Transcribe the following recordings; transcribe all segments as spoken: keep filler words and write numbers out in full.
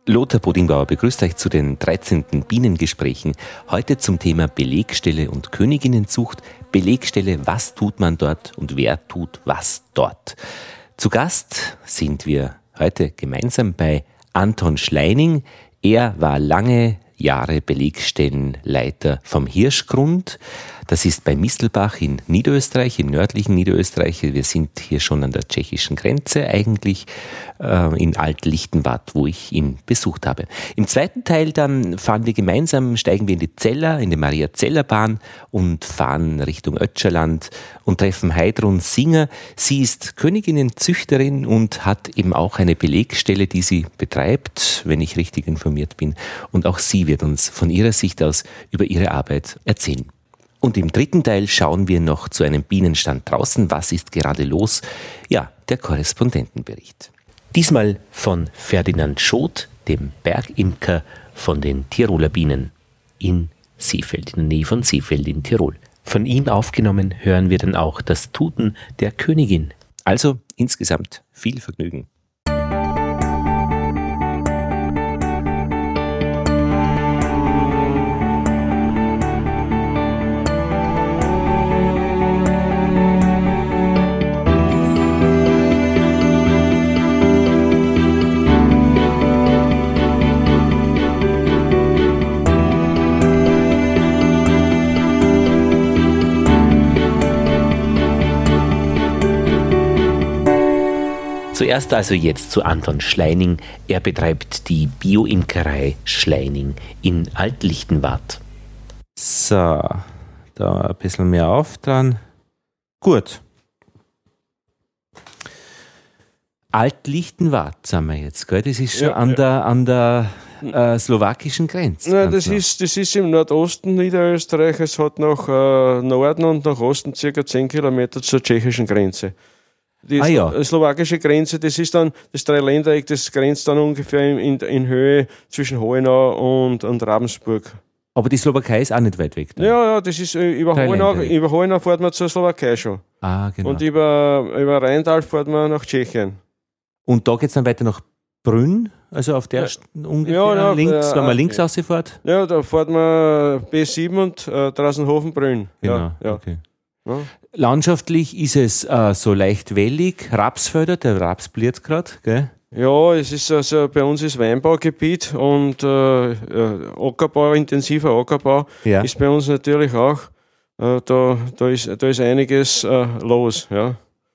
Lothar Bodingbauer begrüßt euch zu den dreizehnten Bienengesprächen. Heute zum Thema Belegstelle und Königinnenzucht. Belegstelle, was tut man dort und wer tut was dort? Zu Gast sind wir heute gemeinsam bei Anton Schleining. Er war lange Jahre Belegstellenleiter vom Hirschgrund. Das ist bei Mistelbach in Niederösterreich, im nördlichen Niederösterreich. Wir sind hier schon an der tschechischen Grenze eigentlich, äh, in Alt-Lichtenwart, wo ich ihn besucht habe. Im zweiten Teil dann fahren wir gemeinsam, steigen wir in die Zeller, in die Maria-Zeller-Bahn und fahren Richtung Ötscherland und treffen Heidrun Singer. Sie ist Königinnenzüchterin und hat eben auch eine Belegstelle, die sie betreibt, wenn ich richtig informiert bin. Und auch sie wird uns von ihrer Sicht aus über ihre Arbeit erzählen. Und im dritten Teil schauen wir noch zu einem Bienenstand draußen. Was ist gerade los? Ja, der Korrespondentenbericht. Diesmal von Ferdinand Schot, dem Bergimker von den Tiroler Bienen in Seefeld, in der Nähe von Seefeld in Tirol. Von ihm aufgenommen hören wir dann auch das Tuten der Königin. Also insgesamt viel Vergnügen. Zuerst also jetzt zu Anton Schleining. Er betreibt die Bio-Imkerei Schleining in Alt-Lichtenwart. So, da ein bisschen mehr auf dran. Gut. Alt-Lichtenwart sind wir jetzt, gell? Das ist schon ja, an, ja. der, an der äh, slowakischen Grenze. Nein, das ist, das ist im Nordosten Niederösterreich. Es hat nach äh, Norden und nach Osten circa zehn Kilometer zur tschechischen Grenze. Die ah, ja. slowakische Grenze, das ist dann das Dreiländereck, das grenzt dann ungefähr in, in Höhe zwischen Hohenau und, und Ravensburg. Aber die Slowakei ist auch nicht weit weg. Dann. Ja, ja, das ist äh, über Hohenau, über Hohenau fährt man zur Slowakei schon. Ah, genau. Und über, über Rheintal fährt man nach Tschechien. Und da geht es dann weiter nach Brünn, also auf der ja. ungefähr ja, ja, links, äh, wenn man links äh, rausfährt? Ja, da fährt man B sieben und äh, Draußenhofen-Brünn. Genau, ja, ja. okay. Ja. Landschaftlich ist es äh, so leicht wellig, Rapsfelder, der Raps blüht gerade, gell? Ja, es ist also bei uns ist Weinbaugebiet und äh, Ackerbau, intensiver Ackerbau ja. ist bei uns natürlich auch. Äh, da, da, ist, da ist einiges äh, los, ja.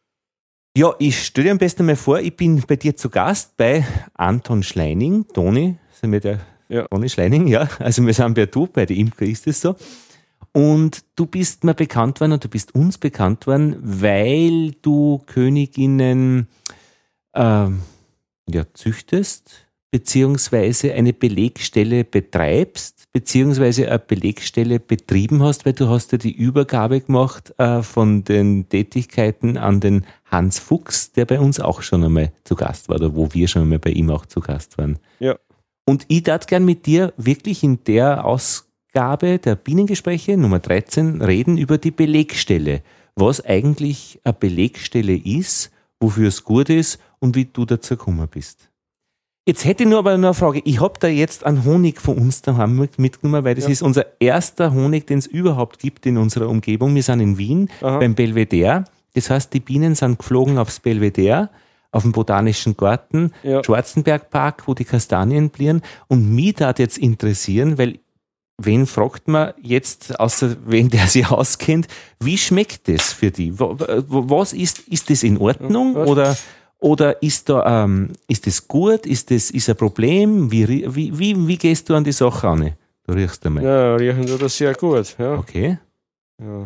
Ja, ich stelle dir am besten mal vor, ich bin bei dir zu Gast bei Anton Schleining, Toni, sind wir der ja. Toni Schleining, ja, also wir sind bei du, bei der Imker ist es so. Und du bist mir bekannt worden und du bist uns bekannt worden, weil du Königinnen ähm, ja, züchtest, beziehungsweise eine Belegstelle betreibst, beziehungsweise eine Belegstelle betrieben hast, weil du hast ja die Übergabe gemacht äh, von den Tätigkeiten an den Hans Fuchs, der bei uns auch schon einmal zu Gast war, oder wo wir schon einmal bei ihm auch zu Gast waren. Ja. Und ich darf gern mit dir wirklich in der Ausgabe Gabe der Bienengespräche Nummer dreizehn reden über die Belegstelle. Was eigentlich eine Belegstelle ist, wofür es gut ist und wie du dazu gekommen bist. Jetzt hätte ich nur aber noch eine Frage. Ich habe da jetzt einen Honig von uns daheim mitgenommen, weil das ja. ist unser erster Honig, den es überhaupt gibt in unserer Umgebung. Wir sind in Wien Aha. beim Belvedere. Das heißt, die Bienen sind geflogen aufs Belvedere, auf dem Botanischen Garten, ja. Schwarzenbergpark, wo die Kastanien blühen. Und mich darf jetzt interessieren, weil wen fragt man jetzt, außer wen der sich auskennt, wie schmeckt das für die? Was ist, ist das in Ordnung ja, oder, oder ist da, ähm, ist das gut? Ist das, ist ein Problem? Wie, wie, wie, wie gehst du an die Sache ran? Du riechst einmal. Ja, riechen tut das sehr gut, ja. Okay. Ja.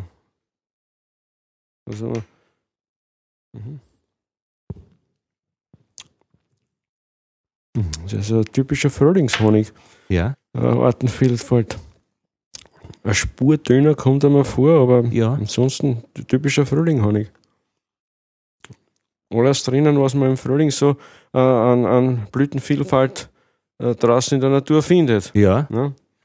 Also, mhm. Das ist ein typischer Frühlingshonig. Ja. Artenvielfalt. Eine Spur dünner kommt einmal vor, aber ja. ansonsten typischer Frühlinghonig. Alles drinnen, was man im Frühling so äh, an, an Blütenvielfalt äh, draußen in der Natur findet. Ja. ja.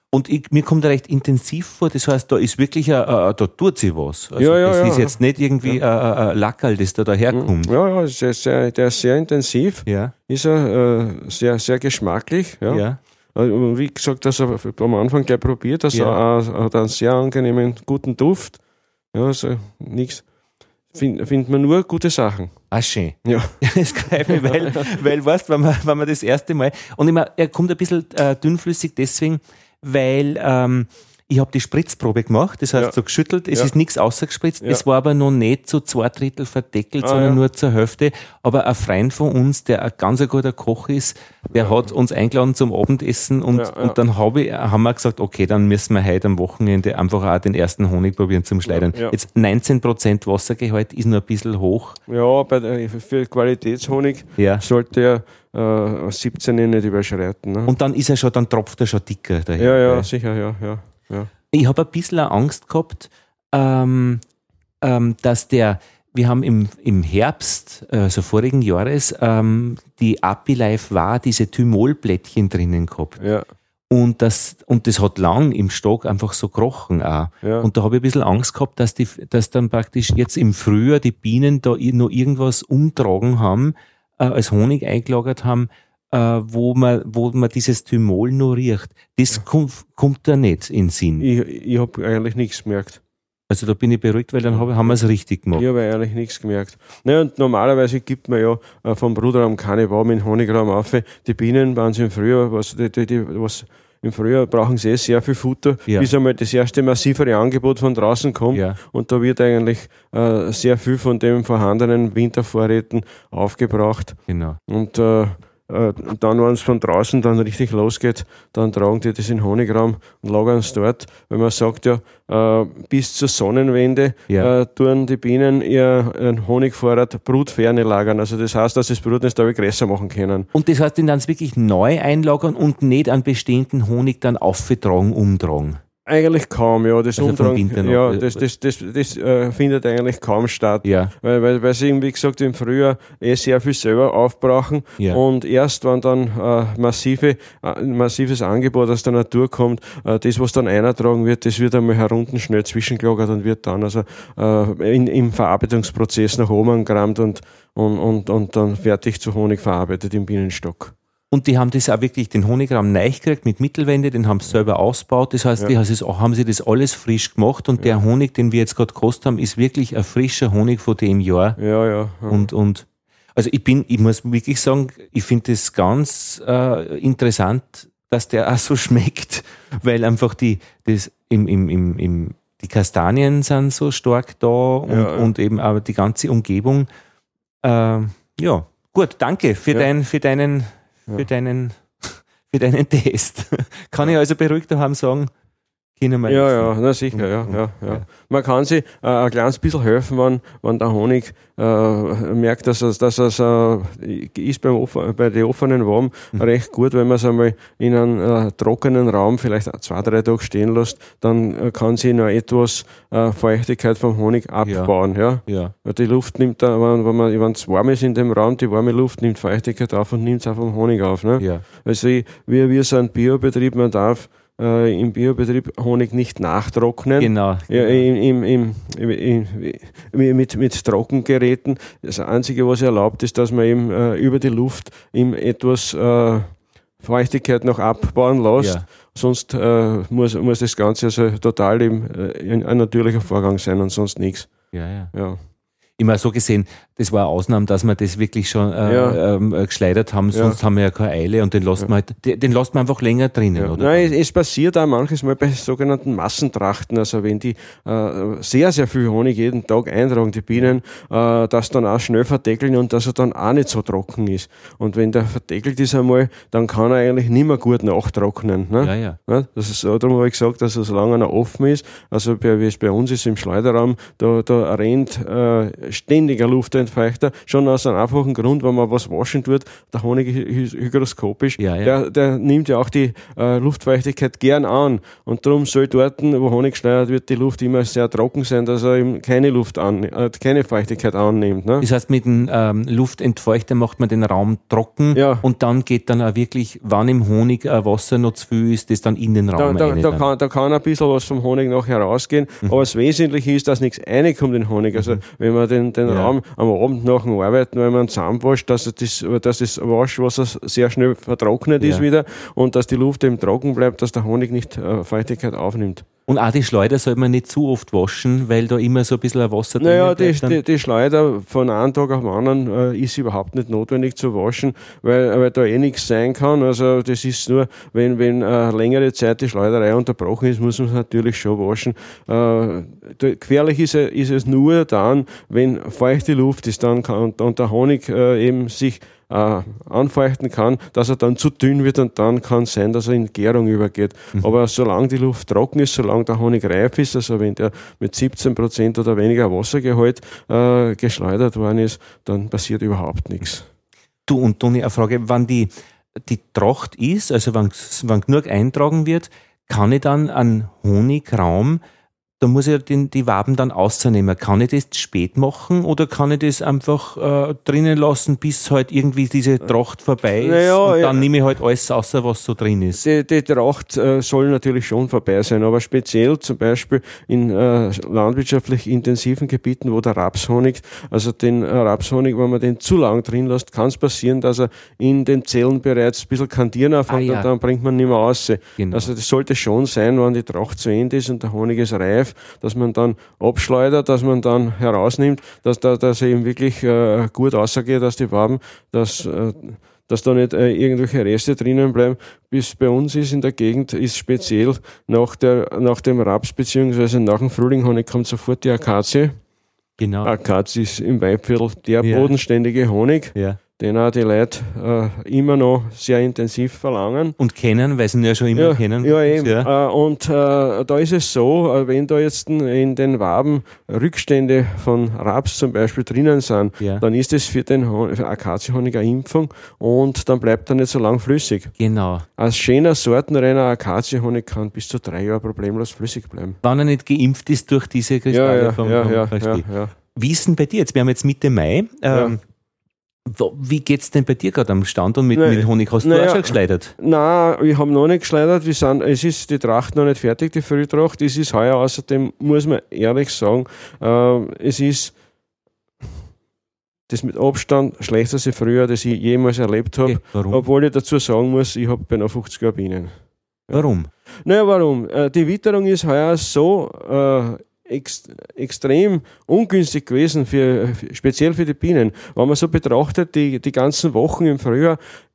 Und ich, mir kommt er recht intensiv vor, das heißt, da ist wirklich, a, a, da tut sich was. Also ja, ja, das ja. ist jetzt nicht irgendwie ja. ein Lackerl, das da daherkommt. Ja, ja, ist sehr, der ist sehr intensiv, ja. ist er äh, sehr, sehr geschmacklich. Ja. ja. Wie gesagt, das habe ich am Anfang gleich probiert, das ja. hat einen sehr angenehmen, guten Duft. Ja, also nichts. Find, findet man nur gute Sachen. Ah, schön. Ja. Das gefällt mir, weil, weil weißt du, wenn man, wenn man das erste Mal, und ich meine, er kommt ein bisschen äh, dünnflüssig deswegen, weil ähm, ich habe die Spritzprobe gemacht, das heißt ja. so geschüttelt, es ja. ist nichts außergespritzt, ja. es war aber noch nicht so zwei Drittel verdeckelt, ah, sondern ja. nur zur Hälfte. Aber ein Freund von uns, der ein ganz guter Koch ist, der ja. hat uns eingeladen zum Abendessen und, ja, ja. und dann hab ich, haben wir gesagt, okay, dann müssen wir heute am Wochenende einfach auch den ersten Honig probieren zum Schleudern. Ja, ja. Jetzt neunzehn Prozent Wassergehalt ist noch ein bisschen hoch. Ja, bei der, für Qualitätshonig ja. sollte er äh, siebzehn nicht überschreiten. Ne? Und dann ist er schon, dann tropft er schon dicker daher. Ja, ja, sicher, ja, ja. Ja. Ich habe ein bisschen Angst gehabt, ähm, ähm, dass der, wir haben im, im Herbst, also vorigen Jahres, ähm, die Apilife war, diese Thymolblättchen drinnen gehabt. Ja. Und das, und das hat lang im Stock einfach so gekrochen auch. Ja. Und da habe ich ein bisschen Angst gehabt, dass, die, dass dann praktisch jetzt im Frühjahr die Bienen da noch irgendwas umtragen haben, äh, als Honig eingelagert haben, Uh, wo man wo man dieses Thymol noch riecht. Das ja. kommt, kommt da nicht in den Sinn. Ich, ich habe eigentlich nichts gemerkt. Also da bin ich beruhigt, weil dann hab, haben wir es richtig gemacht. Ich habe eigentlich nichts gemerkt. Naja, und normalerweise gibt man ja äh, vom Bruderraum keine Waben in Honigraum auf. Die Bienen, wenn sie im Frühjahr, was, die, die, die, was im Frühjahr brauchen sie eh sehr viel Futter, ja. bis einmal das erste massivere Angebot von draußen kommt. Ja. Und da wird eigentlich äh, sehr viel von den vorhandenen Wintervorräten aufgebraucht. Genau. Und äh, Und dann, wenn es von draußen dann richtig losgeht, dann tragen die das in den Honigraum und lagern es dort. Weil man sagt ja, äh, bis zur Sonnenwende ja. äh, tun die Bienen ihren Honigvorrat brutferne lagern. Also das heißt, dass sie das Brutnest da größer machen können. Und das heißt, den dann wirklich neu einlagern und nicht an bestehenden Honig dann aufgetragen, umtragen? Eigentlich kaum, ja. Das, also Umtragen, ja, das, das, das, das, das äh, findet eigentlich kaum statt. Ja. Weil, weil, weil sie eben, wie gesagt, im Frühjahr eh sehr viel selber aufbrauchen. Ja. Und erst, wenn dann äh, massive, äh, massives Angebot aus der Natur kommt, äh, das, was dann eintragen wird, das wird einmal herunten schnell zwischengelagert und wird dann also äh, in, im Verarbeitungsprozess nach oben angerammt und, und, und, und dann fertig zu Honig verarbeitet im Bienenstock. Und die haben das auch wirklich, den Honigraum neu gekriegt mit Mittelwände, den haben sie selber ausgebaut. Das heißt, ja. die haben sie das alles frisch gemacht und ja. der Honig, den wir jetzt gerade gekostet haben, ist wirklich ein frischer Honig von dem Jahr. Ja, ja. ja. Und, und, also ich bin, ich muss wirklich sagen, ich finde das ganz äh, interessant, dass der auch so schmeckt, weil einfach die, das im, im, im, im, die Kastanien sind so stark da und, ja, ja. und eben aber die ganze Umgebung. Äh, ja, gut, danke für, ja. dein, für deinen Für, ja. deinen, für deinen Test. Kann ich also beruhigt daheim sagen, können wir Ja, ja, na sicher, ja, ja, ja. ja. Man kann sich äh, ein kleines bisschen helfen, wenn, wenn der Honig äh, merkt, dass es, dass es äh, ist beim Offen, bei den offenen Waben mhm. recht gut, wenn man es einmal in einem äh, trockenen Raum vielleicht zwei, drei Tage stehen lässt, dann äh, kann sie noch etwas äh, Feuchtigkeit vom Honig abbauen. Ja. Ja. Ja. Die Luft nimmt, da, wenn, wenn man, wenn es warm ist in dem Raum, die warme Luft nimmt Feuchtigkeit auf und nimmt es auch vom Honig auf. Ne? Ja. Also ich, wir, wir sind Biobetrieb, man darf Äh, im Biobetrieb Honig nicht nachtrocknen. Genau. Ja, im, im, im, im, im, mit, mit Trockengeräten. Das Einzige, was erlaubt ist, dass man eben äh, über die Luft ihm etwas äh, Feuchtigkeit noch abbauen lässt. Ja. Sonst äh, muss, muss das Ganze also total eben, äh, ein natürlicher Vorgang sein und sonst nichts. Ja, ja. ja. Immer so gesehen, das war eine Ausnahme, dass wir das wirklich schon äh, ja. ähm, geschleudert haben, sonst ja. haben wir ja keine Eile und den lässt ja. man halt, den, den lässt man einfach länger drinnen, ja. oder? Nein, es, es passiert auch manches Mal bei sogenannten Massentrachten, also wenn die äh, sehr, sehr viel Honig jeden Tag eintragen, die Bienen, äh, das dann auch schnell verdeckeln und dass er dann auch nicht so trocken ist. Und wenn der verdeckelt ist einmal, dann kann er eigentlich nicht mehr gut nachtrocknen. Ne? Ja, ja. Ja, das ist so, darum habe ich gesagt, dass er solange er offen ist, also bei, wie es bei uns ist im Schleuderraum, da, da rennt äh, ständiger Luft Luftentfeuchter, schon aus einem einfachen Grund, wenn man was waschen tut, der Honig ist hygroskopisch, ja, ja. Der, der nimmt ja auch die äh, Luftfeuchtigkeit gern an und darum soll dort, wo Honig geschleudert wird, die Luft immer sehr trocken sein, dass er eben keine Luft an, äh, keine Feuchtigkeit annimmt. Ne? Das heißt, mit dem ähm, Luftentfeuchter macht man den Raum trocken ja. und dann geht dann auch wirklich, wann im Honig äh, Wasser noch zu viel ist, das dann in den Raum Da, da, rein. da, kann, da kann ein bisschen was vom Honig noch herausgehen, mhm. aber das Wesentliche ist, dass nichts reinkommt in den Honig. Also mhm. wenn man den, den ja. Raum am Abend nach dem Arbeiten, wenn man zusammenwascht, dass das, dass das Waschwasser sehr schnell vertrocknet ja. ist wieder und dass die Luft eben trocken bleibt, dass der Honig nicht äh, Feuchtigkeit aufnimmt. Und auch die Schleuder sollte man nicht zu oft waschen, weil da immer so ein bisschen ein Wasser drin naja, bleibt. Naja, die, die, die Schleuder von einem Tag auf den anderen äh, ist überhaupt nicht notwendig zu waschen, weil, weil da eh nichts sein kann. Also das ist nur, wenn, wenn äh, längere Zeit die Schleuderei unterbrochen ist, muss man es natürlich schon waschen. Äh, gefährlich ist, ist es nur dann, wenn feuchte Luft ist dann kann, und, und der Honig äh, eben sich Äh, anfeuchten kann, dass er dann zu dünn wird und dann kann es sein, dass er in Gärung übergeht. Mhm. Aber solange die Luft trocken ist, solange der Honig reif ist, also wenn der mit siebzehn Prozent oder weniger Wassergehalt äh, geschleudert worden ist, dann passiert überhaupt nichts. Du, und Toni, eine Frage, wann die, die Tracht ist, also wann, wann genug eintragen wird, kann ich dann einen Honigraum, da muss ich den, die Waben dann ausnehmen. Kann ich das spät machen oder kann ich das einfach äh, drinnen lassen, bis halt irgendwie diese Tracht vorbei ist naja, und dann ja. nehme ich halt alles außer, was so drin ist? Die, die Tracht äh, soll natürlich schon vorbei sein, aber speziell zum Beispiel in äh, landwirtschaftlich intensiven Gebieten, wo der Rapshonig, also den äh, Rapshonig, wenn man den zu lang drin lässt, kann es passieren, dass er in den Zellen bereits ein bisschen kandieren anfängt ah, ja. und dann bringt man nicht mehr raus. Genau. Also das sollte schon sein, wenn die Tracht zu Ende ist und der Honig ist reif, dass man dann abschleudert, dass man dann herausnimmt, dass da dass eben wirklich äh, gut ausgeht, dass die Waben, dass, äh, dass da nicht äh, irgendwelche Reste drinnen bleiben. Bis bei uns ist in der Gegend, ist speziell nach, der, nach dem Raps beziehungsweise nach dem Frühlinghonig kommt sofort die Akazie. Genau. Akazie ist im Weinviertel der ja. bodenständige Honig. Ja. Den auch die Leute äh, immer noch sehr intensiv verlangen. Und kennen, weil sie ihn ja schon immer ja, kennen. Ja, eben. Ja. Äh, und äh, da ist es so, äh, wenn da jetzt in den Waben Rückstände von Raps zum Beispiel drinnen sind, ja. dann ist es für den Hon- für Akazienhonig eine Impfung und dann bleibt er nicht so lang flüssig. Genau. Als schöner Sortenrenner Akazienhonig kann bis zu drei Jahre problemlos flüssig bleiben. Wenn er nicht geimpft ist durch diese Kristalle ja, ja, vom, ja, vom ja, ja, ja. Wie ist denn bei dir jetzt? Wir haben jetzt Mitte Mai. Ähm, ja. Wie geht's denn bei dir gerade am Stand und mit, Nein, mit Honig? Hast du naja, auch schon geschleudert? Nein, ich habe noch nicht geschleudert. Wir sind, es ist die Tracht noch nicht fertig, die Frühtracht. Es ist heuer außerdem, muss man ehrlich sagen, äh, es ist das mit Abstand schlechteste Frühjahr, das ich jemals erlebt habe. Okay, obwohl ich dazu sagen muss, ich habe beinahe fünfzig Jahre Bienen. Ja. Warum? Naja, warum? Äh, die Witterung ist heuer so äh, Ex, extrem ungünstig gewesen, für, für, speziell für die Bienen. Wenn man so betrachtet, die, die ganzen Wochen im Frühjahr,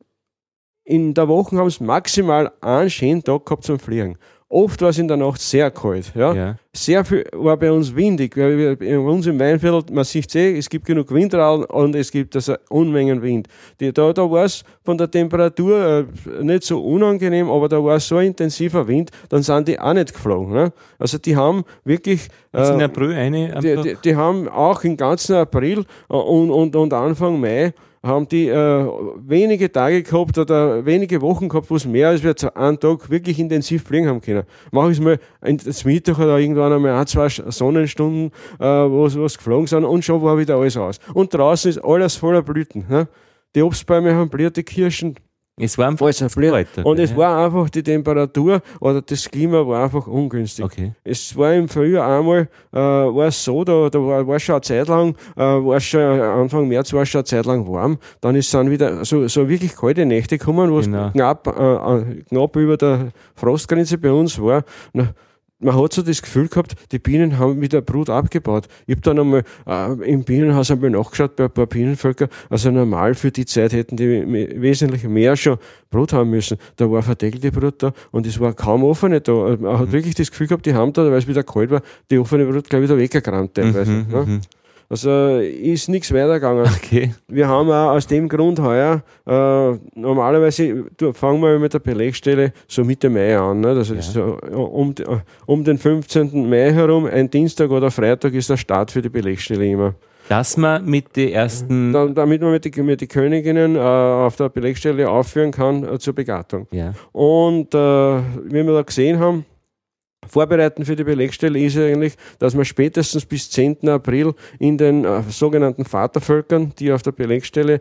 in der Woche haben es maximal einen schönen Tag gehabt zum Fliegen. Oft war es in der Nacht sehr kalt. Ja? Ja. Sehr viel war bei uns windig. Weil wir, bei uns im Weinviertel, man sieht es eh, es gibt genug Windrauen und es gibt also Unmengen Wind. Die, da da war es von der Temperatur äh, nicht so unangenehm, aber da war so ein intensiver Wind, dann sind die auch nicht geflogen. Ne? Also die haben wirklich... Äh, in April eine... Die, die, die haben auch im ganzen April äh, und, und, und Anfang Mai haben die äh, wenige Tage gehabt oder wenige Wochen gehabt, wo es mehr als wir zu einem Tag wirklich intensiv fliegen haben können. Mach ich mal ins Mittag oder irgendwann einmal ein, zwei Sonnenstunden, äh, wo sie geflogen sind und schon war wieder alles aus. Und draußen ist alles voller Blüten. Ne? Die Obstbäume haben blühte Kirschen. Es war einfach alles blöd. Und es war einfach die Temperatur oder das Klima war einfach ungünstig. Okay. Es war im Frühjahr einmal, äh, war es so, da, da war, war schon eine Zeit lang, äh, war schon Anfang März war es schon eine Zeit lang warm. Dann ist dann wieder so, so wirklich kalte Nächte gekommen, wo es genau. knapp, äh, knapp über der Frostgrenze bei uns war. Na, man hat so das Gefühl gehabt, die Bienen haben wieder Brut abgebaut. Ich habe dann einmal äh, im Bienenhaus einmal nachgeschaut bei ein paar Bienenvölker. Also normal für die Zeit hätten die wesentlich mehr schon Brut haben müssen. Da war verdeckelte Brut da und es war kaum offene da. Man hat mhm. wirklich das Gefühl gehabt, die haben da, weil es wieder kalt war, die offene Brut gleich wieder weggekramt teilweise. Mhm, ja? mhm. Also ist nichts weitergegangen. Okay. Wir haben auch aus dem Grund heuer, äh, normalerweise du, fangen wir mit der Belegstelle so Mitte Mai an. Ne? Das ist ja. so, um, um den fünfzehnten Mai herum, ein Dienstag oder Freitag ist der Start für die Belegstelle immer. Dass man mit den ersten... Da, damit man mit den mit die Königinnen äh, auf der Belegstelle aufführen kann äh, zur Begattung. Ja. Und äh, wie wir da gesehen haben, Vorbereiten für die Belegstelle ist eigentlich, dass man spätestens bis zehnten April in den äh, sogenannten Vatervölkern, die auf der Belegstelle äh,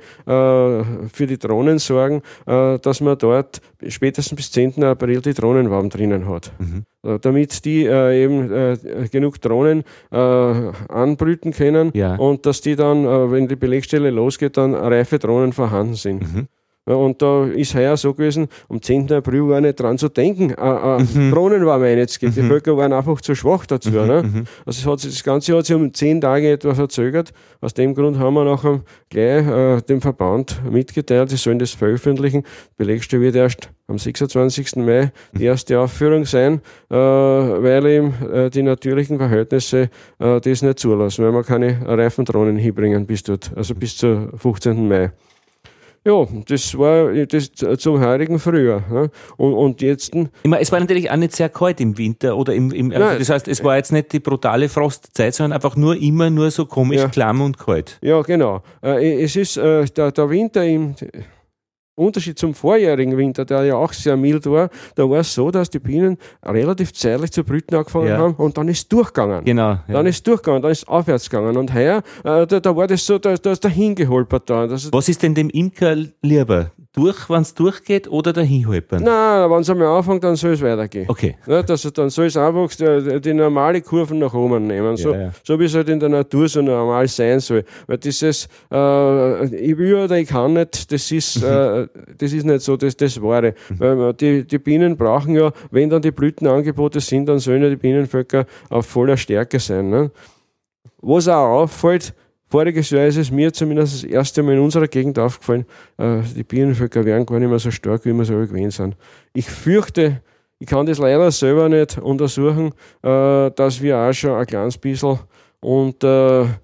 für die Drohnen sorgen, äh, dass man dort spätestens bis zehnten April die Drohnenwaben drinnen hat. Mhm. Äh, damit die äh, eben äh, genug Drohnen äh, anbrüten können ja. und dass die dann, äh, wenn die Belegstelle losgeht, dann reife Drohnen vorhanden sind. Mhm. Und da ist heuer so gewesen, am zehnten April war nicht dran zu denken, äh, äh, mhm. Drohnen waren wir jetzt gibt. Die Völker waren einfach zu schwach dazu. Mhm. Ne? Mhm. Also es hat sich, das Ganze hat sich um zehn Tage etwa verzögert. Aus dem Grund haben wir nachher gleich äh, dem Verband mitgeteilt, sie sollen das veröffentlichen. Die Belegstelle wird erst am sechsundzwanzigsten Mai die erste Aufführung sein, äh, weil eben äh, die natürlichen Verhältnisse äh, das nicht zulassen, weil wir keine reifen Drohnen hinbringen bis dort, also bis zum fünfzehnten Mai. Ja, das war das zum heurigen Frühjahr. Ne? Und, und jetzt... Ich meine, es war natürlich auch nicht sehr kalt im Winter oder im... im also das heißt, es war jetzt nicht die brutale Frostzeit, sondern einfach nur immer nur so komisch ja. klamm und kalt. Ja, genau. Äh, es ist äh, der, der Winter im... Unterschied zum vorjährigen Winter, der ja auch sehr mild war, da war es so, dass die Bienen relativ zeitlich zu brüten angefangen ja. haben und dann ist es durchgegangen. Genau. Ja. Dann ist es durchgegangen, dann ist es aufwärts gegangen. Und heuer, äh, da, da war das so, da, da ist dahin geholpert. Da. Das Was ist denn dem Imker lieber? Durch, wenn es durchgeht oder dahin holpern? Nein, wenn es einmal anfängt, dann soll es weitergehen. Okay. Ja, dass, dann soll es einfach die, die normale Kurven nach oben nehmen, so, ja, ja. so wie es halt in der Natur so normal sein soll. Weil dieses, äh, ich will oder ich kann nicht, das ist, äh, das ist nicht so das, das Wahre. Weil die, die Bienen brauchen ja, wenn dann die Blütenangebote sind, dann sollen ja die Bienenvölker auf voller Stärke sein. Ne? Was auch auffällt, voriges Jahr ist es mir zumindest das erste Mal in unserer Gegend aufgefallen, äh, die Bienenvölker werden gar nicht mehr so stark, wie wir so gewöhnt sind. Ich fürchte, ich kann das leider selber nicht untersuchen, äh, dass wir auch schon ein kleines bisschen und äh, äh,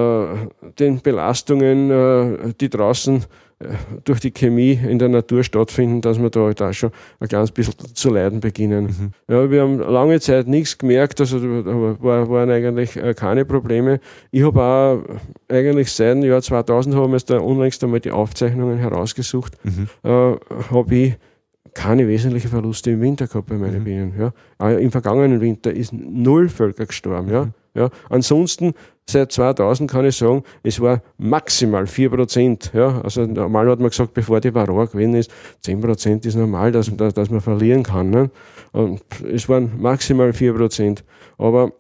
den Belastungen, äh, die draußen äh, durch die Chemie in der Natur stattfinden, dass wir da halt auch schon ein kleines bisschen zu leiden beginnen. Mhm. Ja, wir haben lange Zeit nichts gemerkt, also da war, waren eigentlich keine Probleme. Ich habe auch eigentlich seit dem Jahr zweitausend, haben wir jetzt da unlängst einmal die Aufzeichnungen herausgesucht, mhm. äh, habe ich keine wesentlichen Verluste im Winter gehabt bei meinen mhm. Bienen. Ja. Auch im vergangenen Winter ist null Völker gestorben. Mhm. Ja. Ja. Ansonsten, seit zweitausend kann ich sagen, es war maximal vier Prozent. Ja. Also normal hat man gesagt, bevor die Varroa gewesen ist, zehn Prozent ist normal, dass, dass, dass man verlieren kann. Ne. Und es waren maximal vier Prozent. Aber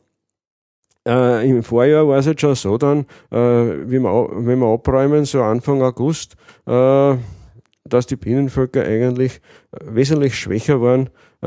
äh, im Vorjahr war es jetzt schon so dann, äh, wie wir, wenn wir abräumen, so Anfang August, äh, dass die Bienenvölker eigentlich wesentlich schwächer waren, äh,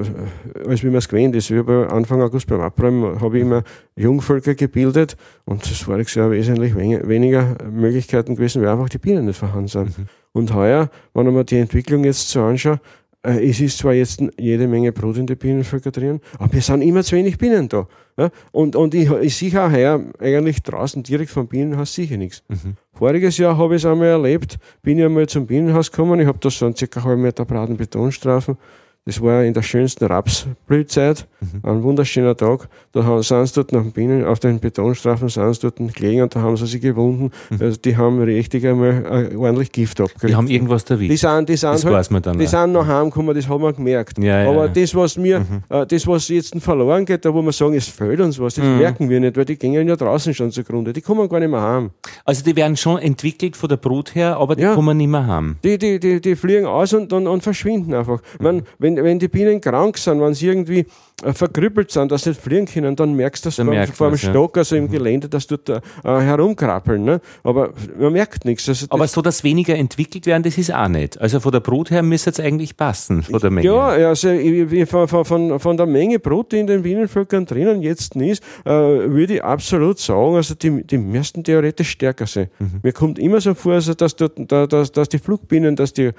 als wie man es gewöhnt ist. Ich habe Anfang August beim Abräumen habe ich immer Jungvölker gebildet und es war ja wesentlich weniger Möglichkeiten gewesen, weil einfach die Bienen nicht vorhanden sind. Mhm. Und heuer, wenn ich mir die Entwicklung jetzt so anschaue, äh, es ist zwar jetzt jede Menge Brut in die Bienenvölker drin, aber es sind immer zu wenig Bienen da. Ja? Und, und ich, ich sehe auch heuer eigentlich draußen direkt vom Bienenhaus sicher nichts. Mhm. Voriges Jahr habe ich es einmal erlebt, bin ich einmal zum Bienenhaus gekommen, ich habe da so einen circa halben Meter breiten Betonstreifen. Das war in der schönsten Rapsblühzeit, mhm. ein wunderschöner Tag. Da sind sie dort nach den Bienen, auf den Betonstreifen sind sie dort gelegen und da haben sie sich gewunden. Mhm. Also die haben richtig einmal ordentlich Gift abgekriegt. Die haben irgendwas erwischt. Die sind, die sind, das halt, weiß man dann die sind noch heimgekommen, das haben wir gemerkt. Ja, ja, Aber ja. das, was mir, mhm. äh, das, was jetzt verloren geht, da wo wir sagen, es fehlt uns was, das mhm. merken wir nicht, weil die gingen ja draußen schon zugrunde. Die kommen gar nicht mehr heim. Also die werden schon entwickelt von der Brut her, aber die ja. kommen nicht mehr heim. Die, die, die, die fliegen aus und, und, und verschwinden einfach. Mhm. Man, wenn, wenn die Bienen krank sind, wenn sie irgendwie äh, verkrüppelt sind, dass sie nicht fliegen können, dann merkst du das vor, vor dem Stock, also im mhm. Gelände, dass du da äh, herumkrabbeln. Ne? Aber man merkt nichts. Also aber so, dass weniger entwickelt werden, das ist auch nicht. Also von der Brut her müsste es eigentlich passen, von der Menge. Ja, also ich, ich, von, von, von der Menge Brut, die in den Bienenvölkern drinnen jetzt ist, äh, würde ich absolut sagen, also die, die müssten theoretisch stärker sein. Mhm. Mir kommt immer so vor, also dass, dort, dass, dass die Flugbienen, dass die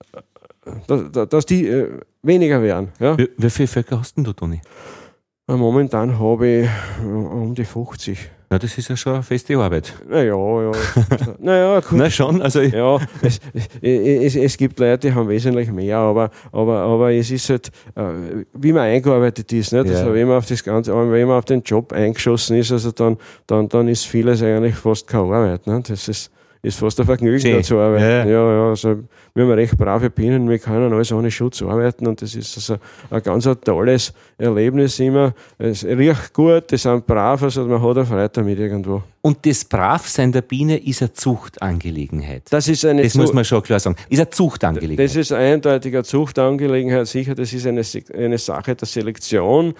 Dass, dass die äh, weniger werden. Ja? Wie, wie viele Völker hast denn du, Toni? Momentan habe ich um die fünfzig. Na, das ist ja schon eine feste Arbeit. Naja, ja. naja, gut. Na schon, also ja, es, es, es gibt Leute, die haben wesentlich mehr, aber, aber, aber es ist halt, wie man eingearbeitet ist. Nicht? Ja. Also wenn man auf das Ganze, wenn man auf den Job eingeschossen ist, also dann, dann, dann ist vieles eigentlich fast keine Arbeit. Nicht? Das ist, ist fast ein Vergnügen, da zu arbeiten. Ja. Ja, ja, also wir haben recht brave Bienen, wir können alles ohne Schutz arbeiten und das ist also ein ganz ein tolles Erlebnis immer. Es riecht gut, die sind brav, also man hat eine Freude damit irgendwo. Und das Bravsein der Biene ist eine Zuchtangelegenheit. Das ist eine Das muss man schon klar sagen. Ist eine Zuchtangelegenheit. Das ist eindeutig eine Zuchtangelegenheit, sicher, das ist eine, eine Sache der Selektion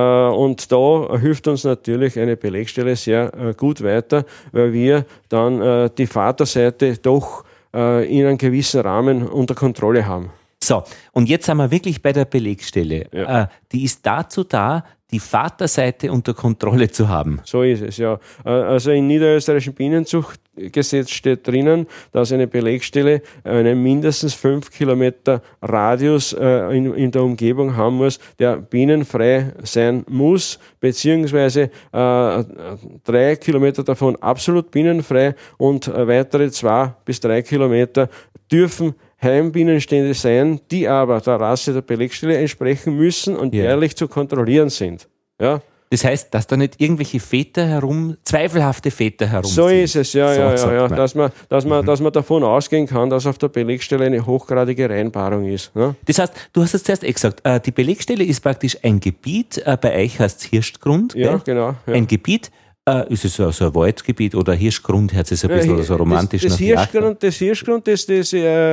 und da hilft uns natürlich eine Belegstelle sehr gut weiter, weil wir dann die Vaterseite doch in einem gewissen Rahmen unter Kontrolle haben. So, und jetzt sind wir wirklich bei der Belegstelle. Ja. Äh, die ist dazu da, die Vaterseite unter Kontrolle zu haben. So ist es, ja. Also im niederösterreichischen Bienenzuchtgesetz steht drinnen, dass eine Belegstelle einen mindestens fünf Kilometer Radius äh, in, in der Umgebung haben muss, der bienenfrei sein muss, beziehungsweise äh, drei Kilometer davon absolut bienenfrei und weitere zwei bis drei Kilometer dürfen Heimbienenstände sein, die aber der Rasse der Belegstelle entsprechen müssen und ja. jährlich zu kontrollieren sind. Ja? Das heißt, dass da nicht irgendwelche Väter herum, zweifelhafte Väter herum So sind. ist es, ja, so ja, ja, ja. Dass man, dass man, mhm. dass man davon ausgehen kann, dass auf der Belegstelle eine hochgradige Reinpaarung ist. Ne? Das heißt, du hast es zuerst eh gesagt, die Belegstelle ist praktisch ein Gebiet, bei euch heißt es Hirschgrund. Ja, gell? genau. Ja. Ein Gebiet. Äh, ist es so, so ein Waldgebiet oder Hirschgrund, hört sich ein bisschen ja, so romantisch das, das nach Hirschgrund, das Hirschgrund, das, das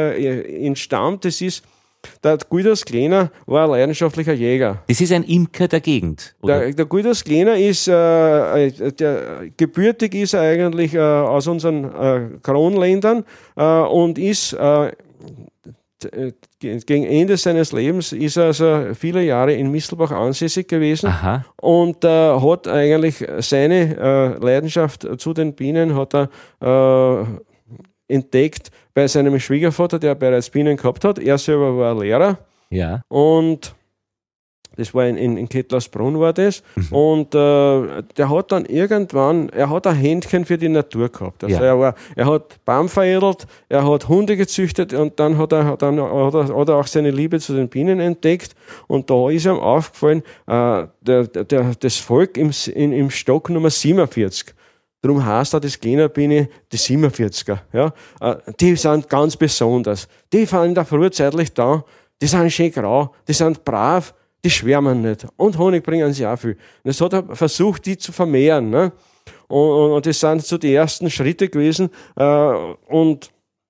äh, entstammt, das ist, der Guidos Kleiner war ein leidenschaftlicher Jäger. Das ist ein Imker der Gegend, oder? Der, der Guidos Kleiner ist, äh, der, gebürtig ist er eigentlich äh, aus unseren äh, Kronländern äh, und ist äh, gegen Ende seines Lebens ist er also viele Jahre in Mistelbach ansässig gewesen. Aha. Und äh, hat eigentlich seine äh, Leidenschaft zu den Bienen hat er äh, entdeckt bei seinem Schwiegervater, der bereits Bienen gehabt hat. Er selber war Lehrer. Ja. Und das war in, in, in Kettlersbrunn war das. Mhm. Und äh, der hat dann irgendwann, er hat ein Händchen für die Natur gehabt. Also ja. er, war, er hat Baum veredelt, er hat Hunde gezüchtet und dann hat er, dann hat er, hat er auch seine Liebe zu den Bienen entdeckt. Und da ist ihm aufgefallen, äh, der, der, das Volk im, in, im Stock Nummer siebenundvierzig. Darum heißt auch das Kleiner-Biene die siebenundvierziger. Ja? Äh, die sind ganz besonders. Die fahren in der Früh zeitlich da, die sind schön grau, die sind brav, die schwärmen nicht. Und Honig bringen sie auch viel. Und das hat er versucht, die zu vermehren. Ne? Und, und, und das sind so die ersten Schritte gewesen. Äh, und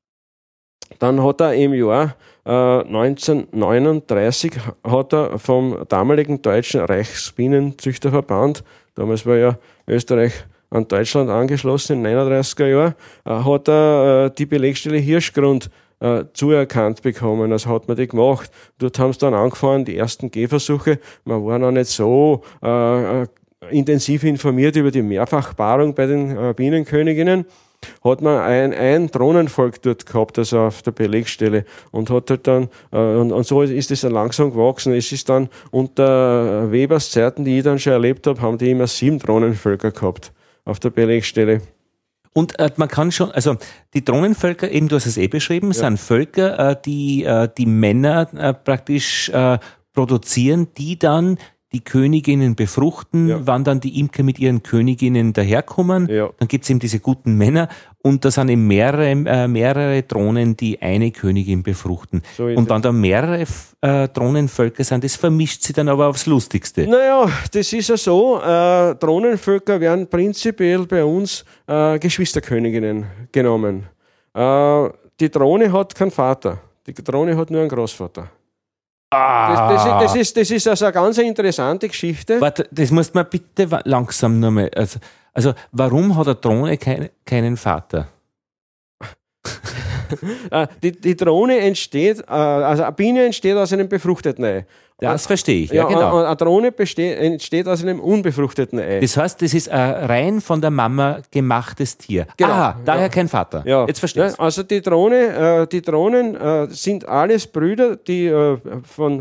dann hat er im Jahr äh, neunzehnhundertneununddreißig hat er vom damaligen Deutschen Reichsbienenzüchterverband, damals war ja Österreich an Deutschland angeschlossen, in den neununddreißiger Jahren, äh, hat er äh, die Belegstelle Hirschgrund äh, zuerkannt bekommen. Also hat man die gemacht. Dort haben sie dann angefangen, die ersten Gehversuche. Man war noch nicht so äh, intensiv informiert über die Mehrfachpaarung bei den äh, Bienenköniginnen. Hat man ein, ein Drohnenvolk dort gehabt, also auf der Belegstelle, und hat halt dann, äh, und, und so ist es dann langsam gewachsen. Es ist dann unter Webers Zeiten, die ich dann schon erlebt habe, haben die immer sieben Drohnenvölker gehabt auf der Belegstelle. Und äh, man kann schon, also die Drohnenvölker, eben du hast es eh beschrieben, ja. sind Völker, äh, die äh, die Männer äh, praktisch äh, produzieren, die dann die Königinnen befruchten, ja. wann dann die Imker mit ihren Königinnen daherkommen. Ja. Dann gibt es eben diese guten Männer und da sind eben mehrere, äh, mehrere Drohnen, die eine Königin befruchten. So und wenn da mehrere äh, Drohnenvölker sind, das vermischt sich dann aber aufs Lustigste. Naja, das ist ja so, äh, Drohnenvölker werden prinzipiell bei uns äh, Geschwisterköniginnen genommen. Äh, die Drohne hat keinen Vater, die Drohne hat nur einen Großvater. Ah. Das, das, das, ist, das ist also eine ganz interessante Geschichte. Warte, das muss man bitte langsam nochmal. Also, also, warum hat eine Drohne kein, keinen Vater? die, die Drohne entsteht, also eine Biene entsteht aus einem befruchteten Ei. Das verstehe ich, ja, ja genau. Eine Drohne besteht, entsteht aus einem unbefruchteten Ei. Das heißt, das ist ein rein von der Mama gemachtes Tier. Genau. Aha, daher ja. kein Vater. Ja. Jetzt verstehe ich. Also die Drohne, die Drohnen sind alles Brüder, die von,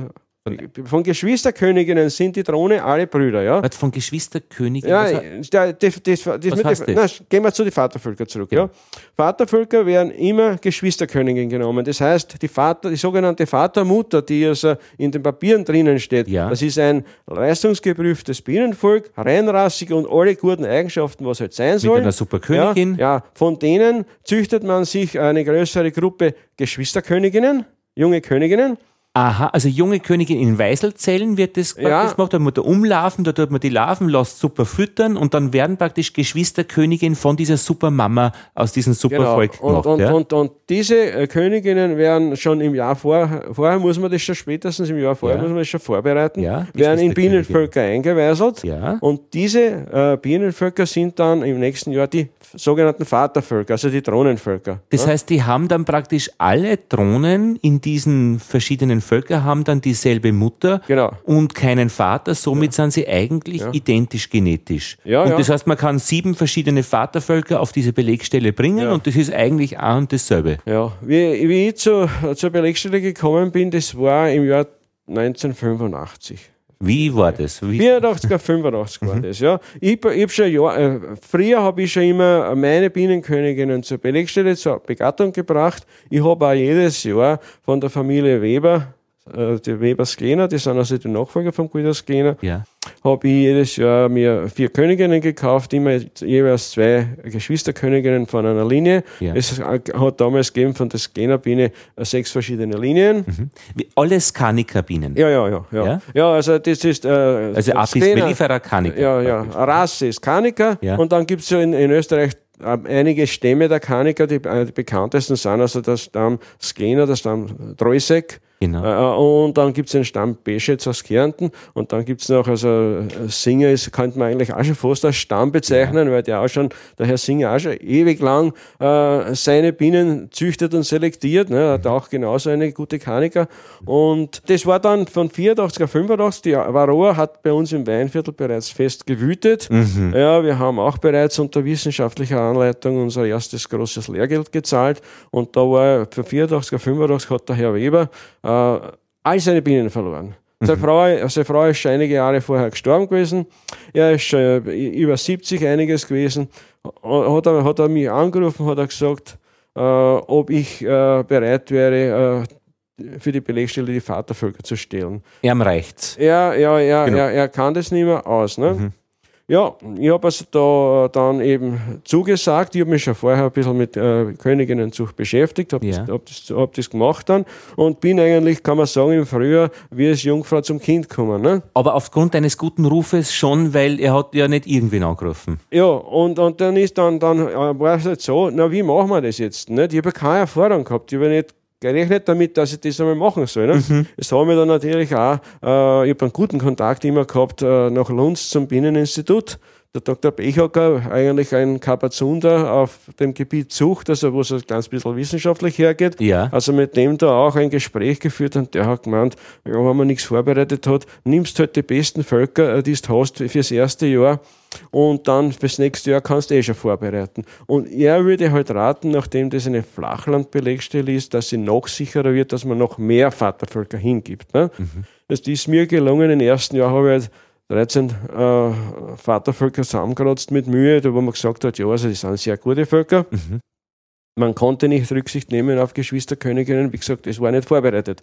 Von, von Geschwisterköniginnen sind die Drohnen alle Brüder, ja. Was, von Geschwisterköniginnen? Ja, das, das, das, das mit heißt die, das? Na, gehen wir zu den Vatervölkern zurück, ja. ja. Vatervölker werden immer Geschwisterköniginnen genommen. Das heißt, die, Vater, die sogenannte Vatermutter, die also in den Papieren drinnen steht, ja. das ist ein leistungsgeprüftes Bienenvolk, reinrassig und alle guten Eigenschaften, was halt sein soll. Mit einer super Königin. Ja, ja, von denen züchtet man sich eine größere Gruppe Geschwisterköniginnen, junge Königinnen. Aha, also junge Königin in Weißelzellen wird das praktisch Ja. gemacht, da muss man da umlaufen, da tut man die Larven, lässt super füttern und dann werden praktisch Geschwisterkönigin von dieser Supermama aus diesem Supervolk genau. gemacht. Und, und, ja? und, und diese äh, Königinnen werden schon im Jahr vor, vorher, muss man das schon spätestens im Jahr vorher, Ja. muss man das schon vorbereiten, Ja, werden in Geschwisterkönigin. Bienenvölker eingeweiselt Ja. und diese äh, Bienenvölker sind dann im nächsten Jahr die sogenannten Vatervölker, also die Drohnenvölker. Das ja? heißt, die haben dann praktisch alle Drohnen in diesen verschiedenen Völkern haben dann dieselbe Mutter Genau. und keinen Vater, somit ja. sind sie eigentlich ja. identisch genetisch. Ja, und ja. das heißt, man kann sieben verschiedene Vatervölker auf diese Belegstelle bringen Ja. und das ist eigentlich ein und dasselbe. Ja, wie, wie ich zu, zur Belegstelle gekommen bin, das war im Jahr neunzehnhundertfünfundachtzig. Wie war das? Wie? vierundachtzig, fünfundachtzig war das, ja. Ich, ich hab schon Jahr, äh, früher habe ich schon immer meine Bienenköniginnen zur Belegstelle, zur Begattung gebracht. Ich habe auch jedes Jahr von der Familie Weber, äh, die Weber-Sklener, die sind also die Nachfolger vom Guido Sklener, Ja. habe ich jedes Jahr mir vier Königinnen gekauft, immer jeweils zwei Geschwisterköniginnen von einer Linie. Ja. Es hat damals gegeben von der Sklener-Biene sechs verschiedene Linien. Mhm. Wie, alles Kanika-Bienen. Ja, ja, ja, ja. Ja? Ja, also das ist äh, Also Apis Sklener- mellifera Kanika. Ja, ja. Eine Rasse ist Kanika Ja. und dann gibt es ja in, in Österreich äh, einige Stämme der Kanika, die, äh, die bekanntesten sind also der Stamm Sklener, der Stamm Treusek. Genau. Äh, und dann gibt es den Stamm Beschetz aus Kärnten und dann gibt es noch, also Singer ist, könnte man eigentlich auch schon fast als Stamm bezeichnen, ja. weil der auch schon, der Herr Singer auch schon ewig lang äh, seine Bienen züchtet und selektiert, ne, er hat auch genauso eine gute Kanika und das war dann von vierundachtzig auf fünfundachtzig, die Varroa hat bei uns im Weinviertel bereits fest gewütet, mhm. ja, wir haben auch bereits unter wissenschaftlicher Anleitung unser erstes großes Lehrgeld gezahlt und da war von vierundachtzig auf fünfundachtzig hat der Herr Weber äh, all seine Bienen verloren. Mhm. Seine, Frau, seine Frau ist schon einige Jahre vorher gestorben gewesen. Er ist schon über siebzig einiges gewesen. Hat er, hat er mich angerufen, hat er gesagt, äh, ob ich äh, bereit wäre, äh, für die Belegstelle die Vatervölker zu stehlen. Ihm reicht's. Ja, ja, ja, Genau. er, er kann das nicht mehr aus. Ne? Mhm. Ja, ich habe also da dann eben zugesagt. Ich habe mich schon vorher ein bisschen mit äh, Königinnenzucht beschäftigt, habe Ja. das, hab das, hab das gemacht dann und bin eigentlich, kann man sagen, im Frühjahr wie als Jungfrau zum Kind gekommen. Ne? Aber aufgrund deines guten Rufes schon, weil er hat ja nicht irgendwen angerufen. Ja, und, und dann ist dann, dann äh, war es halt so, na wie machen wir das jetzt? Nicht? Ich habe ja keine Erfahrung gehabt, ich habe nicht gerechnet damit, dass ich das einmal machen soll. Ne? Mhm. Das haben wir dann natürlich auch, äh, ich habe einen guten Kontakt immer gehabt äh, nach Lunds zum Bieneninstitut. Der Doktor Bechacker, eigentlich ein Kapazunder auf dem Gebiet Zucht, also wo es ein ganz bisschen wissenschaftlich hergeht. Ja. Also mit dem da auch ein Gespräch geführt und der hat gemeint, ja, wenn man nichts vorbereitet hat, nimmst halt die besten Völker, die du hast fürs erste Jahr und dann fürs nächste Jahr kannst du eh schon vorbereiten. Und er würde halt raten, nachdem das eine Flachlandbelegstelle ist, dass sie noch sicherer wird, dass man noch mehr Vatervölker hingibt. Ne? Mhm. Das ist mir gelungen. Im ersten Jahr habe ich halt dreizehn äh, Vatervölker zusammengerotzt mit Mühe, da wo man gesagt hat, ja, also das sind sehr gute Völker. Mhm. Man konnte nicht Rücksicht nehmen auf Geschwisterköniginnen, wie gesagt, das war nicht vorbereitet.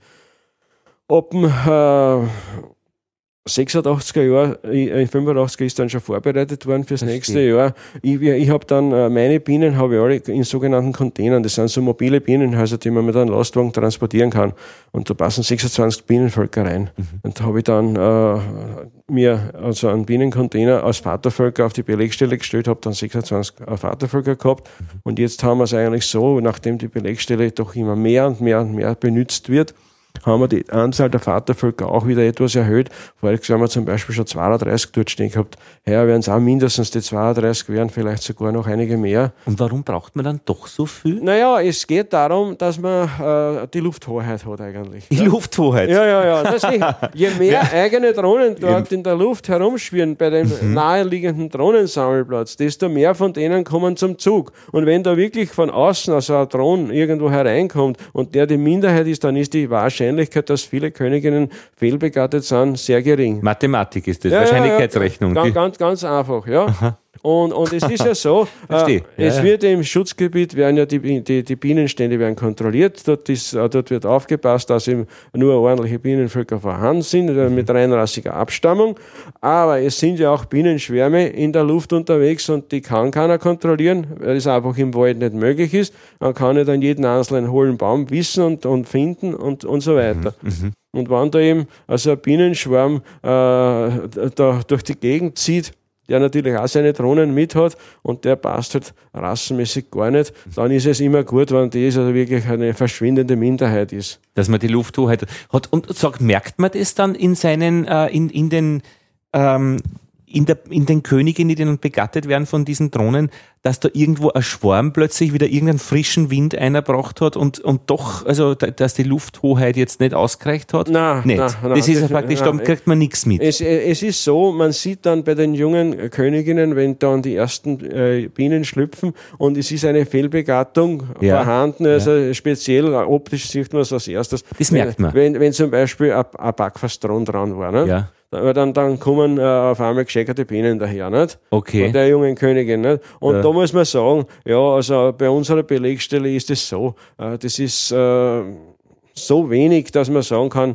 Ab dem äh, sechsundachtziger Jahr, in fünfundachtziger ist dann schon vorbereitet worden fürs Verstehe. nächste Jahr. Ich, ich habe dann äh, meine Bienen habe ich alle in sogenannten Containern, das sind so mobile Bienenhäuser, die man mit einem Lastwagen transportieren kann. Und da passen sechsundzwanzig Bienenvölker rein. Mhm. Und da habe ich dann äh, mir also einen Bienencontainer als Vatervölker auf die Belegstelle gestellt, habe dann sechsundzwanzig Vatervölker gehabt. Mhm. Und jetzt haben wir es eigentlich so, nachdem die Belegstelle doch immer mehr und mehr und mehr benutzt wird, haben wir die Anzahl der Vatervölker auch wieder etwas erhöht. Voriges Jahr haben wir zum Beispiel schon zweiunddreißig dort stehen gehabt. Heuer werden es auch mindestens die zweiunddreißig werden, vielleicht sogar noch einige mehr. Und warum braucht man dann doch so viel? Naja, es geht darum, dass man äh, die Lufthoheit hat eigentlich. Die ja? Lufthoheit? Ja, ja, ja. Das ist, je mehr ja. eigene Drohnen dort in der Luft herumschwirren bei dem mhm. naheliegenden Drohnensammelplatz, desto mehr von denen kommen zum Zug. Und wenn da wirklich von außen also ein Drohnen irgendwo hereinkommt und der die Minderheit ist, dann ist die wahrscheinlich Wahrscheinlichkeit, dass viele Königinnen fehlbegattet sind, sehr gering. Mathematik ist das, ja, Wahrscheinlichkeitsrechnung. Ja, ja. Ganz, ganz einfach, ja. Und, und es ist ja so, äh, ja, es ja. wird im Schutzgebiet, werden ja die, die, die Bienenstände werden kontrolliert, dort, ist, dort wird aufgepasst, dass eben nur ordentliche Bienenvölker vorhanden sind, äh, mit reinrassiger Abstammung, aber es sind ja auch Bienenschwärme in der Luft unterwegs und die kann keiner kontrollieren, weil es einfach im Wald nicht möglich ist. Man kann nicht an jeden einzelnen hohlen Baum wissen und, und finden und, und so weiter. Mhm. Und wenn da eben also ein Bienenschwarm äh, da durch die Gegend zieht, der natürlich auch seine Drohnen mit hat und der passt halt rassenmäßig gar nicht, dann ist es immer gut, wenn das also wirklich eine verschwindende Minderheit ist. Dass man die Lufthoheit hat. Und sagt, merkt man das dann in seinen, äh, in, in den ähm, in, der, in den Königinnen, die dann begattet werden von diesen Drohnen, dass da irgendwo ein Schwarm plötzlich wieder irgendeinen frischen Wind eingebracht hat und, und doch, also dass die Lufthoheit jetzt nicht ausgereicht hat? Nein, nicht. nein, nein, das ist ja praktisch, da kriegt man nichts mit. Es, es ist so, man sieht dann bei den jungen Königinnen, wenn dann die ersten äh, Bienen schlüpfen und es ist eine Fehlbegattung ja. vorhanden, also ja. speziell optisch sieht man es als erstes. Das merkt man. Wenn, wenn zum Beispiel ein, ein Backfassdron dran war, ne? Ja. Dann, dann kommen äh, auf einmal gescheckerte Bienen daher, nicht? Okay. Von der jungen Königin, nicht? Und ja. da muss man sagen, ja, also bei unserer Belegstelle ist es so, äh, das ist äh, so wenig, dass man sagen kann,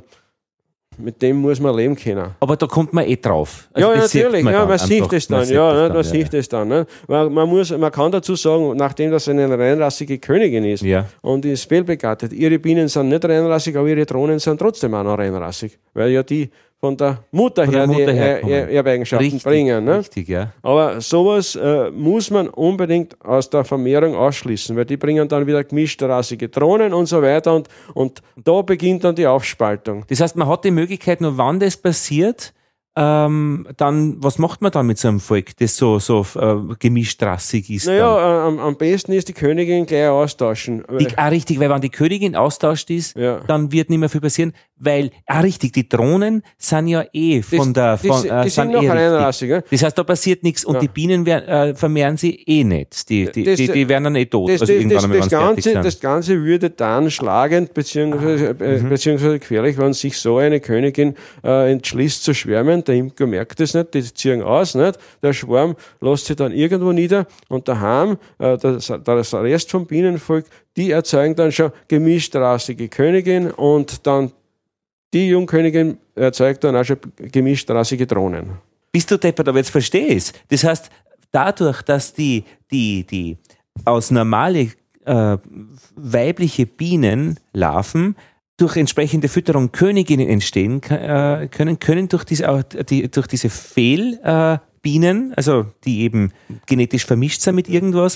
mit dem muss man leben können. Aber da kommt man eh drauf. Also ja, natürlich, man, ja, man sieht es dann, man ja, das man ja, sieht es dann. Ne? Man, man, muss, man kann dazu sagen, nachdem das eine reinrassige Königin ist ja. und die ist fehlbegattet, ihre Bienen sind nicht reinrassig, aber ihre Drohnen sind trotzdem auch noch reinrassig, weil ja die von der Mutter von her der Mutter die her er, Erbeigenschaften richtig, bringen. Ne? Richtig, ja. Aber sowas äh, muss man unbedingt aus der Vermehrung ausschließen, weil die bringen dann wieder gemischtrassige Drohnen und so weiter und, und da beginnt dann die Aufspaltung. Das heißt, man hat die Möglichkeit, nur wann das passiert, ähm, dann, was macht man dann mit so einem Volk, das so, so äh, gemischtrassig ist? Naja, äh, am, am besten ist die Königin gleich austauschen. Die, ah, richtig, weil wenn die Königin austauscht ist, ja. dann wird nicht mehr viel passieren, weil, ah, richtig, die Drohnen sind ja eh von das, der, von, die, äh, die sind, sind noch eh reinrassig. Ja? Das heißt, da passiert nichts und ja. die Bienen werden, äh, vermehren sie eh nicht. Die, die, das, die, die werden dann eh tot. Das, also das, irgendwann das, einmal, das, Ganze, sind. das Ganze würde dann schlagend beziehungsweise, ah, äh, mhm. beziehungsweise gefährlich, wenn sich so eine Königin äh, entschließt zu schwärmen. Der Imker merkt das nicht, die ziehen aus, nicht? Der Schwarm lässt sich dann irgendwo nieder und daheim, äh, das, das Rest vom Bienenvolk, die erzeugen dann schon gemischtrassige Königin und dann die Jungkönigin erzeugt dann auch schon gemischtrassige Drohnen. Bist du deppert, aber jetzt verstehe ich es. Das heißt, dadurch, dass die, die, die aus normale äh, weibliche Bienenlarven durch entsprechende Fütterung Königinnen entstehen äh, können, können durch diese, auch die, durch diese Fehlbienen, äh, also die eben genetisch vermischt sind mit irgendwas,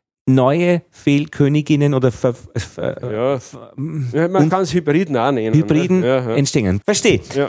neue Fehlköniginnen oder ver, ver, ja. Ver, ja, man kann es Hybriden auch nennen. Hybriden ne? ja, ja. entstehen. Verstehe. Ja.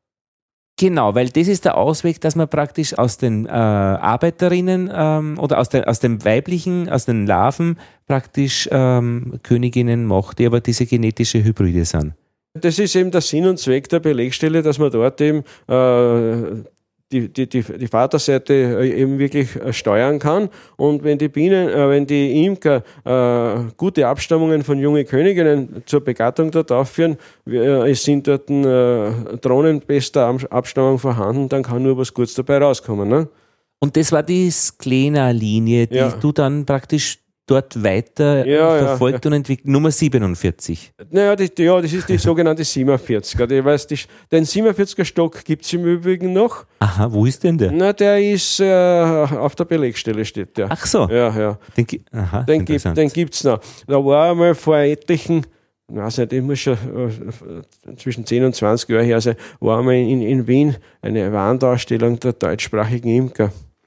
Genau, weil das ist der Ausweg, dass man praktisch aus den äh, Arbeiterinnen ähm, oder aus, der, aus dem weiblichen, aus den Larven praktisch ähm, Königinnen macht, die aber diese genetische Hybride sind. Das ist eben der Sinn und Zweck der Belegstelle, dass man dort eben äh, Die, die, die, die Vaterseite eben wirklich steuern kann. Und wenn die Bienen, äh, wenn die Imker äh, gute Abstammungen von jungen Königinnen zur Begattung dort aufführen, äh, es sind dort äh, Drohnen bester Abstammung vorhanden, dann kann nur was Gutes dabei rauskommen. Ne? Und das war die Sklena-Linie, die ja. du dann praktisch dort weiter ja, verfolgt ja, ja. und entwickelt. Nummer siebenundvierzig. Naja, die, die, ja, das ist die sogenannte siebenundvierziger. Die, weiß, die, den siebenundvierziger Stock gibt es im Übrigen noch. Aha, wo ist denn der? Na, der ist äh, auf der Belegstelle steht der. Ach so. Ja, ja. Den, aha, den gibt es noch. Da war einmal vor etlichen, ich weiß nicht, ich muss schon äh, zwischen zehn und zwanzig Jahre her sein, war einmal in, in Wien eine Wandausstellung der deutschsprachigen Imker.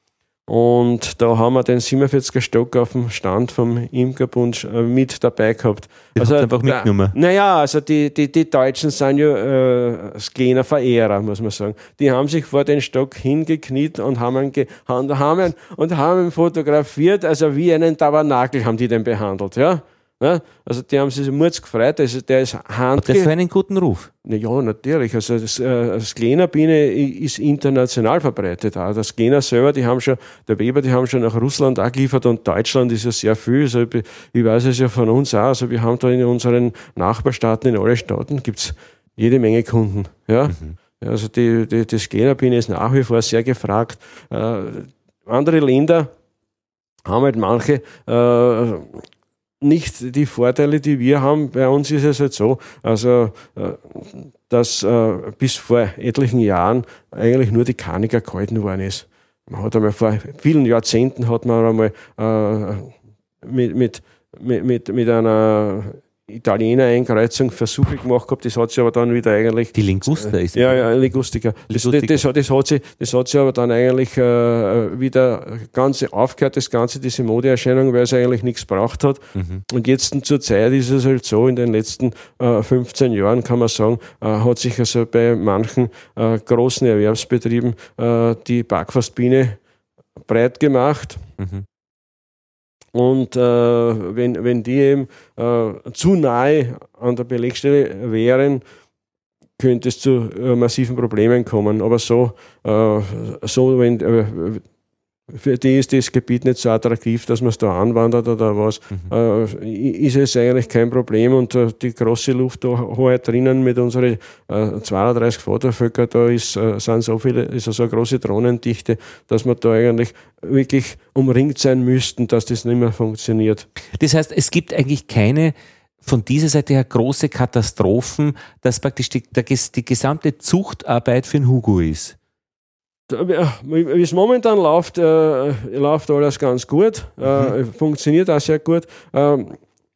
Und da haben wir den siebenundvierziger Stock auf dem Stand vom Imkerbund mit dabei gehabt. Den also einfach mitgenommen. Naja, also die, die, die Deutschen sind ja äh, Sklener Verehrer, muss man sagen. Die haben sich vor den Stock hingekniet und haben ihn, ge, haben, haben ihn, und haben ihn fotografiert, also wie einen Tabernakel haben die den behandelt, ja. Ja, also die haben sich Murz gefreut, also der ist handge... Hat der für einen guten Ruf? Ja, natürlich. Also das, äh, das Glener-Biene ist international verbreitet. Auch das Glener selber, die haben schon, der Weber, die haben schon nach Russland auch geliefert und Deutschland ist ja sehr viel. Also ich, ich weiß es ja von uns auch. Also wir haben da in unseren Nachbarstaaten, in allen Staaten, gibt's jede Menge Kunden. Ja. Mhm. Also die, die, das Glener-Biene ist nach wie vor sehr gefragt. Äh, andere Länder haben halt manche äh, nicht die Vorteile, die wir haben. Bei uns ist es halt so, also, dass äh, bis vor etlichen Jahren eigentlich nur die Carnica gehalten worden ist. Man hat einmal vor vielen Jahrzehnten hat man einmal äh, mit, mit, mit, mit einer Italiener-Einkreuzung Versuche gemacht gehabt, das hat sie aber dann wieder eigentlich... Die Lingusta ist Ja, ja, Linguistica. Das, das, das, das, hat sie, das hat sie aber dann eigentlich äh, wieder ganz aufgehört, das Ganze, diese Modeerscheinung, weil es eigentlich nichts gebracht hat. Mhm. Und jetzt zur Zeit ist es halt so, in den letzten äh, fünfzehn Jahren kann man sagen, äh, hat sich also bei manchen äh, großen Erwerbsbetrieben äh, die Backwurstbiene breit gemacht. Mhm. Und äh, wenn, wenn die eben äh, zu nahe an der Belegstelle wären, könnte es zu äh, massiven Problemen kommen. Aber so, äh, so wenn, äh, für die ist das Gebiet nicht so attraktiv, dass man es da anwandert oder was, mhm. äh, ist es eigentlich kein Problem. Und äh, die große Lufthoheit drinnen mit unseren äh, zweiunddreißig Vatervölker, da ist, äh, sind so viele, ist so eine große Drohnendichte, dass wir da eigentlich wirklich umringt sein müssten, dass das nicht mehr funktioniert. Das heißt, es gibt eigentlich keine von dieser Seite her große Katastrophen, dass praktisch die, die gesamte Zuchtarbeit für den Hugo ist. Wie es momentan läuft, äh, läuft alles ganz gut, äh, mhm. funktioniert auch sehr gut. Ähm,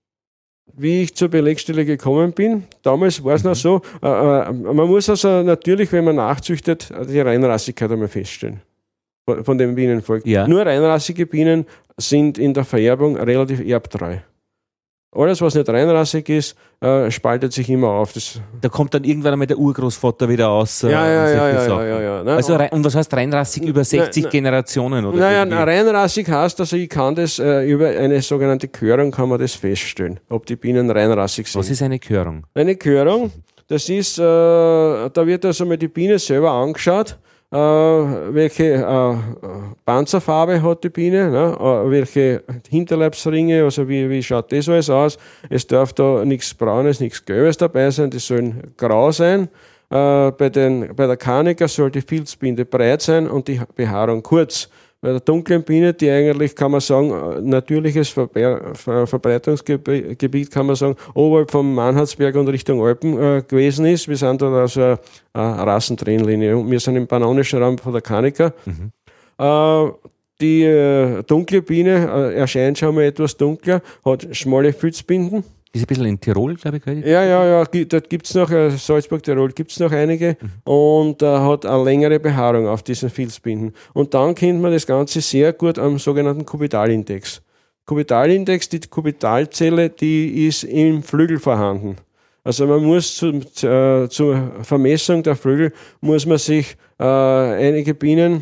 wie ich zur Belegstelle gekommen bin, damals war es mhm. noch so, äh, man muss also natürlich, wenn man nachzüchtet, die Reinrassigkeit einmal feststellen von, von dem Bienenvolk. Ja. Nur reinrassige Bienen sind in der Vererbung relativ erbtreu. Alles, was nicht reinrassig ist, äh, spaltet sich immer auf. Das da kommt dann irgendwann einmal der Urgroßvater wieder aus. Äh, ja, ja, ja, ja, ja, ja, ja. Ne? Also, und was heißt reinrassig? Über sechzig na, Generationen? Oder naja, na, reinrassig heißt, also ich kann das, äh, über eine sogenannte Körung kann man das feststellen, ob die Bienen reinrassig sind. Was ist eine Körung? Eine Körung, das ist, äh, da wird also mal die Biene selber angeschaut, äh, welche äh, Panzerfarbe hat die Biene, ne? äh, welche Hinterleibsringe, also wie, wie schaut das alles aus. Es darf da nichts Braunes, nichts Gelbes dabei sein, die sollen grau sein. Äh, bei, den, bei der Carnica soll die Filzbinde breit sein und die Behaarung kurz. Bei der dunklen Biene, die eigentlich, kann man sagen, natürliches Verbe- Ver- Verbreitungsgebiet, kann man sagen, oberhalb vom Mannhardsberg und Richtung Alpen äh, gewesen ist. Wir sind da aus einer äh, Rassentrennlinie und wir sind im pannonischen Raum von der Carnica. Mhm. Äh, die äh, dunkle Biene äh, erscheint schon mal etwas dunkler, hat schmale Filzbinden. Ist ein bisschen in Tirol, glaube ich. Gell? Ja, ja, ja, dort gibt es noch, äh, Salzburg, Tirol gibt es noch einige mhm. und äh, hat eine längere Behaarung auf diesen Filzbinden. Und dann kennt man das Ganze sehr gut am sogenannten Kubitalindex. Kubitalindex, die Kubitalzelle, die ist im Flügel vorhanden. Also man muss zu, äh, zur Vermessung der Flügel, muss man sich äh, einige Bienen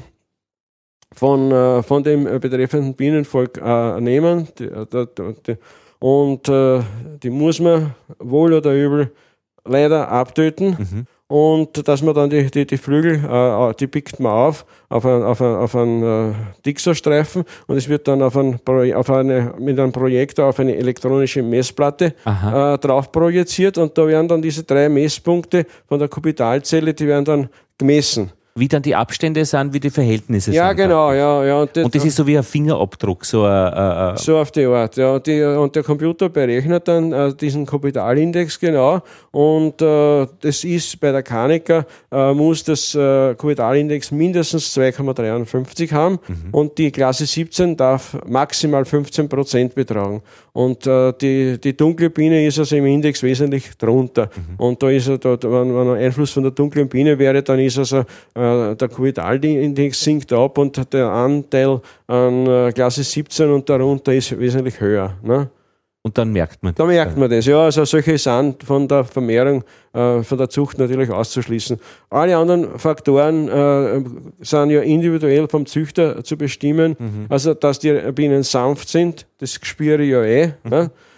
von, äh, von dem betreffenden Bienenvolk äh, nehmen, die, die, die, und äh, die muss man wohl oder übel leider abtöten. Mhm. Und dass man dann die, die, die Flügel, äh, die pickt man auf, auf einen, auf einen, auf einen äh, Dixo-Streifen und es wird dann auf ein, auf eine, mit einem Projektor auf eine elektronische Messplatte äh, drauf projiziert und da werden dann diese drei Messpunkte von der Kubitalzelle, die werden dann gemessen. Wie dann die Abstände sind, wie die Verhältnisse ja, sind. Genau, ja, ja. Und das, und das ist so wie ein Fingerabdruck. So, ein, äh, so auf die Art, ja. Die, und der Computer berechnet dann äh, diesen Kubitalindex genau. Und äh, das ist bei der Carnica, äh, muss das äh, Kubitalindex mindestens zwei Komma dreiundfünfzig haben. Mhm. Und die Klasse siebzehn darf maximal fünfzehn Prozent betragen. Und äh, die, die dunkle Biene ist also im Index wesentlich drunter. Mhm. Und da ist er, da, wenn, wenn ein Einfluss von der dunklen Biene wäre, dann ist also äh, der Kubitalindex sinkt ab und der Anteil an äh, Klasse siebzehn und darunter ist wesentlich höher. Ne? Und dann merkt man das. Da merkt man das, ja. Also solche sind von der Vermehrung, äh, von der Zucht natürlich auszuschließen. Alle anderen Faktoren äh, sind ja individuell vom Züchter zu bestimmen. Mhm. Also, dass die Bienen sanft sind, das spüre ich ja eh. Mhm. Ne?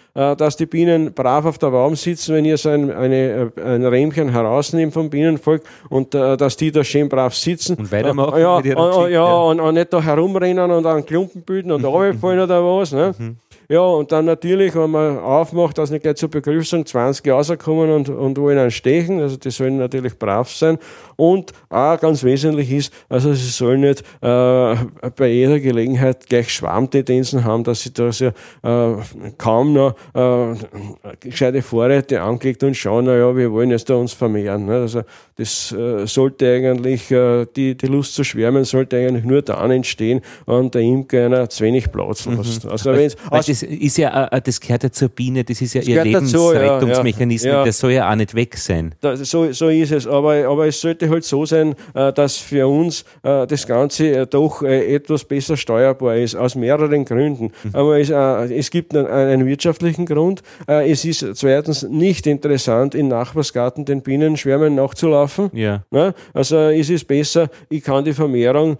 äh, dass die Bienen brav auf der Waben sitzen, wenn ihr so ein, eine, ein Rähmchen herausnehmt vom Bienenvolk und äh, dass die da schön brav sitzen. Und weitermachen. Äh, ja, mit ihrer Geschichte, ja, ja, und, und nicht da herumrennen und an Klumpen bilden und runterfallen oder was. Ne? Mhm. Ja, und dann natürlich, wenn man aufmacht, dass nicht gleich zur Begrüßung zwanzig rauskommen und, und wollen einen stechen. Also die sollen natürlich brav sein. Und auch ganz wesentlich ist, also sie sollen nicht äh, bei jeder Gelegenheit gleich Schwarmtendenzen haben, dass sie da so, äh, kaum noch äh, gescheite Vorräte angelegt und schauen, naja, wir wollen jetzt da uns vermehren. Ne? Also das äh, sollte eigentlich, äh, die, die Lust zu schwärmen sollte eigentlich nur dann entstehen, wenn der Imker einer zu wenig Platz lässt. Mhm. Also wenn's aus das ist ja, das gehört ja zur Biene, das ist ja das ihr Lebensrettungsmechanismus, ja, ja. Das soll ja auch nicht weg sein. Das, so, so ist es, aber, aber es sollte halt so sein, dass für uns das Ganze doch etwas besser steuerbar ist, aus mehreren Gründen. Mhm. Aber es, es gibt einen, einen wirtschaftlichen Grund, es ist zweitens nicht interessant, im Nachbarsgarten den Bienenschwärmen nachzulaufen. Ja. Also es ist besser, ich kann die Vermehrung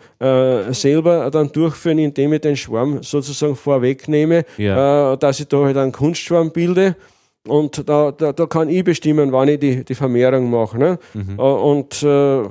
selber dann durchführen, indem ich den Schwarm sozusagen vorwegnehme, ja. Äh, dass ich da halt einen Kunstschwarm bilde und da, da, da kann ich bestimmen, wann ich die, die Vermehrung mache. Ne? Mhm. Äh, und äh,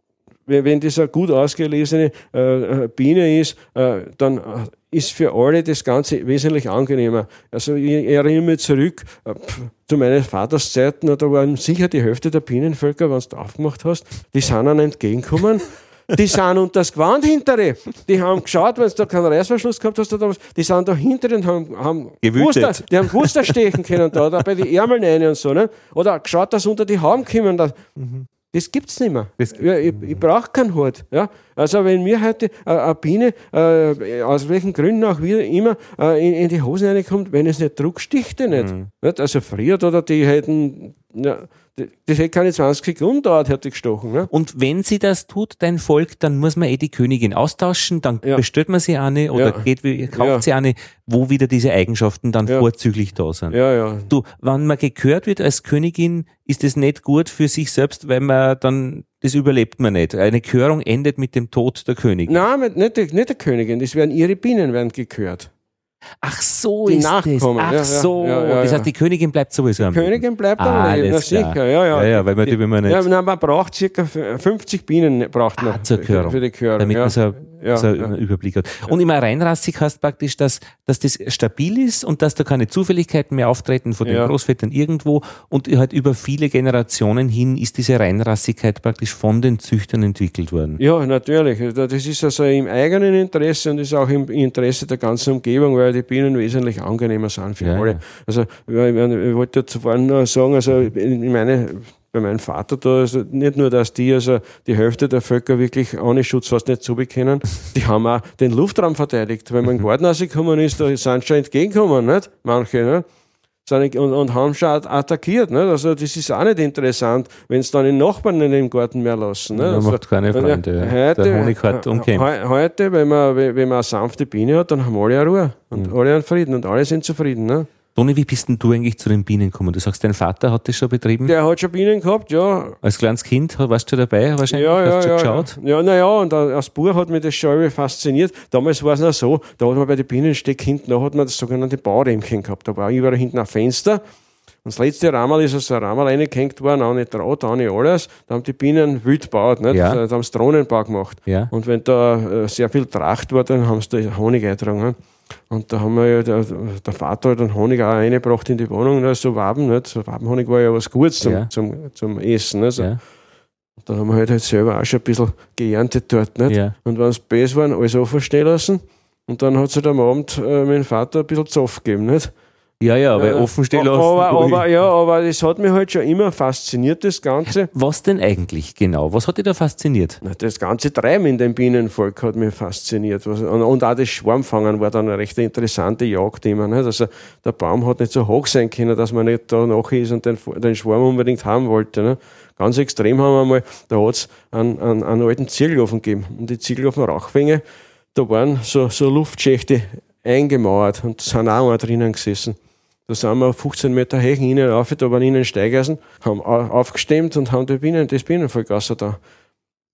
wenn das eine gut ausgelesene äh, Biene ist, äh, dann ist für alle das Ganze wesentlich angenehmer. Also ich erinnere mich zurück äh, zu meinen Vaterszeiten, da waren sicher die Hälfte der Bienenvölker, wenn du aufgemacht hast, die sind einem entgegengekommen. Die sind unter das Gewand hintere. Die haben geschaut, wenn du da keinen Reißverschluss gehabt hast, oder was, die sind da hinter und haben, haben Wuster, die haben Wuster stechen können da, oder bei die Ärmeln rein und so. Ne? Oder geschaut, dass unter die Hauben kommen. Das, mhm. das gibt es nicht mehr. Ja, ich ich brauche keinen Hut. Ja? Also wenn mir heute äh, eine Biene, äh, aus welchen Gründen auch wieder immer, äh, in, in die Hosen reinkommt, wenn es nicht druckt, sticht die nicht. Mhm. nicht? Also friert oder die hätten... Ja, das hätte keine zwanzig Sekunden dauert, hätte ich gestochen. Ne? Und wenn sie das tut, dein Volk, dann muss man eh die Königin austauschen, dann ja. bestellt man sie eine oder ja. geht, kauft ja. sie eine, wo wieder diese Eigenschaften dann ja. vorzüglich da sind. Ja, ja. Du, wenn man gekürt wird als Königin, ist das nicht gut für sich selbst, weil man dann, das überlebt man nicht. Eine Körung endet mit dem Tod der Königin. Nein, nicht, nicht der Königin, das werden ihre Bienen werden gekürt. Ach so die ist Nachkommen. das. Ach ja, so. Ja, ja, ja, das heißt, die Königin bleibt sowieso am Leben. Die Königin bleibt am ah, Leben, na sicher. Ja, ja. Ja, ja, weil man die, will man nicht... Ja, nein, man braucht circa fünfzig Bienen braucht man ah, zur Körung. Für die Körung. Damit ja. man so, ja, so ja. einen Überblick hat. Und immer reinrassig heißt praktisch, dass, dass das stabil ist und dass da keine Zufälligkeiten mehr auftreten von den ja. Großvätern irgendwo und halt über viele Generationen hin ist diese Reinrassigkeit praktisch von den Züchtern entwickelt worden. Ja, natürlich. Das ist also im eigenen Interesse und ist auch im Interesse der ganzen Umgebung, weil die Bienen wesentlich angenehmer sind für ja, alle. ja. Also ich, ich wollte ja zuvor noch sagen, also in meine, bei meinem Vater da, also nicht nur, dass die, also die Hälfte der Völker wirklich ohne Schutz fast nicht zubekennen, die haben auch den Luftraum verteidigt. Wenn man in den Garten rausgekommen ist, da sind schon entgegengekommen, nicht? Manche, nicht? Und, und haben schon attackiert. Nicht? Also das ist auch nicht interessant, wenn es dann den Nachbarn in den Garten mehr lassen. Nicht? Man also, macht keine Freunde. Ja. Heute, der Honig hat umkämpft. Heute, wenn man, wenn man eine sanfte Biene hat, dann haben alle eine Ruhe und mhm. alle einen Frieden und alle sind zufrieden. Ne? Toni, wie bist denn du eigentlich zu den Bienen gekommen? Du sagst, dein Vater hat das schon betrieben? Der hat schon Bienen gehabt, ja. Als kleines Kind warst du dabei wahrscheinlich? Ja, ja, hast du ja, schon geschaut? Ja, naja, und als Bub hat mich das schon irgendwie fasziniert. Damals war es noch so, da hat man bei den Bienensteck hinten, da hat man das sogenannte Baurämchen gehabt. Da war überall hinten ein Fenster. Und das letzte Rammel ist also ein Rammel reingehängt worden, auch nicht Draht, auch nicht alles. Da haben die Bienen wild gebaut, nicht? Ja. Da haben sie Drohnenbau gemacht. Ja. Und wenn da äh, sehr viel Tracht war, dann haben sie da Honig eingetragen. Und da haben wir ja, der, der Vater hat den Honig auch reingebracht in die Wohnung, ne? So Waben, nicht? So Wabenhonig war ja was Gutes zum, ja. zum, zum Essen. Ne? So. Ja. Da haben wir halt, halt selber auch schon ein bisschen geerntet dort. Nicht? Ja. Und wenn es böse waren, alles offen stehen lassen. Und dann hat es halt am Abend äh, mein Vater ein bisschen Zoff gegeben. Nicht? Ja, ja, weil äh, offen stehen lassen. Aber, aber, ja, aber das hat mich halt schon immer fasziniert, das Ganze. Was denn eigentlich genau? Was hat dich da fasziniert? Na, das ganze Treiben in dem Bienenvolk hat mich fasziniert. Und, und auch das Schwarmfangen war dann eine recht interessante Jagdthema. Nicht? Also der Baum hat nicht so hoch sein können, dass man nicht da nach ist und den, den Schwarm unbedingt haben wollte. Ne? Ganz extrem haben wir mal, da hat es einen, einen, einen alten Ziegelofen gegeben. Und die Ziegelofen-Rauchfänge, da waren so, so Luftschächte eingemauert und sind auch mal drinnen gesessen. Da sind wir auf fünfzehn Meter Hechen innen rauf, da waren innen Steigeisen, haben aufgestemmt und haben die Bienen, das Bienenvolk da.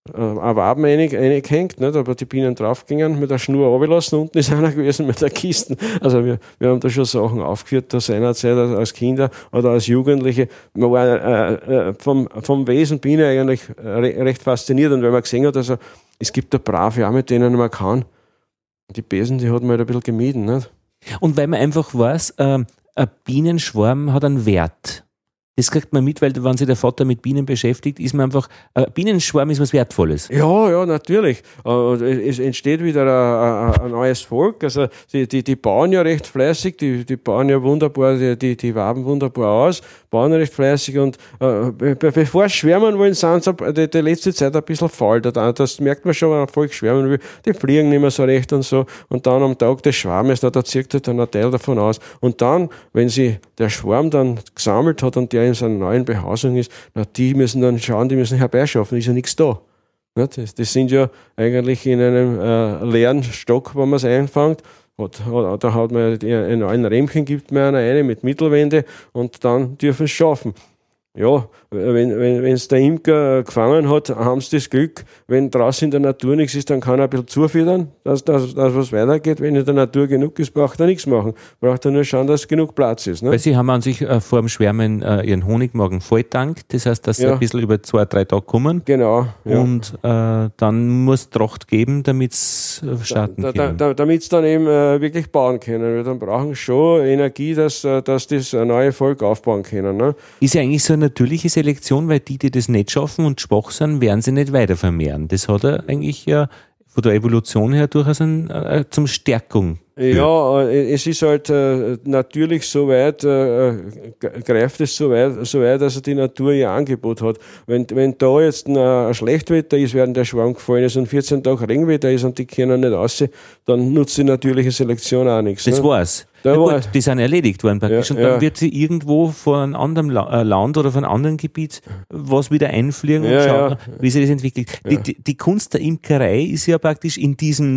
ein Waben reingehängt, nicht? Aber die Bienen draufgingen, mit der Schnur runtergelassen, unten ist einer gewesen mit der Kiste. Also wir, wir haben da schon Sachen aufgeführt, da seinerzeit als Kinder oder als Jugendliche. Man war äh, vom, vom Wesen Biene eigentlich re, recht fasziniert, und wenn man gesehen hat, also es gibt da Brave auch, mit denen man kann. Die Besen, die hat man halt ein bisschen gemieden. Nicht? Und weil man einfach weiß, äh, ein Bienenschwarm hat einen Wert. Das kriegt man mit, weil wenn sich der Vater mit Bienen beschäftigt, ist man einfach, ein Bienenschwarm ist was Wertvolles. Ja, ja, natürlich. Es entsteht wieder ein, ein neues Volk. Also die, die, die bauen ja recht fleißig, die, die bauen ja wunderbar, die, die, die Waben wunderbar aus, bauen recht fleißig, und äh, bevor sie schwärmen wollen, sind sie die, die letzte Zeit ein bisschen faul. Das merkt man schon, wenn ein Volk schwärmen will. Die fliegen nicht mehr so recht und so. Und dann am Tag des Schwarmes, da, da zieht halt dann ein Teil davon aus. Und dann, wenn sie der Schwarm dann gesammelt hat und der in seiner neuen Behausung ist, na, die müssen dann schauen, die müssen herbeischaffen, ist ja nichts da. Das, das sind ja eigentlich in einem äh, leeren Stock, wo man es einfängt. Da hat man einen neuen Rähmchen, gibt man einer eine mit Mittelwände, und dann dürfen sie schaffen. Ja, wenn wenn es der Imker gefangen hat, haben sie das Glück. Wenn draußen in der Natur nichts ist, dann kann er ein bisschen zufüttern, dass, dass, dass was weitergeht. Wenn in der Natur genug ist, braucht er nichts machen. Braucht er nur schauen, dass genug Platz ist. Ne? Weil sie haben an sich äh, vor dem Schwärmen äh, ihren Honigmagen volltankt. Das heißt, dass sie ja. ein bisschen über zwei, drei Tage kommen. Genau. Ja. Und äh, dann muss es Tracht geben, damit es äh, starten da, können. Da, da, damit sie dann eben äh, wirklich bauen können. Wir dann brauchen schon Energie, dass, äh, dass das neue Volk aufbauen können. Ne? Ist ja eigentlich so eine natürliche Selektion, weil die, die das nicht schaffen und schwach sind, werden sie nicht weiter vermehren. Das hat er eigentlich ja von der Evolution her durchaus ein, äh, zum Stärkung. Ja, es ist halt äh, natürlich so weit, äh, greift es so weit, so weit, dass die Natur ihr Angebot hat. Wenn, wenn da jetzt ein, ein Schlechtwetter ist, während der Schwarm gefallen ist, und vierzehn Tage Regenwetter ist und die können nicht raus, dann nutzt die natürliche Selektion auch nichts. Das ne? war's. Da ja, gut, war die sind erledigt worden praktisch, ja, und dann ja. wird sie irgendwo von einem anderen La- Land oder von einem anderen Gebiet was wieder einfliegen ja, und schauen, ja. wie sich das entwickelt. Ja. Die, die, die Kunst der Imkerei ist ja praktisch in diesem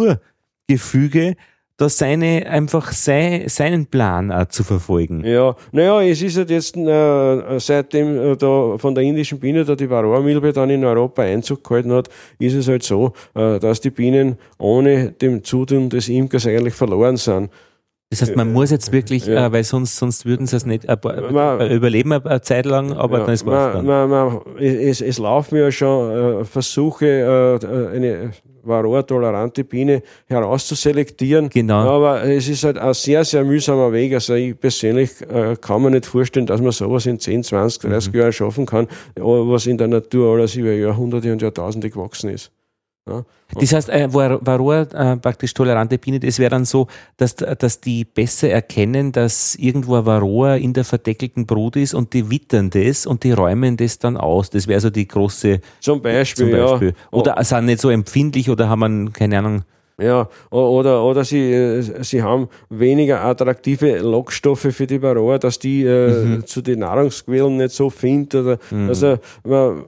Naturgefüge, da seine, einfach sei, seinen Plan auch zu verfolgen. Ja, naja, es ist halt jetzt äh, seitdem äh, da von der indischen Biene da die Varroa-Milbe dann in Europa Einzug gehalten hat, ist es halt so, äh, dass die Bienen ohne dem Zutun des Imkers eigentlich verloren sind. Das heißt, man muss jetzt wirklich, ja. äh, weil sonst, sonst würden sie es nicht äh, man, überleben eine Zeit lang, aber ja, dann ist es dann. Man, man, es, es laufen ja schon äh, Versuche, äh, eine Varroa-tolerante Biene herauszuselektieren. Genau. Aber es ist halt ein sehr, sehr mühsamer Weg. Also ich persönlich äh, kann mir nicht vorstellen, dass man sowas in zehn, zwanzig, dreißig mhm. Jahren schaffen kann, was in der Natur alles über Jahrhunderte und Jahrtausende gewachsen ist. Ja. Das heißt, äh, Varroa, äh, praktisch tolerante Biene, das wäre dann so, dass, dass die besser erkennen, dass irgendwo ein Varroa in der verdeckelten Brut ist, und die wittern das und die räumen das dann aus. Das wäre so die große... Zum Beispiel, zum Beispiel. ja. Oder oh. sind nicht so empfindlich oder haben einen, keine Ahnung... Ja, oder, oder sie, sie haben weniger attraktive Lockstoffe für die Varroa, dass die äh, mhm. zu den Nahrungsquellen nicht so finden. Oder, mhm. Also man,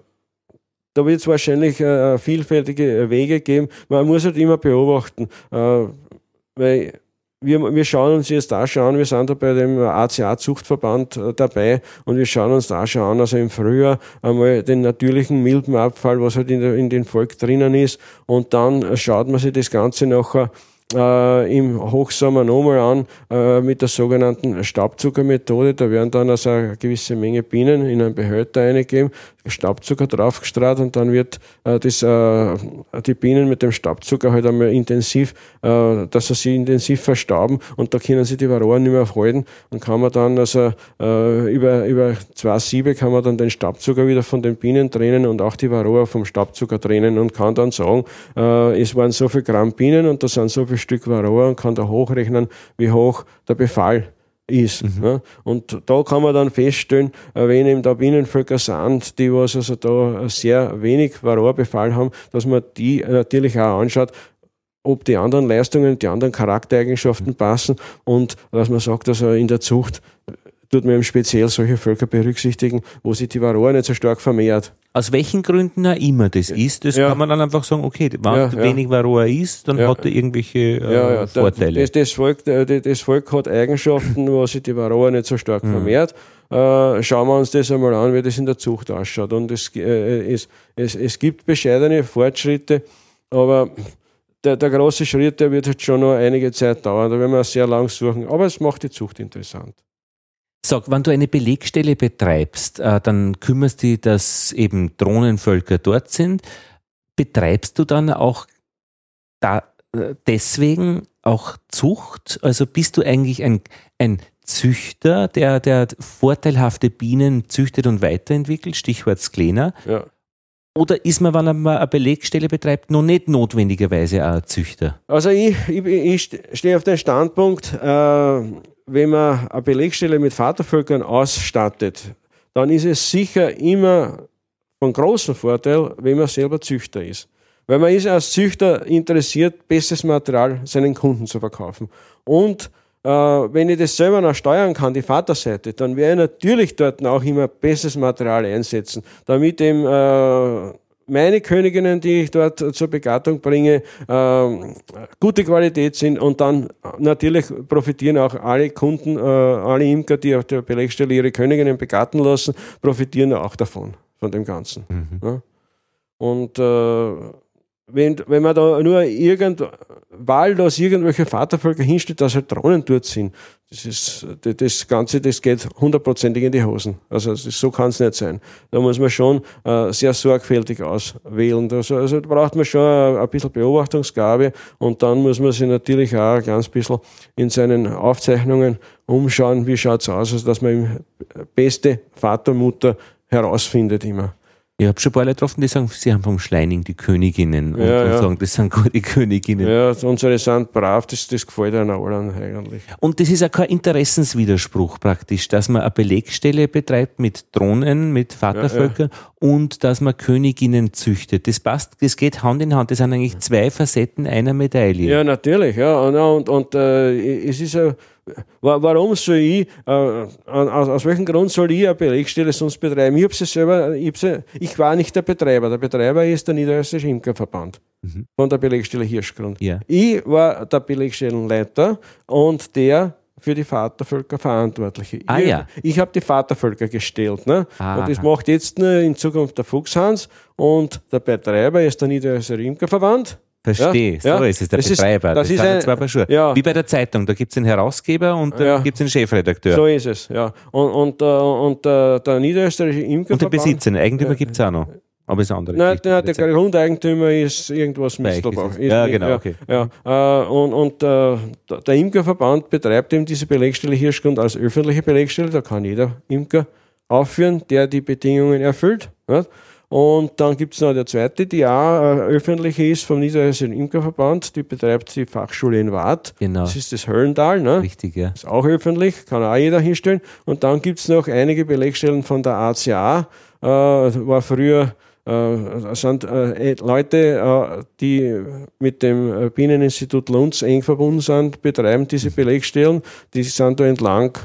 da wird es wahrscheinlich äh, vielfältige Wege geben. Man muss halt immer beobachten, äh, weil wir, wir schauen uns jetzt da schon an, wir sind da bei dem A C A-Zuchtverband äh, dabei, und wir schauen uns da schon an, also im Frühjahr einmal den natürlichen Milbenabfall, was halt in, der, in den Volk drinnen ist, und dann schaut man sich das Ganze nachher Äh, im Hochsommer nochmal an äh, mit der sogenannten Staubzuckermethode. Da werden dann also eine gewisse Menge Bienen in einen Behälter reingegeben, Staubzucker draufgestrahlt, und dann wird äh, das, äh, die Bienen mit dem Staubzucker halt einmal intensiv, äh, dass sie sich intensiv verstauben, und da können sie die Varroa nicht mehr aufhalten, und kann man dann also äh, über, über zwei Siebe kann man dann den Staubzucker wieder von den Bienen trennen und auch die Varroa vom Staubzucker trennen, und kann dann sagen, äh, es waren so viel Gramm Bienen und da sind so viel Stück Varroa, und kann da hochrechnen, wie hoch der Befall ist. Mhm. Ja. Und da kann man dann feststellen, wenn eben da Bienenvölker sind, die was also da sehr wenig Varroa-Befall haben, dass man die natürlich auch anschaut, ob die anderen Leistungen, die anderen Charaktereigenschaften passen, und dass man sagt, also in der Zucht tut man eben speziell solche Völker berücksichtigen, wo sich die Varroa nicht so stark vermehrt. Aus welchen Gründen auch immer das ist, das ja. kann man dann einfach sagen, okay, wenn ja, wenig ja. Varroa ist, dann ja. hat er irgendwelche äh, ja, ja. Vorteile. Das, das, Volk, das Volk hat Eigenschaften, wo sich die Varroa nicht so stark mhm. vermehrt. Äh, schauen wir uns das einmal an, wie das in der Zucht ausschaut. Und es, äh, es, es, es gibt bescheidene Fortschritte, aber der, der große Schritt, der wird jetzt schon noch einige Zeit dauern. Da werden wir sehr lang suchen. Aber es macht die Zucht interessant. Sag, wenn du eine Belegstelle betreibst, äh, dann kümmerst du dich, dass eben Drohnenvölker dort sind. Betreibst du dann auch da, äh, deswegen auch Zucht? Also bist du eigentlich ein, ein Züchter, der, der vorteilhafte Bienen züchtet und weiterentwickelt, Stichwort Sklena? Ja. Oder ist man, wenn man eine Belegstelle betreibt, noch nicht notwendigerweise auch ein Züchter? Also ich, ich, ich stehe auf den Standpunkt, äh, wenn man eine Belegstelle mit Vatervölkern ausstattet, dann ist es sicher immer von großem Vorteil, wenn man selber Züchter ist. Weil man ist als Züchter interessiert, bestes Material seinen Kunden zu verkaufen. Und äh, wenn ich das selber noch steuern kann, die Vaterseite, dann werde ich natürlich dort auch immer bestes Material einsetzen, damit eben äh, meine Königinnen, die ich dort zur Begattung bringe, äh, gute Qualität sind und dann natürlich profitieren auch alle Kunden, äh, alle Imker, die auf der Belegstelle ihre Königinnen begatten lassen, profitieren auch davon, von dem Ganzen. Mhm. Ja? Und äh, wenn, wenn man da nur irgend, wahllos irgendwelche Vatervölker hinstellt, dass halt Drohnen dort sind, das ist, das Ganze, das geht hundertprozentig in die Hosen. Also das, so kann es nicht sein. Da muss man schon äh, sehr sorgfältig auswählen. Also, also da braucht man schon ein, ein bisschen Beobachtungsgabe und dann muss man sich natürlich auch ein ganz bisschen in seinen Aufzeichnungen umschauen, wie schaut es aus, also dass man beste Vater, Mutter herausfindet immer. Ich habe schon ein paar Leute getroffen, die sagen, sie haben vom Schleining die Königinnen und, ja, und ja. sagen, das sind gute Königinnen. Ja, unsere sind brav, das, das gefällt einem allen eigentlich. Und das ist auch kein Interessenswiderspruch praktisch, dass man eine Belegstelle betreibt mit Drohnen, mit Vatervölkern ja, ja. und dass man Königinnen züchtet. Das passt, das geht Hand in Hand. Das sind eigentlich zwei Facetten einer Medaille. Ja, natürlich. Ja. Und, und, und äh, es ist ja warum soll ich, äh, aus, aus welchem Grund soll ich eine Belegstelle sonst betreiben? Ich, sie selber, ich, sie, ich war nicht der Betreiber. Der Betreiber ist der Niederösterreichische Imkerverband mhm. von der Belegstelle Hirschgrund. Ja. Ich war der Belegstellenleiter und der für die Vatervölker Verantwortliche. Ah, ich ja. ich habe die Vatervölker gestellt. Ne? Und das macht jetzt in Zukunft der Fuchshans und der Betreiber ist der Niederösterreichische Imkerverband. Verstehe, ja, so ja. ist es, der das Betreiber. Ist, das, das ist ein, zwei Paar Schuhe. Ja. Wie bei der Zeitung, da gibt es einen Herausgeber und dann ja. gibt es einen Chefredakteur. So ist es, ja. Und, und, und uh, der Niederösterreichische Imkerverband... Und den Besitzer, den Eigentümer ja. gibt es auch noch. Aber es ist andere. Nein, nein der Grundeigentümer ist irgendwas Mistelbach. Ja, genau, ja, okay. Ja. Uh, und und uh, der Imkerverband betreibt eben diese Belegstelle Hirschgrund als öffentliche Belegstelle. Da kann jeder Imker aufführen, der die Bedingungen erfüllt. Ja. Und dann gibt es noch der zweite, die auch äh, öffentlich ist, vom Niederösterreichischen Imkerverband, die betreibt die Fachschule in Waadt. Genau. Das ist das Höllental. Ne? Richtig, ja. Ist auch öffentlich, kann auch jeder hinstellen. Und dann gibt es noch einige Belegstellen von der A C A, äh, war früher, äh, sind äh, Leute, äh, die mit dem Bieneninstitut Lunds eng verbunden sind, betreiben diese Belegstellen. Die sind da entlang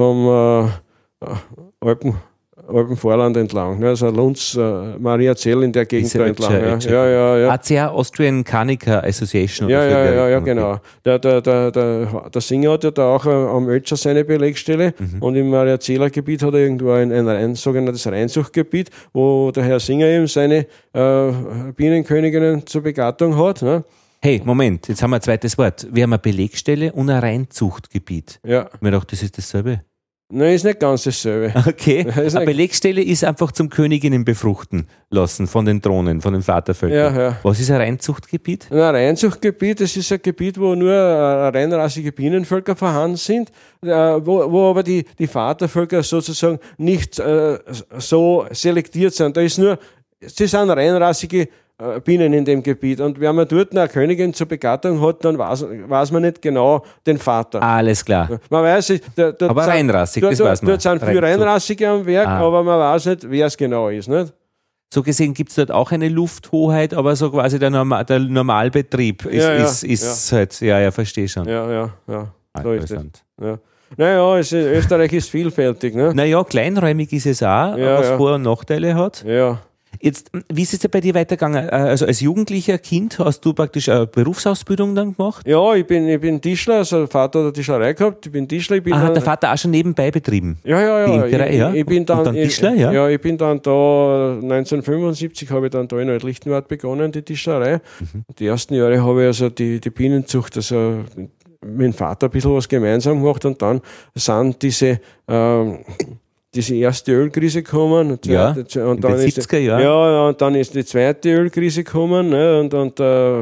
vom äh, Alpen. Alpenvorland entlang, ne? Also Lunds, äh, Mariazell in der Gegend da entlang. Ja. Ja, ja, ja. A C A, Austrian Carnica Association. Ja, oder ja, so ja, ja, genau. Der, der, der, der, der Singer hat ja da auch äh, am Ötscher seine Belegstelle mhm. und im Mariazeller Gebiet hat er irgendwo ein, ein, ein sogenanntes Reinzuchtgebiet, wo der Herr Singer eben seine äh, Bienenköniginnen zur Begattung hat. Ne? Hey, Moment, jetzt haben wir ein zweites Wort. Wir haben eine Belegstelle und ein Reinzuchtgebiet. Ja. Ich mir gedacht, das ist dasselbe. Nein, ist nicht ganz dasselbe. Okay, eine Belegstelle ist einfach zum Königinnen befruchten lassen von den Drohnen, von den Vatervölkern. Ja, ja. Was ist ein Reinzuchtgebiet? Ein Reinzuchtgebiet, das ist ein Gebiet, wo nur reinrassige Bienenvölker vorhanden sind, wo, wo aber die, die Vatervölker sozusagen nicht äh, so selektiert sind. Da ist nur, sie sind reinrassige Bienen in dem Gebiet. Und wenn man dort eine Königin zur Begattung hat, dann weiß, weiß man nicht genau den Vater. Alles klar. Man weiß, da, da aber sind, reinrassig, da, das weiß man. Dort sind viele Reinrassige am Werk, ah. aber man weiß nicht, wer es genau ist. Nicht? So gesehen gibt es dort auch eine Lufthoheit, aber so quasi der, Normal, der Normalbetrieb ist, ja, ja, ist, ist ja. halt, ja, ja, verstehe schon. Ja, ja, ja. So ist es. Ja. Naja, es ist, Österreich ist vielfältig. Ne? Naja, kleinräumig ist es auch, ja, was ja. Vor- und Nachteile hat. Ja. Jetzt, wie ist es denn bei dir weitergegangen? Also als jugendlicher Kind hast du praktisch eine Berufsausbildung dann gemacht? Ja, ich bin, ich bin Tischler, also der Vater hat eine Tischlerei gehabt, ich bin Tischler. Ich bin ah, dann, hat der Vater auch schon nebenbei betrieben? Ja, ja, ja. Die Imkerei, ich, ja. Ich bin dann, und dann Tischler, ich, ja? Ja, ich bin dann da, neunzehnhundertfünfundsiebzig habe ich dann da in Alt-Lichtenwart begonnen, die Tischlerei. Mhm. Die ersten Jahre habe ich also die, die Bienenzucht, also mit dem Vater ein bisschen was gemeinsam gemacht und dann sind diese, ähm, diese erste Ölkrise gekommen. Und, ja, zweite, und in dann den ist siebziger die, Jahren. Ja, ja, und dann ist die zweite Ölkrise gekommen. Ne, und und äh,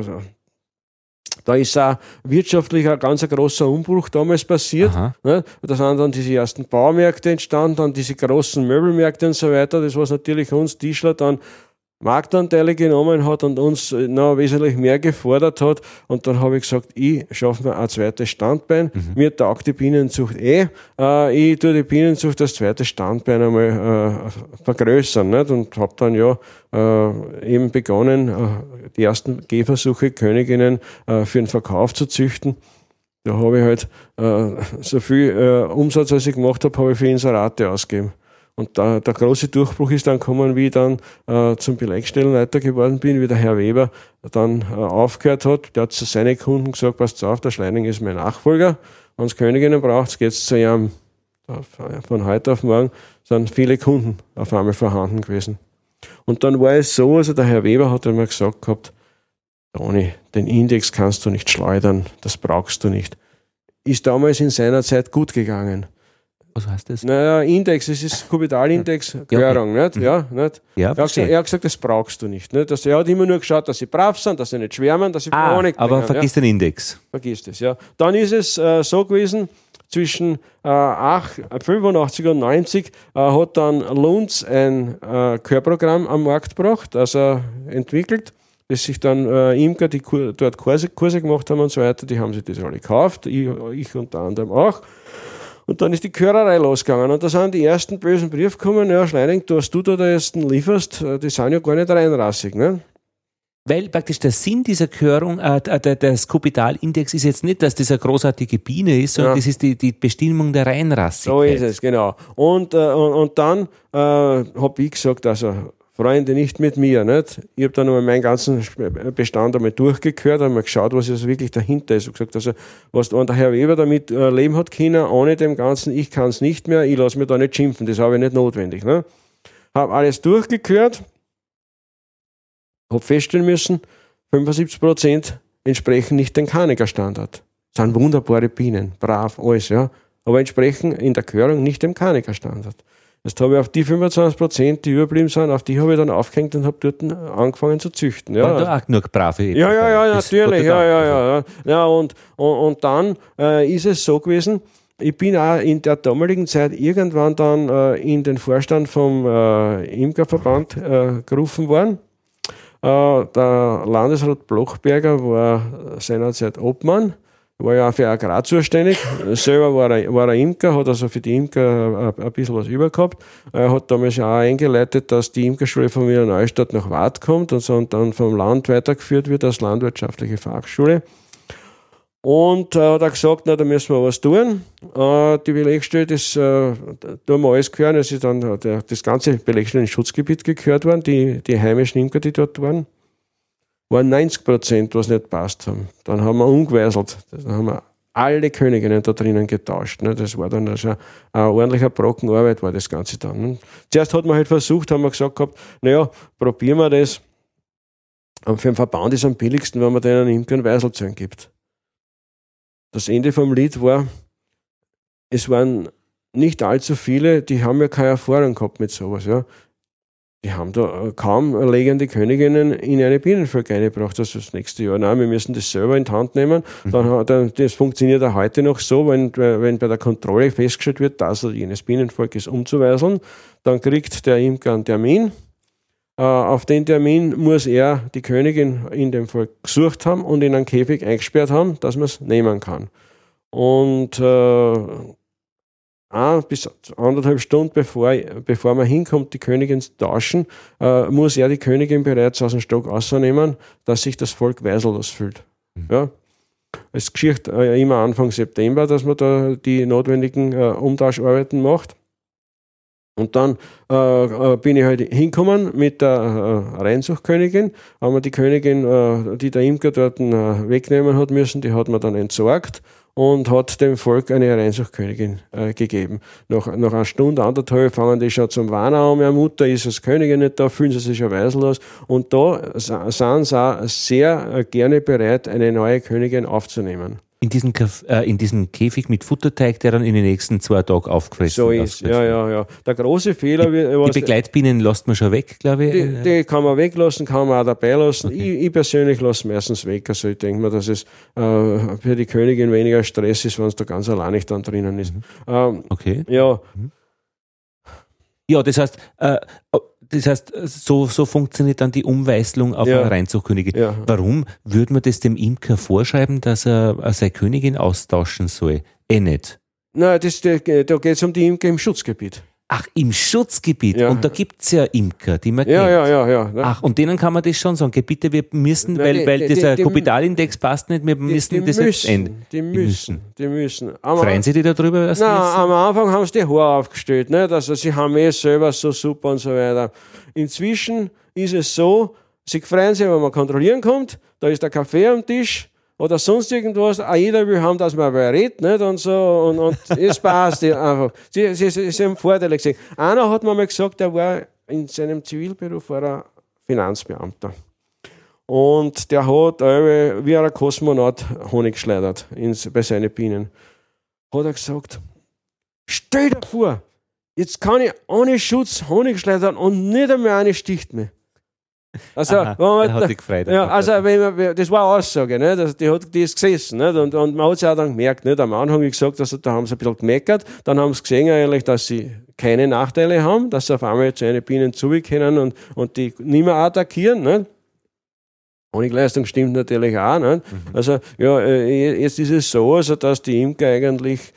da ist auch wirtschaftlich ein ganz großer Umbruch damals passiert. Ne, da sind dann diese ersten Baumärkte entstanden, dann diese großen Möbelmärkte und so weiter. Das, was natürlich uns Tischler dann Marktanteile genommen hat und uns noch wesentlich mehr gefordert hat. Und dann habe ich gesagt, ich schaffe mir ein zweites Standbein. Mhm. Mir taugt die Bienenzucht eh. Äh, ich tue die Bienenzucht als zweites Standbein einmal äh, vergrößern. Nicht? Und habe dann ja äh, eben begonnen, äh, die ersten Gehversuche, Königinnen äh, für den Verkauf zu züchten. Da habe ich halt äh, so viel äh, Umsatz, als ich gemacht habe, habe ich für Inserate ausgegeben. Und da, der große Durchbruch ist dann gekommen, wie ich dann äh, zum Belegstellenleiter geworden bin, wie der Herr Weber dann äh, aufgehört hat. Der hat zu seinen Kunden gesagt, passt auf, der Schleining ist mein Nachfolger. Wenn es Königinnen braucht, geht es zu ihm. Von heute auf morgen sind viele Kunden auf einmal vorhanden gewesen. Und dann war es so, also der Herr Weber hat einmal gesagt gehabt, Toni, den Index kannst du nicht schleudern, das brauchst du nicht. Ist damals in seiner Zeit gut gegangen. Was heißt das? Naja, Index, es ist Kapitalindex, Gehörung, ja, okay. nicht? Ja, nicht? Ja, er, hat gesagt, er hat gesagt, das brauchst du nicht. nicht? Dass, er hat immer nur geschaut, dass sie brav sind, dass sie nicht schwärmen, dass sie ah, nicht aber bringen, vergiss ja? den Index. Vergiss das, ja. Dann ist es äh, so gewesen, zwischen äh, fünfundachtzig und neunzig äh, hat dann Lunds ein äh, Gehörprogramm am Markt gebracht, also entwickelt, dass sich dann äh, Imker, die Kur- dort Kurse, Kurse gemacht haben und so weiter, die haben sich das alle gekauft, ich, ich unter anderem auch. Und dann ist die Gehörerei losgegangen. Und da sind die ersten bösen Briefe gekommen, ja, Schleining, was du da jetzt lieferst, die sind ja gar nicht reinrassig. Ne? Weil praktisch der Sinn dieser Gehörung, äh, des Kupitalindex ist jetzt nicht, dass das eine großartige Biene ist, sondern ja. das ist die, die Bestimmung der Reinrassigkeit. So ist es, genau. Und, äh, und, und dann äh, habe ich gesagt, also Freunde, nicht mit mir. Nicht? Ich habe dann einmal meinen ganzen Bestand einmal durchgehört, einmal geschaut, was jetzt wirklich dahinter ist. Ich habe gesagt, also, was der Herr Weber damit äh, leben hat können, ohne dem Ganzen, ich kann es nicht mehr, ich lasse mich da nicht schimpfen, das habe ich nicht notwendig. Ne? Habe alles durchgehört, habe feststellen müssen, fünfundsiebzig Prozent entsprechen nicht dem Kanneker Standard. Das sind wunderbare Bienen, brav, alles, ja. Aber entsprechen in der Gehörung nicht dem Kanneker Standard. Jetzt habe ich auf die fünfundzwanzig Prozent, die überblieben sind, auf die habe ich dann aufgehängt und habe dort angefangen zu züchten. Ja. War da auch genug brave Eben Ja, ja, ja, das natürlich. Ja, ja, ja, ja. ja und, und, und dann äh, ist es so gewesen, ich bin auch in der damaligen Zeit irgendwann dann äh, in den Vorstand vom äh, Imkerverband äh, gerufen worden. Äh, der Landesrat Blochberger war seinerzeit Obmann. War ja auch für Agrar zuständig. Selber war er, war er Imker, hat also für die Imker ein, ein bisschen was übergehabt. Er hat damals ja auch eingeleitet, dass die Imkerschule von Wiener Neustadt nach Waadt kommt und, so, und dann vom Land weitergeführt wird als landwirtschaftliche Fachschule. Und äh, hat er gesagt, na, da müssen wir was tun. Äh, die Belegstelle, das äh, tun wir alles gehören. Es ist dann der, das ganze Belegstelle ins Schutzgebiet gehört worden, die, die heimischen Imker, die dort waren. Waren neunzig Prozent, was nicht passt haben. Dann haben wir umgeweiselt. Dann haben wir alle Königinnen da drinnen getauscht. Ne? Das war dann also ein ordentlicher Brocken Arbeit, war das Ganze dann. Ne? Zuerst hat man halt versucht, haben wir gesagt gehabt, naja, probieren wir das. Und für den Verband ist es am billigsten, wenn man denen Imkern Weiselzellen gibt. Das Ende vom Lied war, es waren nicht allzu viele, die haben ja keine Erfahrung gehabt mit sowas. Ja. Die haben da kaum legende Königinnen in eine Bienenvölker eingebracht. Das ist das nächste Jahr. Nein, wir müssen das selber in die Hand nehmen. Dann, dann, das funktioniert auch heute noch so, wenn, wenn bei der Kontrolle festgestellt wird, dass jenes Bienenvolk ist umzuweiseln, dann kriegt der Imker einen Termin. Auf den Termin muss er die Königin in dem Volk gesucht haben und in einen Käfig eingesperrt haben, dass man es nehmen kann. Und äh, ein bis anderthalb Stunden bevor, bevor man hinkommt, die Königin zu tauschen, äh, muss er die Königin bereits aus dem Stock rausnehmen, dass sich das Volk weisellos fühlt. Mhm. Ja? Es geschieht äh, immer Anfang September, dass man da die notwendigen äh, Umtauscharbeiten macht. Und dann äh, bin ich halt hingekommen mit der äh, Reinzuchtkönigin, haben wir die Königin, äh, die der Imker dort äh, wegnehmen hat müssen, die hat man dann entsorgt und hat dem Volk eine Reinzuchtkönigin äh, gegeben. Nach, nach einer Stunde, anderthalb fangen die schon zum Warnen an, meine Mutter ist als Königin nicht da, fühlen sie sich schon weislos. Und da sind sie auch sehr äh, gerne bereit, eine neue Königin aufzunehmen. In diesen, äh, in diesen Käfig mit Futterteig, der dann in den nächsten zwei Tagen aufgefressen wird. So ist, ja, ja, ja. Der große Fehler... Die, die Begleitbienen lässt man schon weg, glaube ich. Die, die kann man weglassen, kann man auch dabei lassen. Okay. Ich, ich persönlich lasse meistens weg. Also ich denke mir, dass es äh, für die Königin weniger Stress ist, wenn es da ganz allein nicht dann drinnen ist. Mhm. Ähm, okay. Ja. Mhm. Ja, das heißt... Äh, Das heißt, so, so funktioniert dann die Umweißlung auf ja. eine Reinzuchtkönigin. Ja. Warum würde man das dem Imker vorschreiben, dass er seine Königin austauschen soll? Eh nicht. Nein, das, da geht es um die Imker im Schutzgebiet. Ach, im Schutzgebiet. Ja. Und da gibt es ja Imker, die man ja, kennt. Ja, ja, ja. Ach, und denen kann man das schon sagen. Bitte, wir müssen, Nein, weil, die, weil die, dieser die, Kapitalindex passt nicht, wir die, müssen die das müssen, jetzt ändern. Die müssen, die müssen. Am Freuen Sie sich darüber? Dass Nein, am Anfang haben sie die Haare aufgestellt. Nicht? Also sie haben eh selber so super und so weiter. Inzwischen ist es so, sie freuen sich, wenn man kontrollieren kommt, da ist der Kaffee am Tisch, oder sonst irgendwas, auch jeder will haben, dass man wer redet, nicht? Und so, und, und es passt einfach. Sie, sie, sie, sie haben Vorteile gesehen. Einer hat mir mal gesagt, der war in seinem Zivilberuf war er Finanzbeamter. Und der hat äh, wie ein Kosmonaut Honig geschleudert ins, bei seinen Bienen. Hat er gesagt, stell dir vor, jetzt kann ich ohne Schutz Honig schleudern und nicht einmal eine sticht mir. Also, Aha, wenn man, hat sich gefreut, ja, also wenn man, das war eine Aussage, ne? Das, die, hat, die ist gesessen. Nicht? Und, und man hat es auch dann gemerkt. Nicht? Am Anfang habe ich gesagt, dass, da haben sie ein bisschen gemeckert. Dann haben sie gesehen, eigentlich, dass sie keine Nachteile haben, dass sie auf einmal zu den Bienen zukommen und, und die nicht mehr attackieren. Nicht? Honigleistung stimmt natürlich auch. Nicht? Mhm. Also, ja, jetzt ist es so, also, dass die Imker eigentlich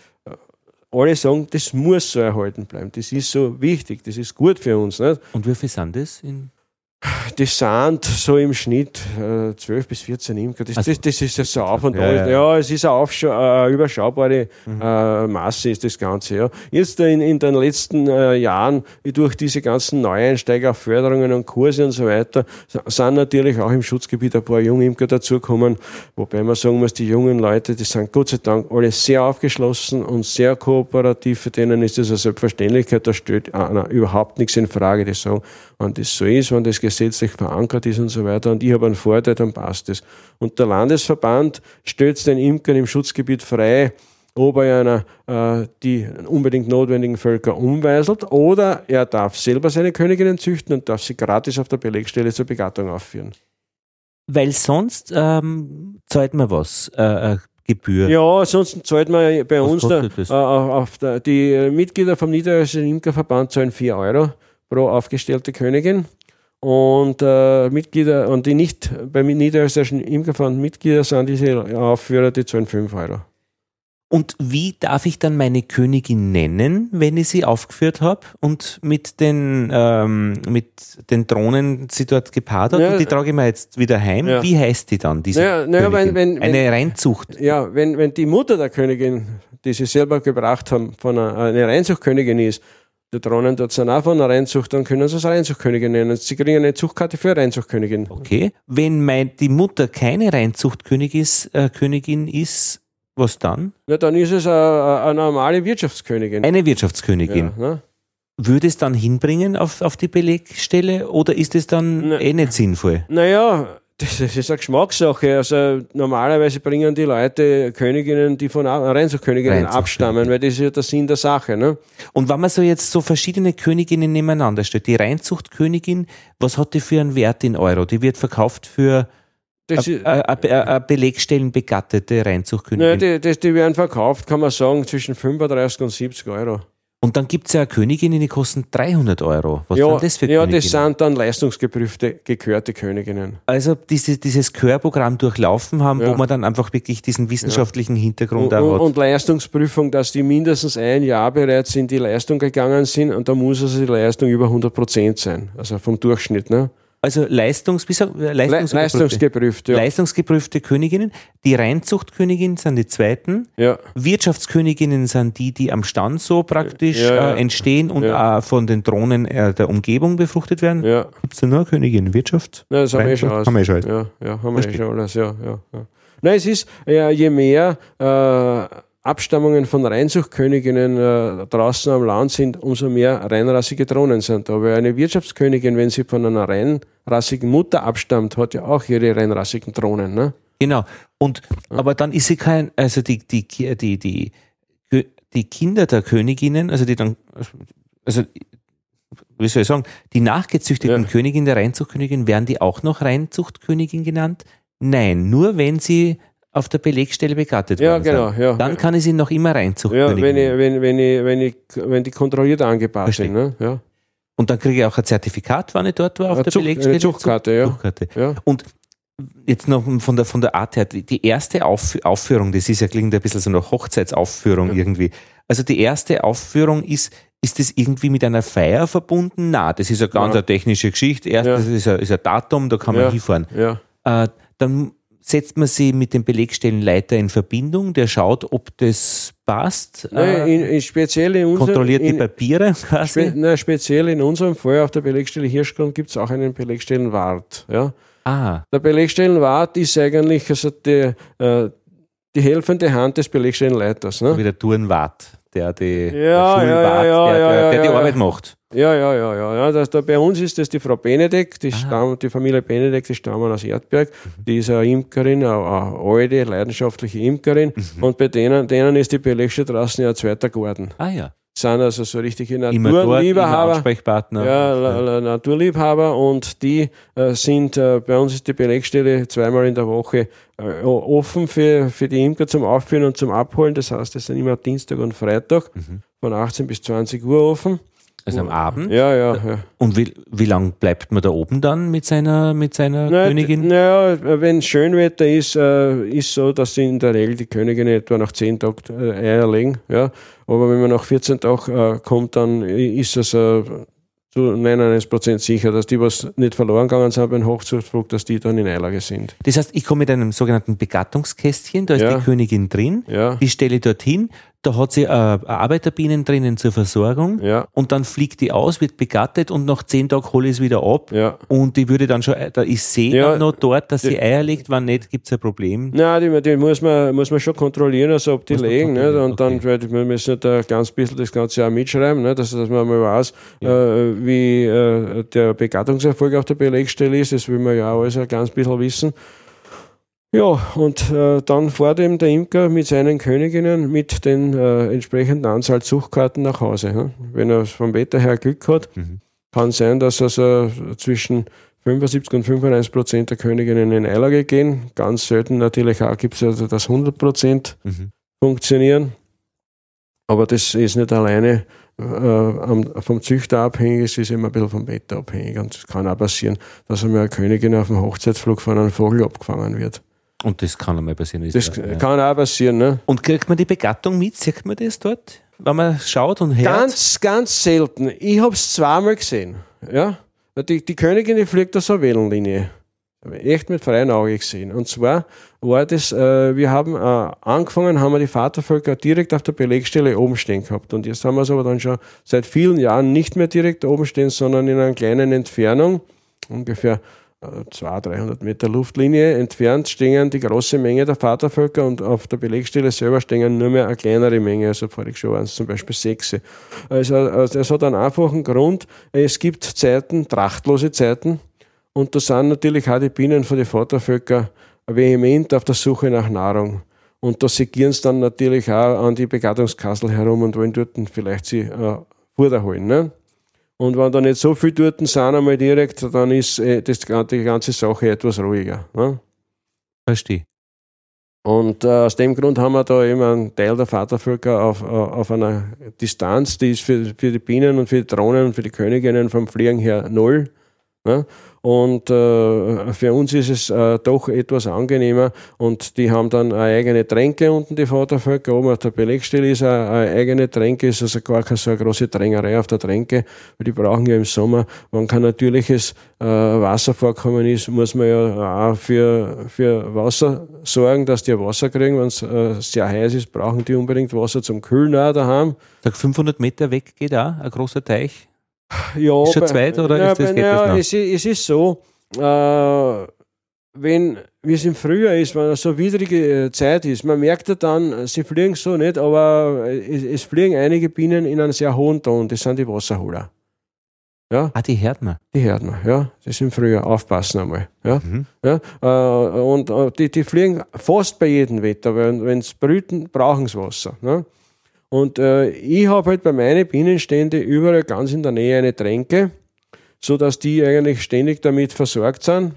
alle sagen, das muss so erhalten bleiben. Das ist so wichtig, das ist gut für uns. Nicht? Und wie viel sind das? In Das sind so im Schnitt äh, zwölf bis vierzehn Imker. Das, also, das, das ist ja so auf und ja, ja, ja. ja, es ist eine aufscha- äh, überschaubare mhm. äh, Masse, ist das Ganze. Ja. Jetzt in, in den letzten äh, Jahren, durch diese ganzen Neueinsteigerförderungen und Kurse und so weiter, sind natürlich auch im Schutzgebiet ein paar Jungimker dazugekommen, wobei man sagen muss, die jungen Leute, die sind Gott sei Dank alle sehr aufgeschlossen und sehr kooperativ. Für denen ist das eine Selbstverständlichkeit, da stellt einer überhaupt nichts in Frage. Die sagen, wenn das so ist, wenn das gesetzlich verankert ist und so weiter und ich habe einen Vorteil, dann passt es. Und der Landesverband stellt es den Imkern im Schutzgebiet frei, ob er einer äh, die unbedingt notwendigen Völker umweiselt oder er darf selber seine Königinnen züchten und darf sie gratis auf der Belegstelle zur Begattung aufführen. Weil sonst ähm, zahlt man was? Äh, Gebühr. Ja, sonst zahlt man bei was uns da, das? äh, auf der, die Mitglieder vom Niederösterreichischen Imkerverband zahlen vier Euro pro aufgestellte Königin. Und äh, Mitglieder, und die nicht beim Niederösterreichischen Imkerverband Mitglieder sind diese Aufführer, die zahlen fünf Euro. Und wie darf ich dann meine Königin nennen, wenn ich sie aufgeführt habe und mit den, ähm, mit den Drohnen sie dort gepaart habe? Ja, und die trage ich mir jetzt wieder heim. Ja. Wie heißt die dann, diese ja, ja, wenn, wenn, Eine wenn, Reinzucht? Ja, wenn, wenn die Mutter der Königin, die sie selber gebracht haben, von einer, eine Reinzuchtkönigin ist, die Drohnen dort sind auch von einer Reinzucht, dann können sie es Reinzuchtkönigin nennen. Sie kriegen eine Zuchtkarte für eine Reinzuchtkönigin. Okay. Wenn mein, die Mutter keine Reinzuchtkönigin ist, äh, Königin ist, was dann? Ja, dann ist es eine, eine normale Wirtschaftskönigin. Eine Wirtschaftskönigin. Ja, ne? Würde es dann hinbringen auf, auf die Belegstelle oder ist es dann Na, eh nicht sinnvoll? Naja, das, das ist eine Geschmackssache. Also normalerweise bringen die Leute Königinnen, die von Reinzuchtköniginnen abstammen, weil das ist ja der Sinn der Sache. Ne? Und wenn man so jetzt so verschiedene Königinnen nebeneinander stellt, die Reinzuchtkönigin, was hat die für einen Wert in Euro? Die wird verkauft für eine Belegstellen begattete Reinzuchtkönigin. Nein, die, die, die werden verkauft, kann man sagen, zwischen fünfunddreißig und siebzig Euro. Und dann gibt es ja Königinnen, die kosten dreihundert Euro. Was ja, sind das für ja, Königinnen? das sind dann leistungsgeprüfte, gekörte Königinnen. Also diese, dieses Körprogramm durchlaufen haben, ja. wo man dann einfach wirklich diesen wissenschaftlichen ja. Hintergrund und, auch hat. Und Leistungsprüfung, dass die mindestens ein Jahr bereits in die Leistung gegangen sind und da muss also die Leistung über hundert Prozent sein, also vom Durchschnitt. Ne? Also Leistungs, wie sag, Leistungsgeprüfte. Leistungsgeprüfte, ja. Leistungsgeprüfte Königinnen. Die Reinzuchtköniginnen sind die zweiten. Ja. Wirtschaftsköniginnen sind die, die am Stand so praktisch ja, ja. Äh, entstehen und ja. auch von den Drohnen äh, der Umgebung befruchtet werden. Ja. Gibt es da nur eine Königin? Wirtschaft? Nein, das haben wir eh schon alles. Haben wir schon alles. Ja, ja, haben wir eh schon alles. Ja, ja, ja. Nein, es ist, ja, je mehr äh, Abstammungen von Reinzuchtköniginnen äh, draußen am Land sind, umso mehr reinrassige Drohnen sind da. Aber eine Wirtschaftskönigin, wenn sie von einer reinrassigen Mutter abstammt, hat ja auch ihre reinrassigen Drohnen. Ne? Genau. Und, ja. Aber dann ist sie kein, also die, die, die, die, die, die Kinder der Königinnen, also die dann, also wie soll ich sagen, die nachgezüchteten ja. Königinnen der Reinzuchtkönigin, werden die auch noch Reinzuchtkönigin genannt? Nein, nur wenn sie auf der Belegstelle begattet ja, worden genau, sind. Ja, Dann ja. kann ich sie noch immer Reinzuchtkönigin. Ja, wenn, ich, wenn, wenn, ich, wenn, ich, wenn die kontrolliert angepasst sind. Ne? Ja. Und dann kriege ich auch ein Zertifikat, wenn ich dort war, auf eine der Zucht, Belegstelle. Eine Zuchtkarte, ja. Zuchtkarte. ja. Und jetzt noch von der, von der Art her, die erste Auf, Aufführung, das ist ja, klingt ein bisschen so eine Hochzeitsaufführung ja. irgendwie. Also die erste Aufführung ist, ist das irgendwie mit einer Feier verbunden? Nein, das ist eine ganz ja. eine technische Geschichte. Erst, ja. das ist ein, ist ein Datum, da kann man ja. hinfahren. Ja. Äh, dann setzt man sie mit dem Belegstellenleiter in Verbindung, der schaut, ob das passt. Nein, in, in speziell in unserem, kontrolliert die in, Papiere quasi. Spe, nein, speziell in unserem Fall auf der Belegstelle Hirschgrund gibt es auch einen Belegstellenwart. Ja. Ah. Der Belegstellenwart ist eigentlich also die, äh, die helfende Hand des Belegstellenleiters. Ne? So wie der Turnwart, der die, ja, der ja, ja, ja, der, ja, der, der ja, die ja. Arbeit macht. Ja, ja, ja, ja. ja. Das, da, bei uns ist das die Frau Benedek, die, Stamm, die Familie Benedek, die stammen aus Erdberg. Mhm. Die ist eine Imkerin, eine, eine alte, leidenschaftliche Imkerin. Mhm. Und bei denen, denen ist die Belegstelle draußen ja ein zweiter Garten. Ah ja. Sind also so richtige Naturliebhaber. Ansprechpartner. Ja, ja, Naturliebhaber und die äh, sind, äh, bei uns ist die Belegstelle zweimal in der Woche äh, offen für, für die Imker zum Aufführen und zum Abholen. Das heißt, das sind immer Dienstag und Freitag mhm. von achtzehn bis zwanzig Uhr offen. Also am Abend? Ja, ja. ja. Und wie, wie lange bleibt man da oben dann mit seiner, mit seiner Na, Königin? Naja, wenn Schönwetter ist, äh, ist so, dass sie in der Regel die Königin etwa nach zehn Tagen äh, Eier legen. Ja. Aber wenn man nach vierzehn Tagen äh, kommt, dann ist es äh, zu neunundneunzig Prozent sicher, dass die, was nicht verloren gegangen sind beim Hochzuchtflug, dass die dann in Eilage sind. Das heißt, ich komme mit einem sogenannten Begattungskästchen, da ist ja. die Königin drin, ja. die stelle ich dorthin, da hat sie äh, Arbeiterbienen drinnen zur Versorgung ja. und dann fliegt die aus, wird begattet und nach zehn Tagen hole ich es wieder ab ja. und die würde dann schon, da ich sehe ja. dann noch dort, dass sie Eier legt, wenn nicht, gibt es ein Problem. Nein, die, die muss, man, muss man schon kontrollieren, also ob die muss legen, nicht? Und okay. dann wir müssen da ganz bisschen das Ganze auch mitschreiben, nicht? Dass, dass man mal weiß, ja. äh, wie äh, der Begattungserfolg auf der Belegstelle ist, das will man ja auch alles ein ganz bisschen wissen. Ja, und äh, dann fährt eben der Imker mit seinen Königinnen mit den äh, entsprechenden Anzahl Zuchtkarten nach Hause. Ja? Wenn er vom Wetter her Glück hat, mhm. kann sein, dass also zwischen fünfundsiebzig und fünfundneunzig Prozent der Königinnen in Eilage gehen. Ganz selten natürlich auch gibt es also, dass hundert Prozent mhm. funktionieren. Aber das ist nicht alleine äh, vom Züchter abhängig, es ist immer ein bisschen vom Wetter abhängig. Und es kann auch passieren, dass einmal eine Königin auf dem Hochzeitsflug von einem Vogel abgefangen wird. Und das kann einmal passieren. Ist das ja, kann auch passieren. Ne? Und kriegt man die Begattung mit? Sieht man das dort, wenn man schaut und hört? Ganz, ganz selten. Ich habe es zweimal gesehen. Ja? Die, die Königin, die fliegt da so eine Wellenlinie. Echt mit freiem Auge gesehen. Und zwar war das, äh, wir haben äh, angefangen, haben wir die Vatervölker direkt auf der Belegstelle oben stehen gehabt. Und jetzt haben wir es aber dann schon seit vielen Jahren nicht mehr direkt oben stehen, sondern in einer kleinen Entfernung, ungefähr zweihundert, dreihundert Meter Luftlinie entfernt, stehen die große Menge der Vatervölker und auf der Belegstelle selber stehen nur mehr eine kleinere Menge, also vorher schon waren es zum Beispiel sechs. Also, also das hat einen einfachen Grund, es gibt Zeiten, trachtlose Zeiten, und da sind natürlich auch die Bienen von den Vatervölkern vehement auf der Suche nach Nahrung. Und da segieren sie dann natürlich auch an die Begattungskassel herum und wollen dort vielleicht sie äh, Futter holen. Ne? Und wenn da nicht so viel dort sind, einmal direkt, dann ist äh, das, die ganze Sache etwas ruhiger. Ne? Verstehe. Und äh, aus dem Grund haben wir da eben einen Teil der Vatervölker auf, auf einer Distanz, die ist für, für die Bienen und für die Drohnen und für die Königinnen vom Fliegen her null. Ne? Und äh, für uns ist es äh, doch etwas angenehmer und die haben dann eine eigene Tränke unten, die Vatervölker. Oben auf der Belegstelle ist eine, eine eigene Tränke, ist also gar keine so eine große Drängerei auf der Tränke, weil die brauchen ja im Sommer, wenn kein natürliches äh, Wasser vorkommen ist, muss man ja auch für, für Wasser sorgen, dass die Wasser kriegen. Wenn es äh, sehr heiß ist, brauchen die unbedingt Wasser zum Kühlen auch daheim. Sag, fünfhundert Meter weg geht auch ein großer Teich? Ja, ist schon bei, zu weit oder na, ist das, bei, geht na, das noch? Es, es ist so, äh, wenn, wie es im Frühjahr ist, wenn so widrige Zeit ist, man merkt ja dann, sie fliegen so nicht, aber es, es fliegen einige Bienen in einem sehr hohen Ton, das sind die Wasserholer. Ja? Ah, die hört man. Die hört man, ja. Das ist im Frühjahr, aufpassen einmal. Ja? Mhm. Ja? Äh, und äh, die, die fliegen fast bei jedem Wetter, weil wenn sie brüten, brauchen sie Wasser. Ne? Und äh, ich habe halt bei meinen Bienenstände überall ganz in der Nähe eine Tränke, so dass die eigentlich ständig damit versorgt sind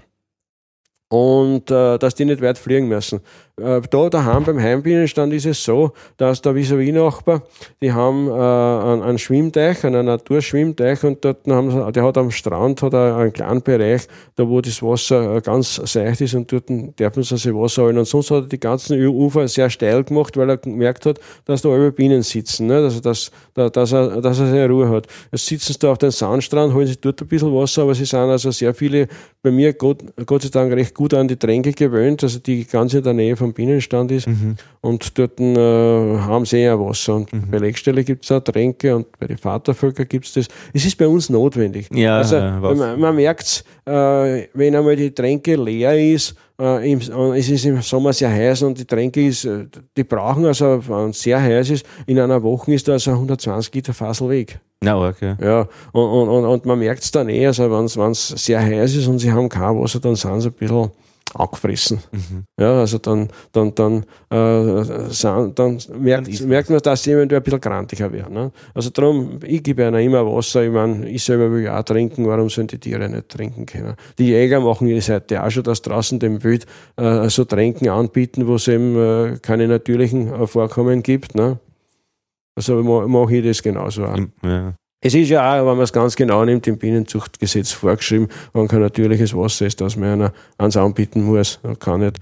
und äh, dass die nicht weit fliegen müssen. Äh, da daheim beim Heimbienenstand ist es so, dass der Vis-à-vis-Nachbar, die haben äh, einen, einen Schwimmteich, einen Naturschwimmteich und dort haben sie, der hat am Strand hat er einen kleinen Bereich, da wo das Wasser ganz seicht ist und dort dürfen sie sich Wasser holen. Und sonst hat er die ganzen Ufer sehr steil gemacht, weil er gemerkt hat, dass da alle Bienen sitzen, ne? Also dass, dass, er, dass er seine Ruhe hat. Jetzt sitzen sie da auf dem Sandstrand, holen sich dort ein bisschen Wasser, aber sie sind also sehr viele, bei mir Gott, Gott sei Dank recht gut an die Tränke gewöhnt, also die ganz in der Nähe vom Bienenstand ist. Mhm. Und dort äh, haben sie ja Wasser. Und mhm. bei Legstelle gibt es auch Tränke und bei den Vatervölkern gibt es das. Es ist bei uns notwendig. Ja, also äh, man, man merkt es, äh, wenn einmal die Tränke leer ist, äh, im, es ist im Sommer sehr heiß und die Tränke ist, die brauchen also, wenn es sehr heiß ist, in einer Woche ist da also hundertzwanzig Liter Fassel weg. Na, okay. Ja, und, und, und man merkt es dann eh, also wenn es sehr heiß ist und sie haben kein Wasser, dann sind sie ein bisschen angefressen. Mhm. Ja, also dann, dann, dann, äh, sind, dann merkt, dann merkt man, dass sie eventuell ein bisschen krantiger werden. Ne? Also darum, ich gebe ihnen immer Wasser. Ich meine, ich selber will ja auch trinken, warum sollen die Tiere nicht trinken können? Die Jäger machen das heute auch schon, dass draußen dem Wild äh, so Tränken anbieten, wo es eben äh, keine natürlichen äh, Vorkommen gibt. Ne? Also mache ich das genauso auch. Ja. Es ist ja auch, wenn man es ganz genau nimmt, im Bienenzuchtgesetz vorgeschrieben, wenn kein natürliches Wasser ist, dass man einer eins anbieten muss. Man kann nicht.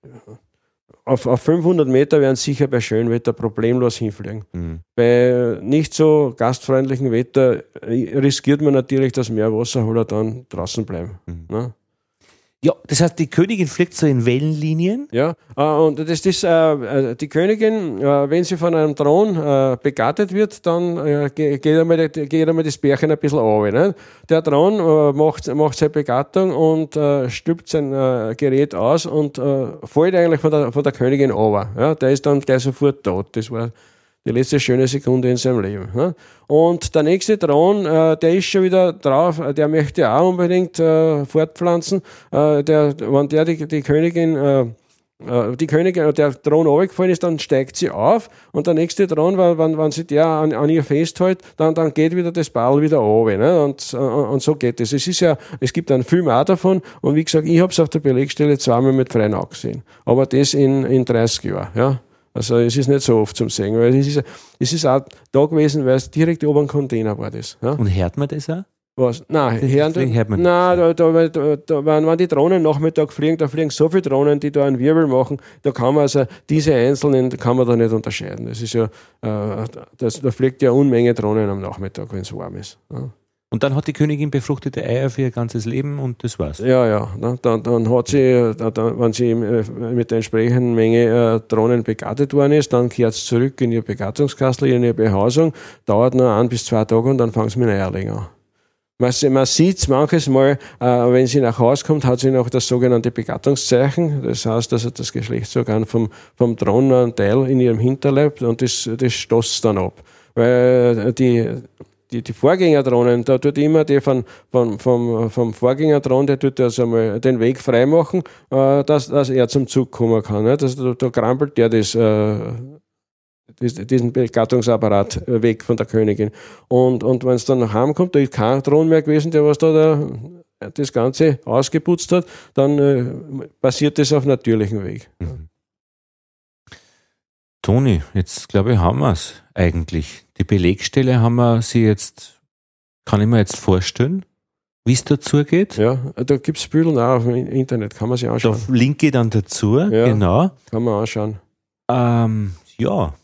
Auf, auf fünfhundert Meter werden sicher bei schönem Wetter problemlos hinfliegen. Mhm. Bei nicht so gastfreundlichem Wetter riskiert man natürlich, dass mehr Wasserholer dann draußen bleiben. Mhm. Ne? Ja, das heißt, die Königin fliegt so in Wellenlinien? Ja, äh, und das ist äh, die Königin, äh, wenn sie von einem Thron äh, begattet wird, dann äh, geht, einmal, geht einmal das Bärchen ein bisschen runter. Ne? Der Thron äh, macht, macht seine Begattung und äh, stülpt sein äh, Gerät aus und äh, fällt eigentlich von der, von der Königin runter. Ja? Der ist dann gleich sofort tot. Das war die letzte schöne Sekunde in seinem Leben. Ne? Und der nächste Thron, äh, der ist schon wieder drauf, der möchte auch unbedingt äh, fortpflanzen. Äh, der, wenn der die, die Königin, äh, die Königin, der Thron runtergefallen ist, dann steigt sie auf und der nächste Thron, wenn, wenn sie der an, an ihr festhält, dann, dann geht wieder das Ball wieder runter. Ne? Und, und so geht es. Es ist ja, es gibt einen Film auch davon und wie gesagt, ich habe es auf der Belegstelle zweimal mit freien Augen gesehen. Aber das in, in dreißig Jahren. Ja? Also es ist nicht so oft zum Sehen, weil es ist, es ist auch da gewesen, weil es direkt oben ein Container war. Das, ja? Und hört man das auch? Was? Nein, hören, hört man nein da, da, da, da, wenn, wenn die Drohnen Nachmittag fliegen, da fliegen so viele Drohnen, die da einen Wirbel machen, da kann man also diese einzelnen kann man da nicht unterscheiden. Das ist ja, äh, das, da fliegt ja eine Unmenge Drohnen am Nachmittag, wenn es warm ist. Ja. Und dann hat die Königin befruchtete Eier für ihr ganzes Leben und das war's. Ja, ja. Dann, dann hat sie, dann, wenn sie mit der entsprechenden Menge äh, Drohnen begattet worden ist, dann kehrt sie zurück in ihr Begattungskastel, in ihre Behausung, dauert noch ein bis zwei Tage und dann fängt sie mit Eierlegen an. Man, man sieht es manches Mal, äh, wenn sie nach Hause kommt, hat sie noch das sogenannte Begattungszeichen. Das heißt, also das Geschlechtsorgan vom, vom Thron einen Teil in ihrem Hinterleib und das, das stoßt dann ab. Weil die Die, die Vorgängerdrohnen, da tut immer der von, von, vom, vom Vorgängerdron, der tut also mal den Weg freimachen, äh, dass, dass er zum Zug kommen kann. Ne? Das, da, da krampelt der das, äh, das, diesen Begattungsapparat weg von der Königin. Und, und wenn es dann nach Hause kommt, da ist kein Thron mehr gewesen, der was da der, das Ganze ausgeputzt hat, dann äh, passiert das auf natürlichem Weg. Mhm. Toni, jetzt glaube ich, haben wir es eigentlich. Die Belegstelle haben wir sie jetzt, kann ich mir jetzt vorstellen. wie es dazu geht. Ja, da gibt es Bilder auch auf dem Internet, kann man sich anschauen. Da linke ich dann dazu, ja, genau. Kann man anschauen. Ähm, ja.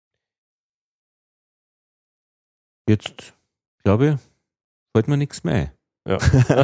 Jetzt, glaube ich, fällt mir nichts mehr ein.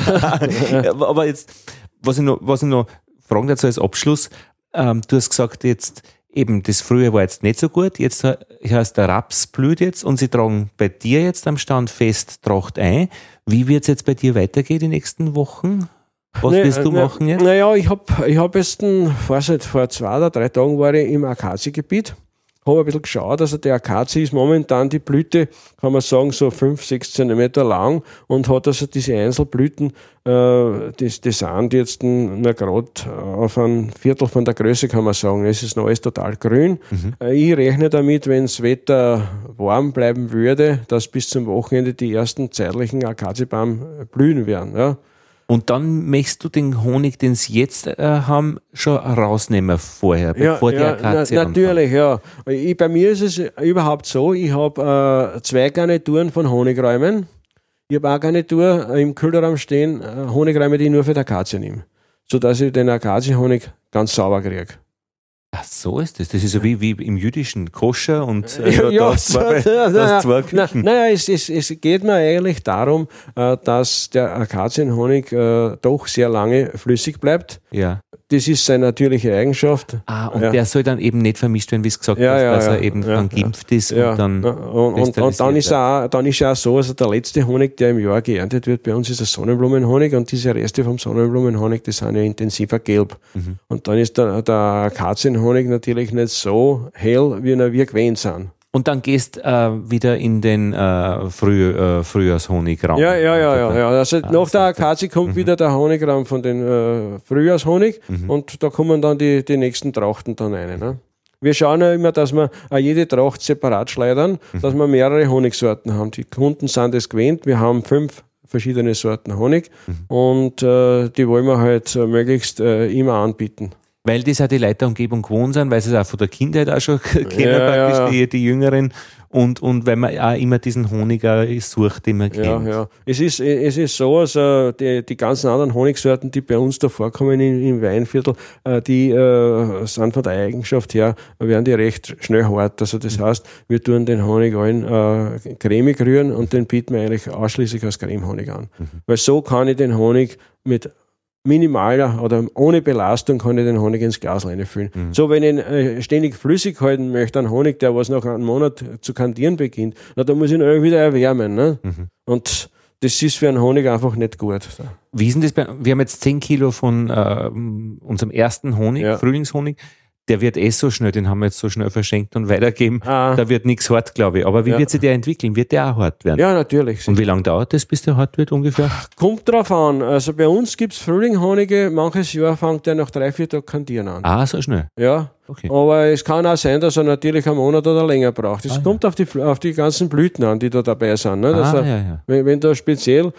Ja. Aber jetzt, was ich noch, was ich noch fragen dazu als Abschluss, ähm, du hast gesagt, jetzt eben, das früher war jetzt nicht so gut, jetzt heißt der Raps blüht jetzt und sie tragen bei dir jetzt am Stand fest Tracht ein. Wie wird es jetzt bei dir weitergehen die nächsten Wochen? Was nee, willst du ne, machen jetzt? Naja, ich habe ich hab jetzt, weiß nicht, vor zwei oder drei Tagen war ich im Akazie-Gebiet, habe ein bisschen geschaut, also der Akazie ist momentan die Blüte, kann man sagen, so fünf, sechs Zentimeter lang und hat also diese Einzelblüten, äh, das, das sind jetzt nur gerade auf ein Viertel von der Größe, kann man sagen. Es ist noch alles total grün. Mhm. Äh, ich rechne damit, wenn das Wetter warm bleiben würde, dass bis zum Wochenende die ersten zeitlichen Akaziebäume blühen werden. Ja. Und dann möchtest du den Honig, den sie jetzt äh, haben, schon rausnehmen vorher, ja, bevor ja, die Akazie na, natürlich, anfängt. Ja. Ich, bei mir ist es überhaupt so, ich habe äh, zwei Garnituren von Honigräumen. Ich habe eine Garnitur im Kühlraum stehen, äh, Honigräume, die ich nur für die Akazie nehme. Sodass ich den Akazienhonig ganz sauber kriege. Ach, so ist das. Das ist so wie, wie im jüdischen Koscher und äh, ja, ja, das zwei, das zwei Küchen. Naja, es, es, es geht mir eigentlich darum, äh, dass der Akazienhonig äh, doch sehr lange flüssig bleibt. Ja. Das ist seine natürliche Eigenschaft. Ah, und ja. der soll dann eben nicht vermischt werden, wie es gesagt ja, hast, ja, dass ja, er eben ja, dann geimpft ist ja, und dann und, und, und dann ist er auch, dann ist er auch so, also der letzte Honig, der im Jahr geerntet wird, bei uns ist der Sonnenblumenhonig und diese Reste vom Sonnenblumenhonig, die sind ja intensiver gelb. Mhm. Und dann ist der, der Akazienhonig natürlich nicht so hell, wie wir gewöhnt sind. Und dann gehst äh, wieder in den äh, Früh, äh, Frühjahrshonig-Raum. Ja, ja, ja, ja, ja. Also ah, nach der Akazie kommt mhm. wieder der Honigraum von den äh, Frühjahrshonig mhm. und da kommen dann die, die nächsten Trachten dann rein. Ne? Wir schauen ja immer, dass wir auch jede Tracht separat schleudern, mhm. dass wir mehrere Honigsorten haben. Die Kunden sind das gewöhnt. Wir haben fünf verschiedene Sorten Honig mhm. und äh, die wollen wir halt äh, möglichst äh, immer anbieten. Weil das auch die Leute der Umgebung gewohnt sind, weil sie es auch von der Kindheit auch schon kennen, ja, praktisch ja. Die, die Jüngeren. Und, und weil man auch immer diesen Honig auch sucht, den man kennt. Ja, ja. Es ist, es ist so, also die, die ganzen anderen Honigsorten, die bei uns da vorkommen im, im Weinviertel, äh, die äh, sind von der Eigenschaft her, werden die recht schnell hart. Also das heißt, wir tun den Honig allen äh, cremig rühren und den bieten wir eigentlich ausschließlich als Cremehonig an. Mhm. Weil so kann ich den Honig mit minimaler oder ohne Belastung kann ich den Honig ins Glas reinfüllen. Mhm. So, wenn ich ihn äh, ständig flüssig halten möchte, einen Honig, der was nach einem Monat zu kandieren beginnt, na, dann muss ich ihn wieder erwärmen. Ne? Mhm. Und das ist für einen Honig einfach nicht gut. Wie ist denn das bei, wir haben jetzt zehn Kilo von äh, unserem ersten Honig, ja. Frühlingshonig. Der wird eh so schnell, den haben wir jetzt so schnell verschenkt und weitergeben. Ah. Da wird nichts hart, glaube ich. Aber wie ja. wird sich der entwickeln? Wird der auch hart werden? Ja, natürlich. Und wie lange dauert das, bis der hart wird ungefähr? Kommt drauf an. Also bei uns gibt es Frühlinghonige, manches Jahr fängt der nach drei, vier Tagen kandieren an. Ah, so schnell? Ja. Okay. Aber es kann auch sein, dass er natürlich einen Monat oder länger braucht. Es ah, kommt ja. auf, die, auf die ganzen Blüten an, die da dabei sind. Ne? Ah, er, ja, ja. Wenn, wenn da speziell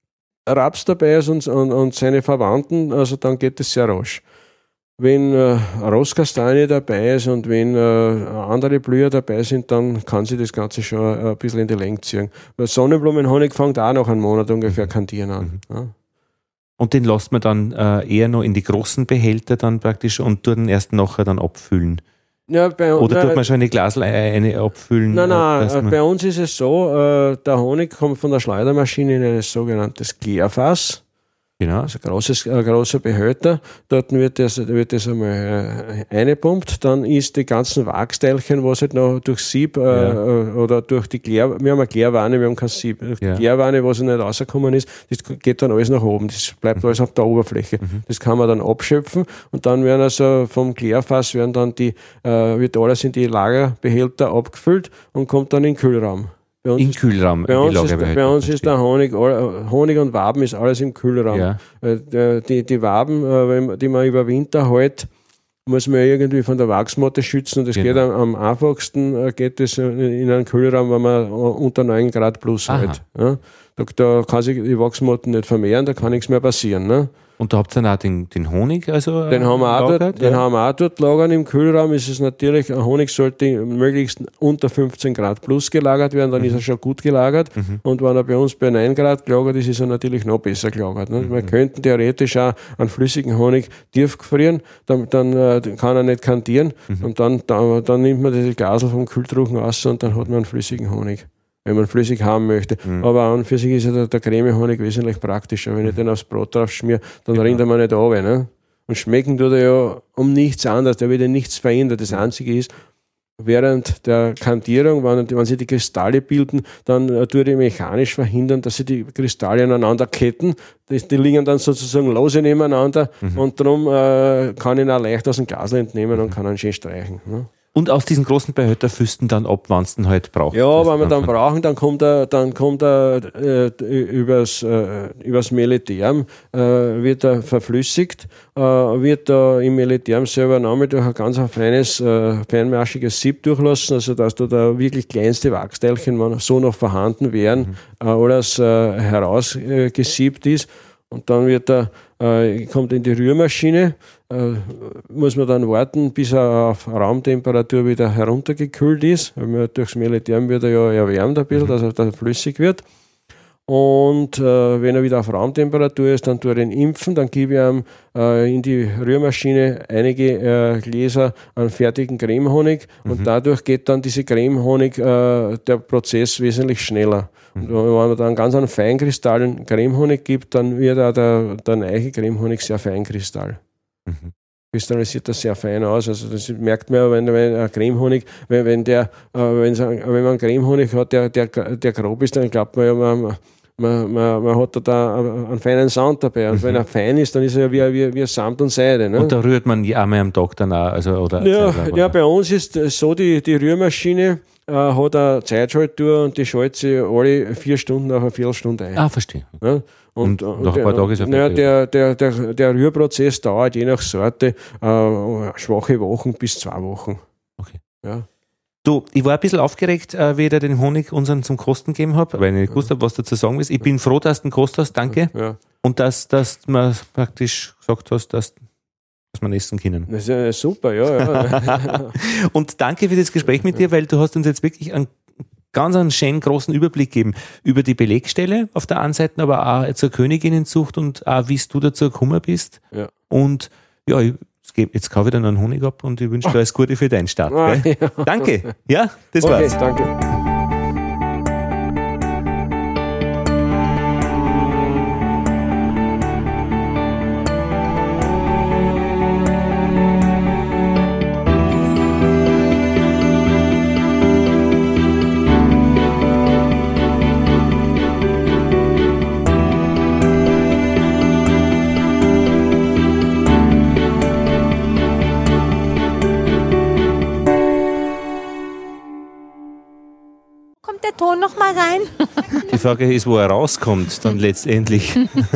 Raps dabei ist und, und, und seine Verwandten, also dann geht es sehr rasch. Wenn äh, Rosskastanie dabei ist und wenn äh, andere Blüher dabei sind, dann kann sich das Ganze schon äh, ein bisschen in die Länge ziehen. Weil Sonnenblumenhonig fängt auch nach einem Monat ungefähr kandieren an. Mhm. Ja. Und den lässt man dann äh, eher noch in die großen Behälter dann praktisch und tut den erst nachher dann abfüllen. Ja, bei, Oder na, tut man schon eine Glasel eine abfüllen? Nein, nein, bei uns ist es so, äh, der Honig kommt von der Schleudermaschine in ein sogenanntes Klärfass. Genau. Also ein großes, ein großer Behälter, dort wird das, wird das einmal äh, eingepumpt, dann ist die ganzen Wachsteilchen, was halt noch durch Sieb äh, ja. oder durch die Klär, wir haben eine Klärwanne, wir haben kein Sieb, die ja. Klärwanne, was nicht rausgekommen ist, das geht dann alles nach oben, das bleibt mhm. alles auf der Oberfläche. Mhm. Das kann man dann abschöpfen und dann werden also vom Klärfass werden dann die, äh, wird alles in die Lagerbehälter abgefüllt und kommt dann in den Kühlraum. Im Kühlraum. Bei uns, ist, bei uns ist der Honig, Honig und Waben ist alles im Kühlraum. Ja. Die, die Waben, die man über Winter hält, muss man irgendwie von der Wachsmotte schützen und das genau. geht am, am einfachsten geht das in einen Kühlraum, wenn man unter neun Grad plus hält. Ja. Da, da kann sich die Wachsmotten nicht vermehren, da kann nichts mehr passieren. Ne? Und da habt ihr dann auch den, den Honig also den haben wir auch lagert, dort, ja? Den haben wir auch dort lagern im Kühlraum. Ist es natürlich, ein Honig sollte möglichst unter fünfzehn Grad plus gelagert werden, dann mhm. ist er schon gut gelagert. Mhm. Und wenn er bei uns bei neun Grad gelagert ist, ist er natürlich noch besser gelagert. Ne? Mhm. Wir könnten theoretisch auch einen flüssigen Honig tief gefrieren, dann, dann äh, kann er nicht kantieren. Mhm. Und dann, dann, dann nimmt man diese Glasel vom Kühltruchen raus und dann hat man einen flüssigen Honig, wenn man flüssig haben möchte. Mhm. Aber an und für sich ist ja der, der Creme-Honig wesentlich praktischer. Wenn ich den aufs Brot drauf schmiere, dann genau. rinnt er mir nicht runter. Ne? Und schmecken tut er ja um nichts anderes. Da wird ja nichts verändert. Das Einzige ist, während der Kantierung, wenn, wenn sich die Kristalle bilden, dann äh, tue ich mechanisch verhindern, dass sie die Kristalle aneinander ketten. Die, die liegen dann sozusagen lose nebeneinander mhm. und darum äh, kann ich ihn auch leicht aus dem Glas entnehmen und kann ihn schön streichen. Ne? Und aus diesen großen Behälterfüsten dann ab, wenn es dann halt braucht. Ja, wenn wir dann brauchen, dann kommt er, dann kommt er äh, übers, äh, übers Melitherm, äh, wird er verflüssigt, äh, wird da im Melitherm selber nochmal durch ein ganz feines, äh, feinmaschiges Sieb durchlassen, also dass da, da wirklich kleinste Wachsteilchen so noch vorhanden wären, mhm. äh, alles äh, herausgesiebt äh, ist. Und dann wird er, äh, kommt in die Rührmaschine, äh, muss man dann warten, bis er auf Raumtemperatur wieder heruntergekühlt ist. Weil man durchs Melitherm wird er ja erwärmt ein bisschen, dass er dann flüssig wird. Und äh, wenn er wieder auf Raumtemperatur ist, dann tue ich ihn impfen, dann gebe ich ihm äh, in die Rührmaschine einige äh, Gläser an fertigen Cremehonig mhm. und dadurch geht dann diese Cremehonig, äh, der Prozess wesentlich schneller. Mhm. Und wenn man dann ganz einen feinkristallen Cremehonig gibt, dann wird auch der, der neue Cremehonig sehr feinkristall. Mhm. Kristallisiert das sehr fein aus. Also das merkt man ja, wenn, wenn ein Cremehonig, wenn, wenn der, äh, wenn, wenn man einen Cremehonig hat, der, der, der grob ist, dann glaubt man ja, man, man, man, man hat da einen feinen Sound dabei. Und mhm. wenn er fein ist, dann ist er ja wie, wie, wie Samt und Seide. Ne? Und da rührt man ja einmal am Tag dann auch. Also, oder ja, ja, bei uns ist so, die, die Rührmaschine äh, hat eine Zeitschaltuhr und die schaltet sich alle vier Stunden auf eine Viertelstunde ein. Ah, verstehe. Ja? Und, und nach ein paar Tagen ist er ja, der, der, der, der Rührprozess dauert je nach Sorte äh, schwache Wochen bis zwei Wochen. Okay. Ja. Du, ich war ein bisschen aufgeregt, äh, wie ich dir den Honig unseren zum Kosten gegeben habe, weil ich nicht gewusst habe, was du dazu sagen willst. Ich bin froh, dass du den gekostet hast, danke. Ja. Und dass, dass du mir praktisch gesagt hast, dass, dass wir essen können. Das ist ja super, ja. ja. Und danke für das Gespräch mit dir, weil du hast uns jetzt wirklich einen ganz einen schönen großen Überblick gegeben über die Belegstelle auf der einen Seite, aber auch zur Königinnenzucht und auch, wie du dazu gekommen bist. Ja. Und ja, ich, jetzt kaufe ich dir noch einen Honig ab und ich wünsche dir alles Gute für deinen Start. Ah, ja. Danke. Ja, das okay, war's. Danke. Ton noch mal rein. Die Frage ist, wo er rauskommt, dann letztendlich.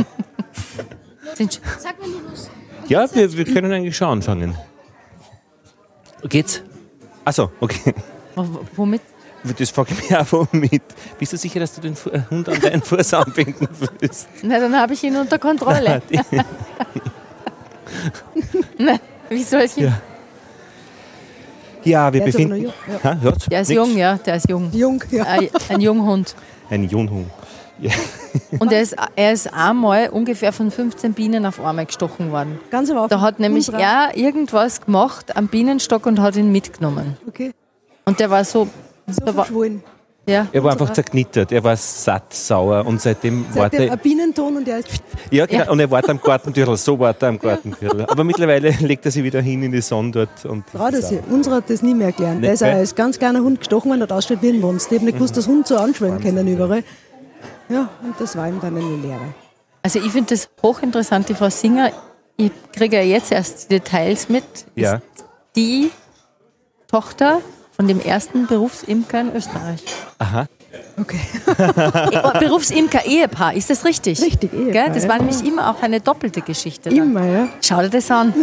Sag mal, Linus. Ja, wir, wir können eigentlich schon anfangen. Geht's? Achso, okay. W womit? Das frage ich mich auch womit. Bist du sicher, dass du den Hund an deinen Fuß anbinden willst? Na, dann habe ich ihn unter Kontrolle. Na, wie soll ich ihn? Ja. Ja, wir der befinden. Ist ja. Ha, der ist Nix. jung, ja, der ist jung. Jung, ja. Ein, ein Junghund. Ein Junghund. Ja. Und er ist, er ist einmal ungefähr von fünfzehn Bienen auf einmal gestochen worden. Ganz am Anfang. Da hat nämlich er irgendwas gemacht am Bienenstock und hat ihn mitgenommen. Okay. Und der war so. So da war, ja. Er war einfach zerknittert, er war satt, sauer und seitdem, seitdem war er... ein Bienenton und er ist... Ja, genau, ja. Und er war am Gartentürl, so war er am Gartentürl. Aber mittlerweile legt er sich wieder hin in die Sonne dort. Und Traut er sich. Unser hat das nie mehr gelernt. Nee, der ist ein ganz kleiner Hund gestochen worden, hat ausgeschaut wie ein Monster. Ich habe nicht gewusst, dass Hunde so anschwellen können überall. Ja, und das war ihm dann eine Lehre. Also ich finde das hochinteressant, die Frau Singer, ich kriege ja jetzt erst die Details mit, ja. Ist die Tochter von dem ersten Berufsimker in Österreich. Aha. Okay. Berufsimker-Ehepaar, ist das richtig? Richtig, Ehepaar. Gell? Das war ja. nämlich immer auch eine doppelte Geschichte. Dann. Immer, ja. Schau dir das an.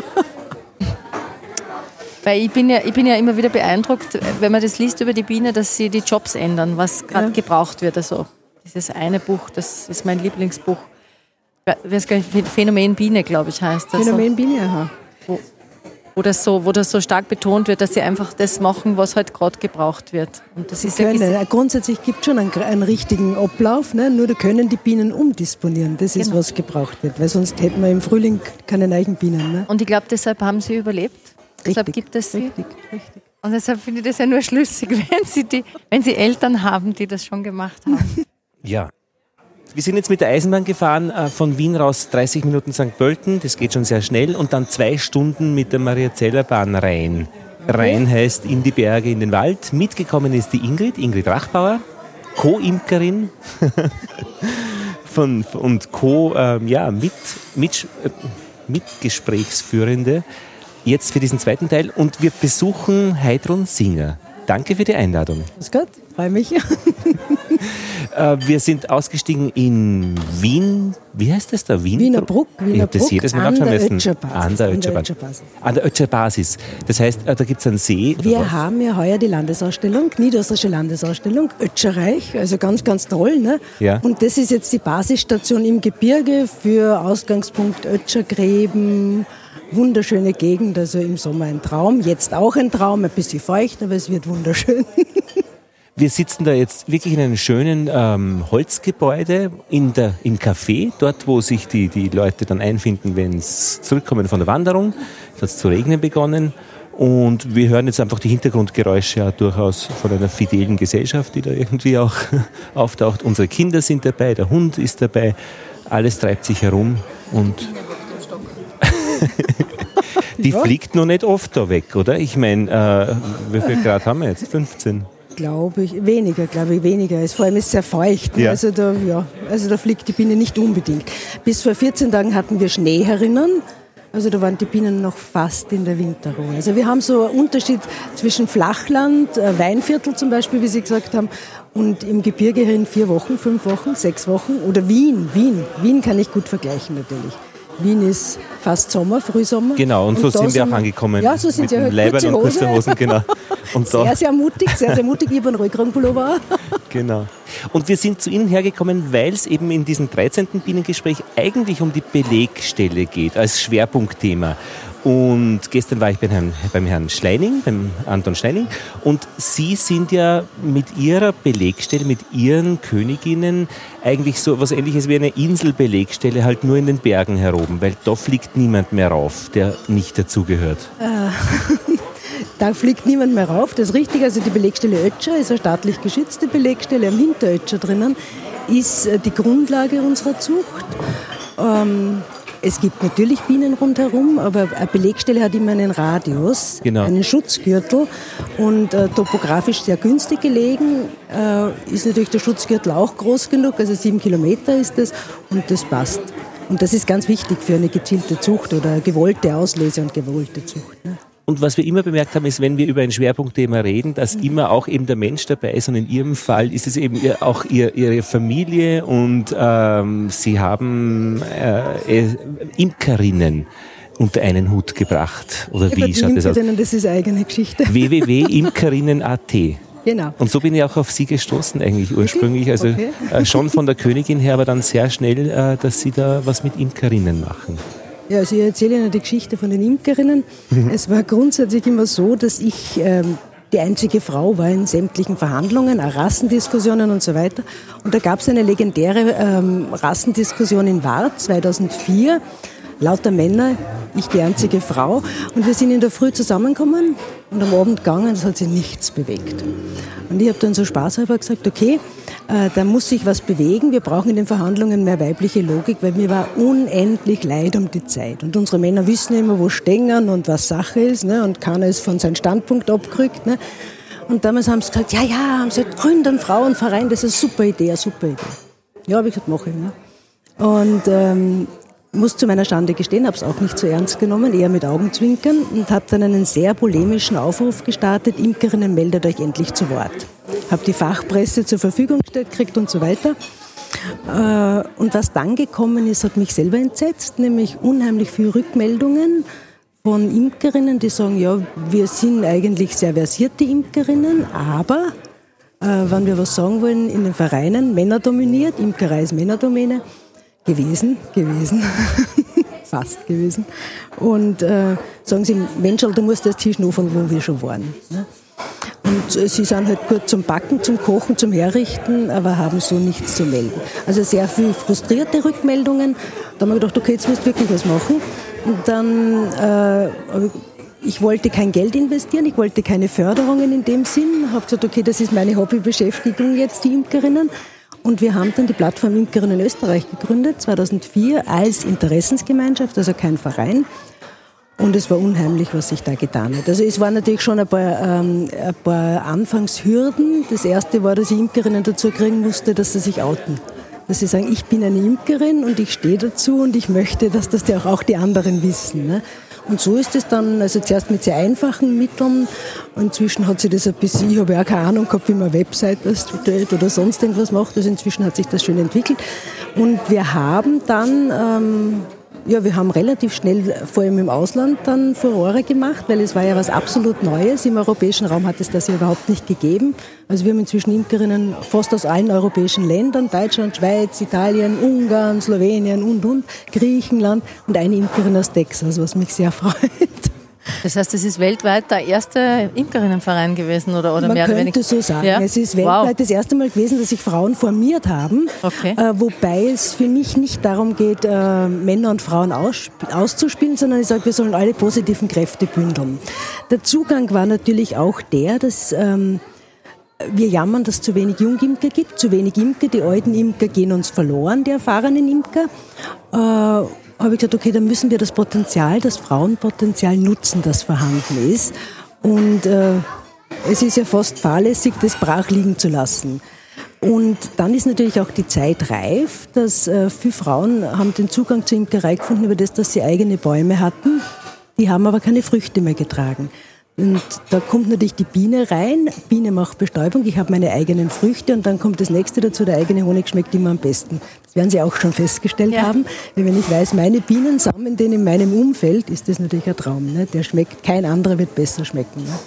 Weil ich bin, ja, ich bin ja immer wieder beeindruckt, wenn man das liest über die Biene, dass sie die Jobs ändern, was gerade ja. gebraucht wird. Also dieses eine Buch, das ist mein Lieblingsbuch. Phänomen Biene, glaube ich, heißt das. Phänomen Biene, aha. Wo, wo, das so, wo das so stark betont wird, dass sie einfach das machen, was halt gerade gebraucht wird. Und das ist können, ja, grundsätzlich gibt es schon einen, einen richtigen Ablauf, ne? Nur da können die Bienen umdisponieren. Das ist, genau, was gebraucht wird, weil sonst hätten wir im Frühling keine neuen Bienen. Ne? Und ich glaube, deshalb haben sie überlebt. Richtig, deshalb gibt es sie. Richtig, richtig. Und deshalb finde ich das ja nur schlüssig, wenn sie, die, wenn sie Eltern haben, die das schon gemacht haben. Ja. Wir sind jetzt mit der Eisenbahn gefahren, äh, von Wien raus dreißig Minuten Sankt Pölten, das geht schon sehr schnell, und dann zwei Stunden mit der Mariazellerbahn rein. Rein heißt in die Berge, in den Wald. Mitgekommen ist die Ingrid, Ingrid Rachbauer, Co-Imkerin von, und Co, ähm, ja, mit, mit, äh, Mitgesprächsführende, jetzt für diesen zweiten Teil. Und wir besuchen Heidrun Singer. Danke für die Einladung. Ist gut, freue mich. äh, wir sind ausgestiegen in Wien. Wie heißt das da? Wien? Wiener Bruck. Wiener ich habe das jedes Mal abschauen müssen. An der Ötscher Basis. An der Ötscher Basis. Das heißt, da gibt es einen See. Wir was? haben ja heuer die Landesausstellung, Niederösterreichische Landesausstellung, Ötscherreich, also ganz, ganz toll. Ne? Ja. Und das ist jetzt die Basisstation im Gebirge für Ausgangspunkt Ötschergräben. Wunderschöne Gegend, also im Sommer ein Traum, jetzt auch ein Traum, ein bisschen feucht, aber es wird wunderschön. Wir sitzen da jetzt wirklich in einem schönen ähm, Holzgebäude in der, im Café, dort wo sich die, die Leute dann einfinden, wenn sie zurückkommen von der Wanderung. Es hat zu regnen begonnen und wir hören jetzt einfach die Hintergrundgeräusche ja durchaus von einer fidelen Gesellschaft, die da irgendwie auch auftaucht. Unsere Kinder sind dabei, der Hund ist dabei, alles treibt sich herum und die ja. fliegt noch nicht oft da weg, oder? Ich meine, äh, wie viel Grad haben wir jetzt? fünfzehn? Glaube ich, weniger, glaube ich, weniger. Vor allem ist es sehr feucht. Ja. Also, da, ja, also da fliegt die Biene nicht unbedingt. Bis vor vierzehn Tagen hatten wir Schnee herinnen. Also da waren die Bienen noch fast in der Winterruhe. Also wir haben so einen Unterschied zwischen Flachland, Weinviertel zum Beispiel, wie Sie gesagt haben, und im Gebirge in vier Wochen, fünf Wochen, sechs Wochen. Oder Wien, Wien. Wien kann ich gut vergleichen natürlich. Wien ist fast Sommer, Frühsommer. Genau, und, und so sind wir auch angekommen. Ja, so sind mit wir den Leibern und kurze Hosen, genau. Und sehr, da. sehr mutig, sehr, sehr mutig. Ich habe einen Rollkragenpullover. Genau. Und wir sind zu Ihnen hergekommen, weil es eben in diesem dreizehnten Bienengespräch eigentlich um die Belegstelle geht, als Schwerpunktthema. Und gestern war ich beim Herrn, beim Herrn Schleining, beim Anton Schleining. Und Sie sind ja mit Ihrer Belegstelle, mit Ihren Königinnen eigentlich so was Ähnliches wie eine Inselbelegstelle, halt nur in den Bergen heroben, weil da fliegt niemand mehr rauf, der nicht dazugehört. Äh, da fliegt niemand mehr rauf, das ist richtig. Also die Belegstelle Ötscher ist eine staatlich geschützte Belegstelle am Hinterötscher drinnen, ist die Grundlage unserer Zucht. Ähm, Es gibt natürlich Bienen rundherum, aber eine Belegstelle hat immer einen Radius, genau, einen Schutzgürtel und äh, topografisch sehr günstig gelegen. Äh, ist natürlich der Schutzgürtel auch groß genug, also sieben Kilometer ist das und das passt. Und das ist ganz wichtig für eine gezielte Zucht oder gewollte Auslese und gewollte Zucht. Ne? Und was wir immer bemerkt haben, ist, wenn wir über ein Schwerpunktthema reden, dass mhm. immer auch eben der Mensch dabei ist. Und in Ihrem Fall ist es eben auch ihr, Ihre Familie und ähm, Sie haben äh, Imkerinnen unter einen Hut gebracht. Oder ja, wie schaut das aus? Das ist eigene Geschichte. w w w punkt imkerinnen punkt a t. Genau. Und so bin ich auch auf Sie gestoßen eigentlich ursprünglich. Also okay. äh, schon von der Königin her, aber dann sehr schnell, äh, dass Sie da was mit Imkerinnen machen. Ja, also ich erzähle Ihnen die Geschichte von den Imkerinnen. Mhm. Es war grundsätzlich immer so, dass ich ähm, die einzige Frau war in sämtlichen Verhandlungen, auch Rassendiskussionen und so weiter. Und da gab es eine legendäre ähm, Rassendiskussion in Wart zweitausendvier. Lauter Männer, ich die einzige Frau. Und wir sind in der Früh zusammengekommen und am Abend gegangen, es hat sich nichts bewegt. Und ich habe dann so spaßhalber gesagt, okay, äh, da muss sich was bewegen. Wir brauchen in den Verhandlungen mehr weibliche Logik, weil mir war unendlich leid um die Zeit. Und unsere Männer wissen immer, wo stehen und was Sache ist. Ne? Und keiner ist von seinem Standpunkt abgerückt. Ne? Und damals haben sie gesagt, ja, ja, haben sie gesagt, gründen einen Frauenverein, das ist eine super Idee, eine super Idee. Ja, habe ich gesagt, mache ich. Ne? Und ähm, muss zu meiner Schande gestehen, habe es auch nicht so ernst genommen, eher mit Augenzwinkern und habe dann einen sehr polemischen Aufruf gestartet, Imkerinnen, meldet euch endlich zu Wort. Habe die Fachpresse zur Verfügung gestellt gekriegt und so weiter. Und was dann gekommen ist, hat mich selber entsetzt, nämlich unheimlich viele Rückmeldungen von Imkerinnen, die sagen, ja, wir sind eigentlich sehr versierte Imkerinnen, aber wenn wir was sagen wollen, in den Vereinen, Männer dominiert, Imkerei ist Männerdomäne, gewesen, gewesen, fast gewesen. Und äh, sagen sie, Menschl, du musst das Tisch anfangen, wo wir schon waren. Ne? Und äh, sie sind halt gut zum Backen, zum Kochen, zum Herrichten, aber haben so nichts zu melden. Also sehr viel frustrierte Rückmeldungen. Da haben wir gedacht, okay, jetzt musst du wirklich was machen. Und dann äh, ich wollte kein Geld investieren, ich wollte keine Förderungen in dem Sinn. Ich habe gesagt, okay, das ist meine Hobbybeschäftigung jetzt, die Imkerinnen. Und wir haben dann die Plattform Imkerinnen Österreich gegründet, zweitausendvier, als Interessensgemeinschaft, also kein Verein. Und es war unheimlich, was sich da getan hat. Also es waren natürlich schon ein paar, ähm, ein paar Anfangshürden. Das erste war, dass ich Imkerinnen dazu kriegen musste, dass sie sich outen. Dass sie sagen, ich bin eine Imkerin und ich stehe dazu und ich möchte, dass das auch die anderen wissen. Ne? Und so ist es dann, also zuerst mit sehr einfachen Mitteln. Inzwischen hat sich das ein bisschen, ich habe ja auch keine Ahnung gehabt, wie man eine Website erstellt oder sonst irgendwas macht. Also inzwischen hat sich das schön entwickelt. Und wir haben dann, ähm, ja, wir haben relativ schnell, vor allem im Ausland, dann Furore gemacht, weil es war ja was absolut Neues. Im europäischen Raum hat es das ja überhaupt nicht gegeben. Also wir haben inzwischen Imkerinnen fast aus allen europäischen Ländern, Deutschland, Schweiz, Italien, Ungarn, Slowenien und, und, Griechenland und eine Imkerin aus Texas, was mich sehr freut. Das heißt, es ist weltweit der erste Imkerinnenverein gewesen, oder, oder Man mehr oder könnte weniger? so sagen. Ja? Es ist weltweit Wow. das erste Mal gewesen, dass sich Frauen formiert haben, Okay. äh, wobei es für mich nicht darum geht, äh, Männer und Frauen aus, auszuspielen, sondern ich sage, wir sollen alle positiven Kräfte bündeln. Der Zugang war natürlich auch der, dass ähm, wir jammern, dass es zu wenig Jungimker gibt, zu wenig Imker, die alten Imker gehen uns verloren, die erfahrenen Imker. Äh, habe ich gesagt, okay, dann müssen wir das Potenzial, das Frauenpotenzial nutzen, das vorhanden ist. Und äh, es ist ja fast fahrlässig, das brach liegen zu lassen. Und dann ist natürlich auch die Zeit reif, dass äh, viele Frauen haben den Zugang zur Imkerei gefunden über das, dass sie eigene Bäume hatten. Die haben aber keine Früchte mehr getragen. Und da kommt natürlich die Biene rein. Biene macht Bestäubung, ich habe meine eigenen Früchte und dann kommt das nächste dazu, der eigene Honig schmeckt immer am besten. Das werden Sie auch schon festgestellt ja. haben. Weil wenn ich weiß, meine Bienen sammeln den in meinem Umfeld, ist das natürlich ein Traum. Ne? Der schmeckt, kein anderer wird besser schmecken. Ne?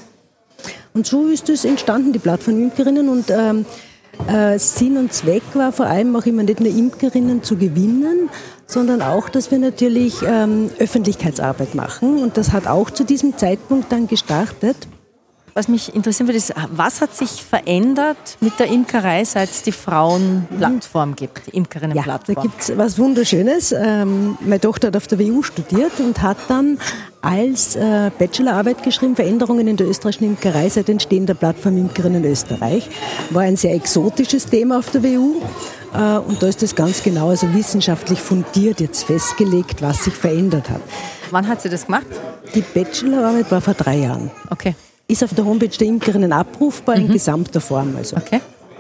Und so ist es entstanden, die Plattform Imkerinnen. Und ähm, äh, Sinn und Zweck war vor allem auch immer nicht nur Imkerinnen zu gewinnen, sondern auch, dass wir natürlich ähm, Öffentlichkeitsarbeit machen. Und das hat auch zu diesem Zeitpunkt dann gestartet. Was mich interessieren würde, ist, was hat sich verändert mit der Imkerei, seit es die Frauenplattform gibt, die Imkerinnenplattform? Ja, da gibt es was Wunderschönes. Ähm, meine Tochter hat auf der W U studiert und hat dann als äh, Bachelorarbeit geschrieben, Veränderungen in der österreichischen Imkerei seit Entstehen der Plattform Imkerinnen Österreich. War ein sehr exotisches Thema auf der W U. Äh, und da ist das ganz genau, also wissenschaftlich fundiert jetzt festgelegt, was sich verändert hat. Wann hat sie das gemacht? Die Bachelorarbeit war vor drei Jahren. Okay. Ist auf der Homepage der Imkerinnen abrufbar, mhm. in gesamter Form. Also. Okay.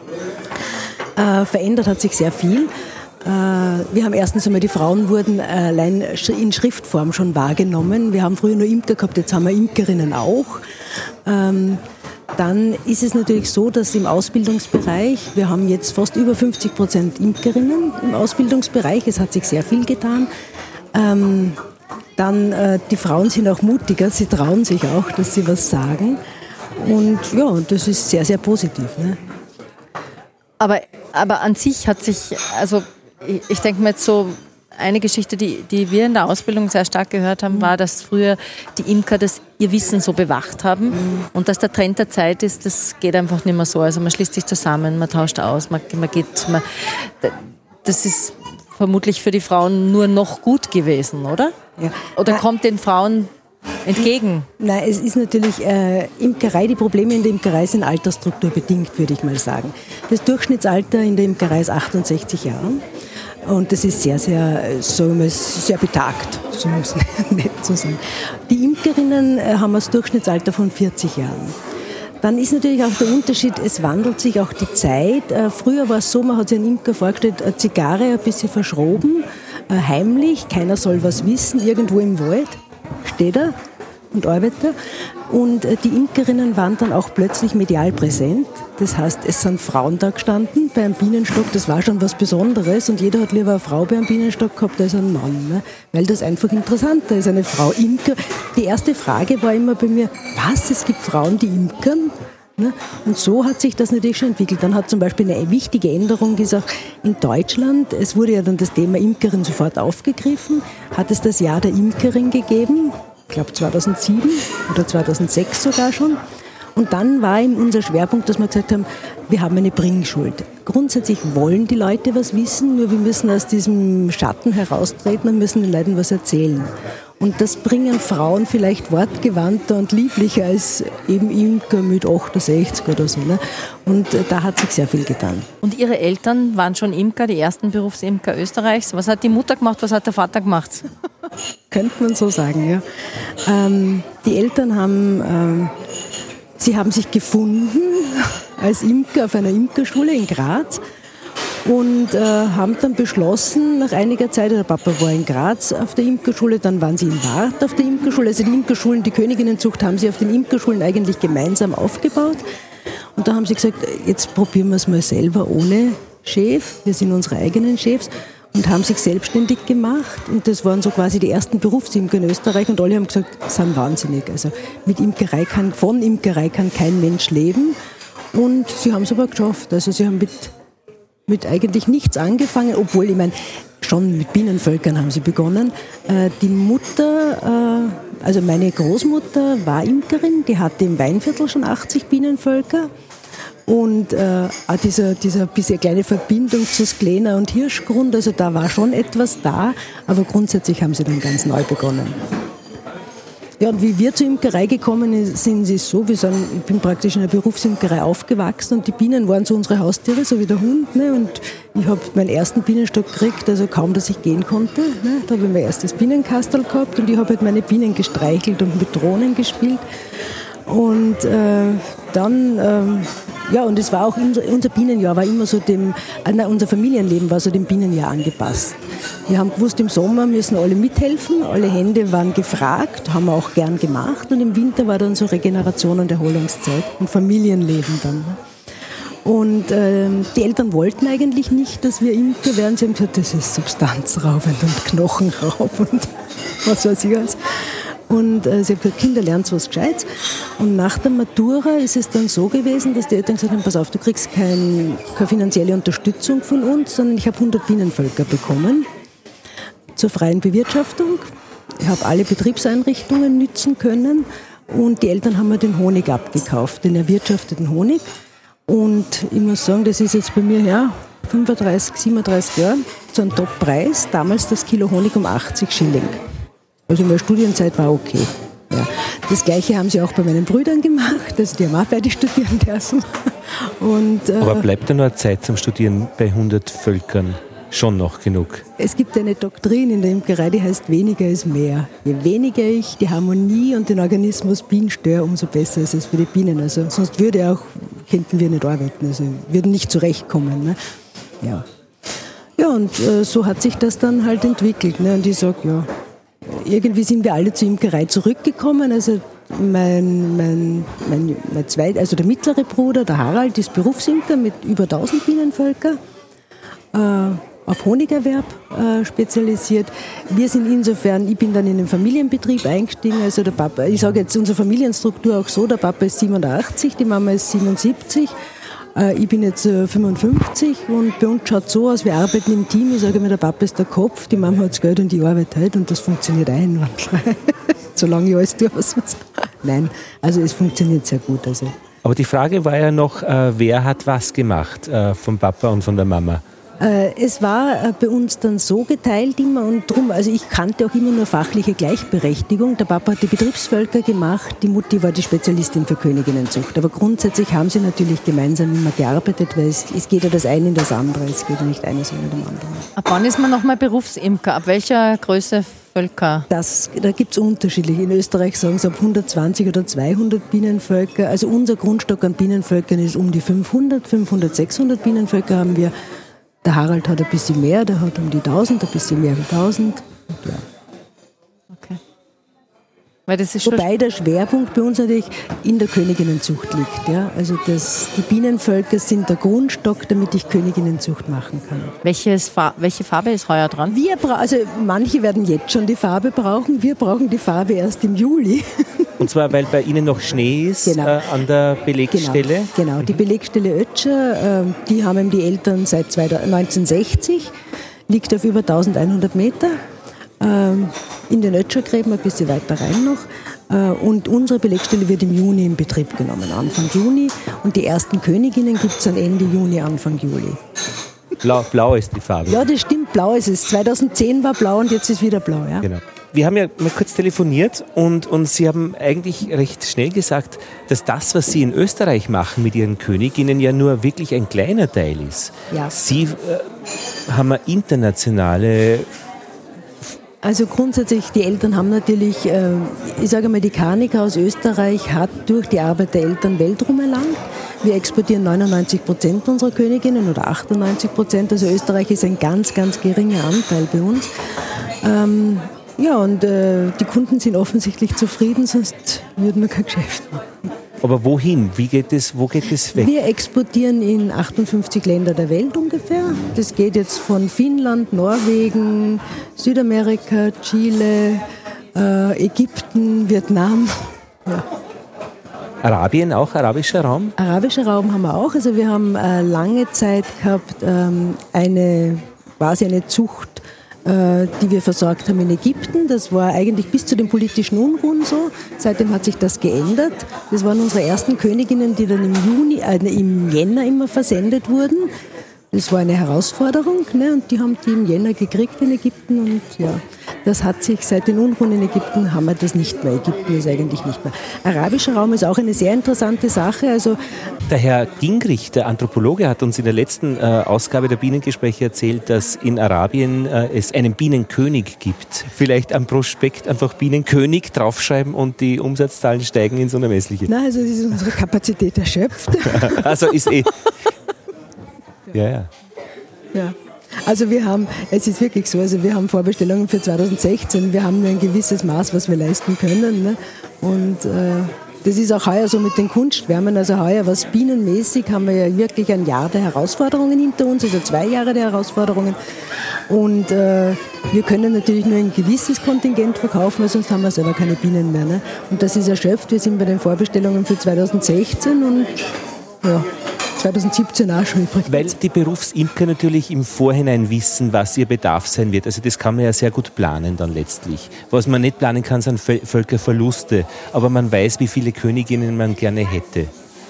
Äh, verändert hat sich sehr viel. Äh, wir haben erstens einmal, die Frauen wurden allein in Schriftform schon wahrgenommen. Wir haben früher nur Imker gehabt, jetzt haben wir Imkerinnen auch. Ähm, dann ist es natürlich so, dass im Ausbildungsbereich, wir haben jetzt fast über fünfzig Prozent Imkerinnen im Ausbildungsbereich, es hat sich sehr viel getan. Ähm, Dann, äh, die Frauen sind auch mutiger, sie trauen sich auch, dass sie was sagen. Und ja, das ist sehr, sehr positiv. Ne? Aber, aber an sich hat sich, also ich, ich denke mir jetzt so, eine Geschichte, die, die wir in der Ausbildung sehr stark gehört haben, mhm. war, dass früher die Imker das ihr Wissen so bewacht haben mhm. und dass der Trend der Zeit ist, das geht einfach nicht mehr so. Also man schließt sich zusammen, man tauscht aus, man, man geht, man, das ist vermutlich für die Frauen nur noch gut gewesen, oder? Ja. Oder Nein. kommt den Frauen entgegen? Nein, es ist natürlich äh, Imkerei, die Probleme in der Imkerei sind altersstrukturbedingt, würde ich mal sagen. Das Durchschnittsalter in der Imkerei ist achtundsechzig Jahre und das ist sehr, sehr, sagen wir, sehr betagt, so um es nett zu sagen. Die Imkerinnen äh, haben das Durchschnittsalter von vierzig Jahren. Dann ist natürlich auch der Unterschied, es wandelt sich auch die Zeit. Äh, früher war es so, man hat sich einen Imker vorgestellt, eine Zigarre ein bisschen verschroben, äh, heimlich, keiner soll was wissen, irgendwo im Wald steht er und arbeitet. Und äh, die Imkerinnen waren dann auch plötzlich medial präsent. Das heißt, es sind Frauen da gestanden bei einem Bienenstock, das war schon was Besonderes und jeder hat lieber eine Frau bei einem Bienenstock gehabt als einen Mann, ne? Weil das einfach interessanter ist, eine Frau Imker. Die erste Frage war immer bei mir, was, es gibt Frauen, die imkern? Ne? Und so hat sich das natürlich schon entwickelt. Dann hat zum Beispiel eine wichtige Änderung gesagt, in Deutschland, es wurde ja dann das Thema Imkerin sofort aufgegriffen, hat es das Jahr der Imkerin gegeben, ich glaube zweitausendsieben oder zweitausendsechs sogar schon. Und dann war eben unser Schwerpunkt, dass wir gesagt haben, wir haben eine Bringschuld. Grundsätzlich wollen die Leute was wissen, nur wir müssen aus diesem Schatten heraustreten und müssen den Leuten was erzählen. Und das bringen Frauen vielleicht wortgewandter und lieblicher als eben Imker mit achtundsechzig oder so. Ne? Und da hat sich sehr viel getan. Und Ihre Eltern waren schon Imker, die ersten Berufsimker Österreichs. Was hat die Mutter gemacht, was hat der Vater gemacht? Könnte man so sagen, ja. Ähm, die Eltern haben... Ähm, Sie haben sich gefunden als Imker auf einer Imkerschule in Graz und äh, haben dann beschlossen, nach einiger Zeit, der Papa war in Graz auf der Imkerschule, dann waren sie in Wart auf der Imkerschule. Also die Imkerschulen, die Königinnenzucht haben sie auf den Imkerschulen eigentlich gemeinsam aufgebaut. Und da haben sie gesagt, jetzt probieren wir es mal selber ohne Chef. Wir sind unsere eigenen Chefs. Und haben sich selbstständig gemacht. Und das waren so quasi die ersten Berufsimker in Österreich. Und alle haben gesagt, das sind wahnsinnig. Also mit Imkerei kann, von Imkerei kann kein Mensch leben. Und sie haben es aber geschafft. Also sie haben mit, mit eigentlich nichts angefangen, obwohl, ich meine, schon mit Bienenvölkern haben sie begonnen. Äh, die Mutter, äh, also meine Großmutter war Imkerin, die hatte im Weinviertel schon achtzig Bienenvölker. Und äh, auch dieser, dieser bisschen kleine Verbindung zu Sklena und Hirschgrund, also da war schon etwas da, aber grundsätzlich haben sie dann ganz neu begonnen. Ja, und wie wir zur Imkerei gekommen sind, ist so, wir sind, ich bin praktisch in der Berufsimkerei aufgewachsen und die Bienen waren so unsere Haustiere, so wie der Hund. Ne? Und ich habe meinen ersten Bienenstock gekriegt, also kaum, dass ich gehen konnte. Ne? Da habe ich mein erstes Bienenkastel gehabt und ich habe halt meine Bienen gestreichelt und mit Drohnen gespielt. Und äh, dann, ähm, ja, und es war auch, unser, unser Bienenjahr war immer so dem, äh, nein, unser Familienleben war so dem Bienenjahr angepasst. Wir haben gewusst, im Sommer müssen alle mithelfen, alle Hände waren gefragt, haben wir auch gern gemacht und im Winter war dann so Regeneration und Erholungszeit und Familienleben dann. Und äh, die Eltern wollten eigentlich nicht, dass wir Imker werden. Sie haben gesagt, das ist substanzraubend und Knochenraub und was weiß ich alles. Und äh, sie haben gesagt, Kinder, lernt was Gescheites. Und nach der Matura ist es dann so gewesen, dass die Eltern gesagt haben, pass auf, du kriegst kein, keine finanzielle Unterstützung von uns, sondern ich habe hundert Bienenvölker bekommen zur freien Bewirtschaftung. Ich habe alle Betriebseinrichtungen nützen können und die Eltern haben mir den Honig abgekauft, den erwirtschafteten Honig. Und ich muss sagen, das ist jetzt bei mir ja fünfunddreißig, siebenunddreißig Jahre so ein Top-Preis. Damals das Kilo Honig um achtzig Schilling. Also in der Studienzeit war okay. Ja. Das Gleiche haben sie auch bei meinen Brüdern gemacht. Also die haben auch beide studieren dürfen. Und, äh, Aber bleibt da noch eine Zeit zum Studieren bei hundert Völkern? Schon noch genug? Es gibt eine Doktrin in der Imkerei, die heißt, weniger ist mehr. Je weniger ich die Harmonie und den Organismus Bienen störe, umso besser ist es für die Bienen. Also sonst würde auch, könnten wir nicht arbeiten, also würden nicht zurechtkommen. Ne? Ja. Ja, und äh, so hat sich das dann halt entwickelt. Ne? Und ich sage, ja, irgendwie sind wir alle zur Imkerei zurückgekommen. Also mein, mein, mein, mein zweit, also der mittlere Bruder, der Harald, ist Berufsimker mit über tausend Bienenvölker. Äh, auf Honigerwerb äh, spezialisiert. Wir sind insofern, ich bin dann in den Familienbetrieb eingestiegen, also der Papa, ich sage jetzt unsere Familienstruktur auch so, der Papa ist siebenundachtzig, die Mama ist siebenundsiebzig, äh, ich bin jetzt äh, fünfundfünfzig und bei uns schaut es so aus, wir arbeiten im Team, ich sage immer, der Papa ist der Kopf, die Mama hat das Geld und die Arbeit halt und das funktioniert einwandfrei, solange ich alles tue, was man sagt. Nein, also es funktioniert sehr gut. Also. Aber die Frage war ja noch, äh, wer hat was gemacht äh, vom Papa und von der Mama? Es war bei uns dann so geteilt immer und drum, also ich kannte auch immer nur fachliche Gleichberechtigung. Der Papa hat die Betriebsvölker gemacht, die Mutti war die Spezialistin für Königinnenzucht. Aber grundsätzlich haben sie natürlich gemeinsam immer gearbeitet, weil es, es geht ja das eine in das andere, es geht ja nicht eines ohne dem anderen. Ab wann ist man nochmal Berufsimker? Ab welcher Größe Völker? Das, da gibt es unterschiedliche. In Österreich sagen sie ab hundertzwanzig oder zweihundert Bienenvölker. Also unser Grundstock an Bienenvölkern ist um die fünfhundert, fünfhundert, sechshundert Bienenvölker haben wir. Der Harald hat ein bisschen mehr, der hat um die tausend, ein bisschen mehr wie tausend. Ja. Okay. Weil das ist Wobei der Schwerpunkt bei uns natürlich in der Königinnenzucht liegt. Ja? Also das, die Bienenvölker sind der Grundstock, damit ich Königinnenzucht machen kann. Welches Fa- welche Farbe ist heuer dran? Wir bra- also manche werden jetzt schon die Farbe brauchen, wir brauchen die Farbe erst im Juli. Und zwar, weil bei Ihnen noch Schnee ist, genau. äh, an der Belegstelle? Genau, genau. Die Belegstelle Ötscher, äh, die haben eben die Eltern seit neunzehnhundertsechzig, liegt auf über eintausendeinhundert Meter, äh, in den Ötschergräben, ein bisschen weiter rein noch. Und unsere Belegstelle wird im Juni in Betrieb genommen, Anfang Juni. Und die ersten Königinnen gibt es dann Ende Juni, Anfang Juli. Blau, blau ist die Farbe. Ja, das stimmt, blau ist es. zweitausendzehn war blau und jetzt ist wieder blau. Ja? Genau. Wir haben ja mal kurz telefoniert und, und Sie haben eigentlich recht schnell gesagt, dass das, was Sie in Österreich machen mit Ihren Königinnen, ja nur wirklich ein kleiner Teil ist. Ja. Sie äh, haben eine internationale... Also grundsätzlich, die Eltern haben natürlich, äh, ich sage mal, die Carnica aus Österreich hat durch die Arbeit der Eltern Weltruhm erlangt. Wir exportieren neunundneunzig Prozent unserer Königinnen oder achtundneunzig Prozent. Also Österreich ist ein ganz, ganz geringer Anteil bei uns. Ähm, ja, und äh, die Kunden sind offensichtlich zufrieden, sonst würden wir kein Geschäft machen. Aber wohin? Wie geht es, wo geht es weg? Wir exportieren in achtundfünfzig Länder der Welt ungefähr. Das geht jetzt von Finnland, Norwegen, Südamerika, Chile, äh, Ägypten, Vietnam. Ja. Arabien auch, arabischer Raum? Arabischer Raum haben wir auch. Also wir haben äh, lange Zeit gehabt ähm, eine, quasi eine Zucht, die wir versorgt haben in Ägypten. Das war eigentlich bis zu den politischen Unruhen so. Seitdem hat sich das geändert. Das waren unsere ersten Königinnen, die dann im Juni, äh, im Jänner immer versendet wurden. Das war eine Herausforderung, ne? Und die haben die im Jänner gekriegt in Ägypten und ja, das hat sich seit den Unruhen in Ägypten haben wir das nicht mehr. Ägypten ist eigentlich nicht mehr. Arabischer Raum ist auch eine sehr interessante Sache. Also der Herr Gingrich, der Anthropologe, hat uns in der letzten äh, Ausgabe der Bienengespräche erzählt, dass in Arabien äh, es einen Bienenkönig gibt. Vielleicht am Prospekt einfach Bienenkönig draufschreiben und die Umsatzzahlen steigen ins Unermessliche. Nein, also es ist unsere Kapazität erschöpft. Also ist eh... Ja, ja. Ja. Also wir haben, es ist wirklich so, also wir haben Vorbestellungen für zweitausendsechzehn, wir haben nur ein gewisses Maß, was wir leisten können. Ne? Und äh, das ist auch heuer so mit den Kunstschwärmen. Also heuer, was bienenmäßig, haben wir ja wirklich ein Jahr der Herausforderungen hinter uns, also zwei Jahre der Herausforderungen. Und äh, wir können natürlich nur ein gewisses Kontingent verkaufen, weil sonst haben wir selber keine Bienen mehr. Ne? Und das ist erschöpft. Wir sind bei den Vorbestellungen für zweitausendsechzehn und ja, zweitausendsiebzehn auch schon übrig. Weil die Berufsimker natürlich im Vorhinein wissen, was ihr Bedarf sein wird. Also das kann man ja sehr gut planen dann letztlich. Was man nicht planen kann, sind Völkerverluste. Aber man weiß, wie viele Königinnen man gerne hätte.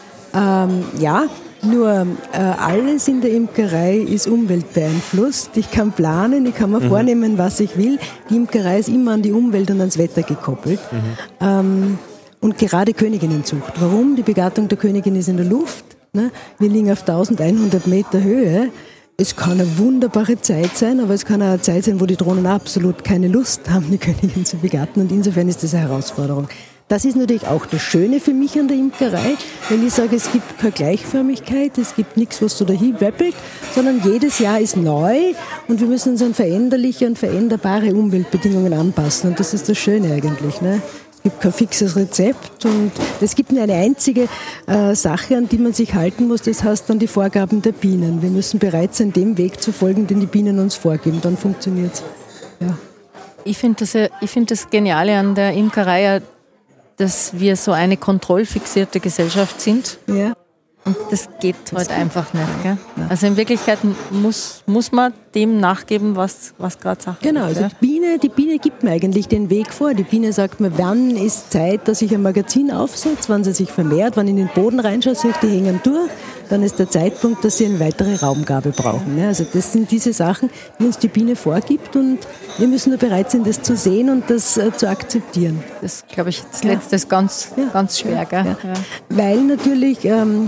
Ähm, ja, nur äh, alles in der Imkerei ist umweltbeeinflusst. Ich kann planen, ich kann mir mhm. vornehmen, was ich will. Die Imkerei ist immer an die Umwelt und ans Wetter gekoppelt. Mhm. Ähm, und gerade Königinnenzucht. Warum? Die Begattung der Königin ist in der Luft. Ne? Wir liegen auf eintausendeinhundert Meter Höhe. Es kann eine wunderbare Zeit sein, aber es kann auch eine Zeit sein, wo die Drohnen absolut keine Lust haben, die Königin zu begatten. Und insofern ist das eine Herausforderung. Das ist natürlich auch das Schöne für mich an der Imkerei, wenn ich sage, es gibt keine Gleichförmigkeit, es gibt nichts, was so dahin weppelt, sondern jedes Jahr ist neu und wir müssen uns an veränderliche und veränderbare Umweltbedingungen anpassen. Und das ist das Schöne eigentlich, ne? Es gibt kein fixes Rezept und es gibt nur eine einzige äh, Sache, an die man sich halten muss, das heißt dann die Vorgaben der Bienen. Wir müssen bereit sein, dem Weg zu folgen, den die Bienen uns vorgeben, dann funktioniert es. Ja. Ich finde das, ja, ich find das Geniale an der Imkerei, ja, dass wir so eine kontrollfixierte Gesellschaft sind. Ja. Und das geht das heute einfach nicht. Gell? Also in Wirklichkeit muss, muss man dem nachgeben, was, was gerade Sache genau, ist. Genau, also die Biene, die Biene gibt mir eigentlich den Weg vor. Die Biene sagt mir, wann ist Zeit, dass ich ein Magazin aufsetze, wann sie sich vermehrt, wann in den Boden reinschaut, so die hängen durch. Dann ist der Zeitpunkt, dass sie eine weitere Raumgabe brauchen. Also das sind diese Sachen, die uns die Biene vorgibt und wir müssen nur bereit sein, das zu sehen und das äh, zu akzeptieren. Das glaube ich, das Letzte ist ganz, ja. ganz schwer. Gell? Ja. Ja. Weil natürlich... Ähm,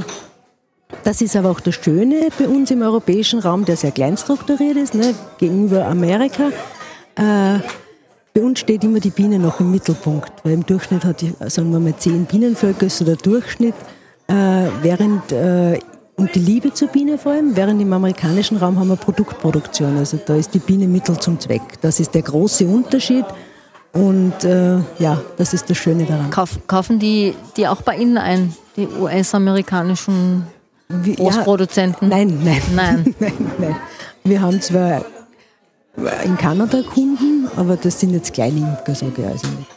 Das ist aber auch das Schöne bei uns im europäischen Raum, der sehr klein strukturiert ist, ne, gegenüber Amerika. Äh, bei uns steht immer die Biene noch im Mittelpunkt, weil im Durchschnitt hat die, sagen wir mal, zehn Bienenvölker, ist so der Durchschnitt, äh, während, äh, und die Liebe zur Biene vor allem, während im amerikanischen Raum haben wir Produktproduktion, also da ist die Biene Mittel zum Zweck. Das ist der große Unterschied. Und äh, ja, das ist das Schöne daran. Kauf, kaufen die, die auch bei Ihnen ein, die U S-amerikanischen Großproduzenten? Ja, nein, nein, nein. nein, nein. Wir haben zwar in Kanada Kunden, aber das sind jetzt kleine Imker, sage ich also nicht.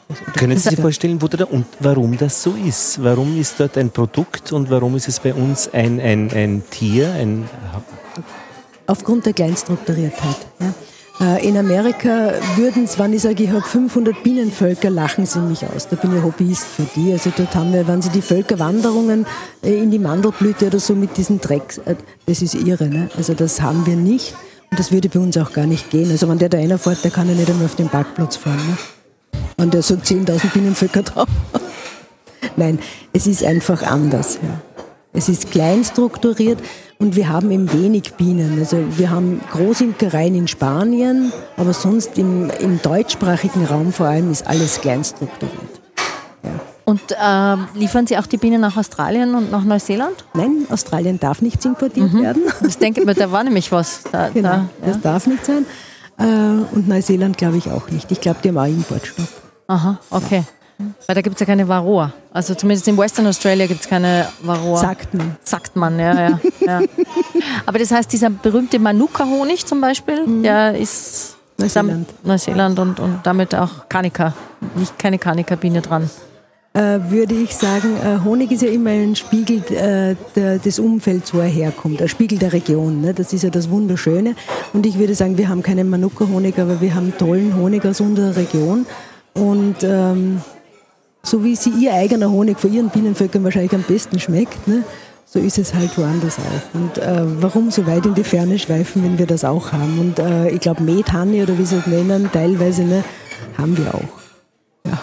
Können Sie sich vorstellen, wo der, und warum das so ist? Warum ist dort ein Produkt und warum ist es bei uns ein, ein, ein Tier? Ein Aufgrund der Kleinstrukturiertheit. Ja. In Amerika würden es, wenn ich sage, ich habe fünfhundert Bienenvölker, lachen sie mich aus. Da bin ich Hobbyist für die. Also dort haben wir, wenn sie die Völkerwanderungen in die Mandelblüte oder so mit diesen Drecks, das ist irre. Ne? Also das haben wir nicht und das würde bei uns auch gar nicht gehen. Also wenn der da einer fährt, der kann ja nicht einmal auf den Parkplatz fahren. Ne? Wenn der so zehntausend Bienenvölker drauf hat. Nein, es ist einfach anders. Ja. Es ist klein strukturiert und wir haben eben wenig Bienen. Also wir haben Großimkereien in Spanien, aber sonst im, im deutschsprachigen Raum vor allem ist alles klein strukturiert. Ja. Und äh, liefern Sie auch die Bienen nach Australien und nach Neuseeland? Nein, Australien darf nichts importiert mhm. werden. Ich denke mir, da war nämlich was. Da, genau, da, ja. Das darf nicht sein. Und Neuseeland glaube ich auch nicht. Ich glaube, die haben auch Importstopp. Aha, okay. Weil da gibt es ja keine Varroa. Also zumindest in Western Australia gibt es keine Varroa. Sagt man. Sagt man, ja, ja, ja. Aber das heißt, dieser berühmte Manuka-Honig zum Beispiel, mhm. der ist Neuseeland, Neuseeland und, und damit auch Kanika. Nicht keine Kanika-Biene dran. Äh, würde ich sagen, äh, Honig ist ja immer ein Spiegel äh, der, des Umfelds, wo er herkommt, ein Spiegel der Region. Ne? Das ist ja das Wunderschöne. Und ich würde sagen, wir haben keinen Manuka-Honig, aber wir haben tollen Honig aus unserer Region. Und ähm, so wie sie ihr eigener Honig von ihren Bienenvölkern wahrscheinlich am besten schmeckt, ne? So ist es halt woanders auch. Und äh, warum so weit in die Ferne schweifen, wenn wir das auch haben? Und äh, ich glaube, Met, Honey oder wie sie es nennen, teilweise, ne, haben wir auch. Ja.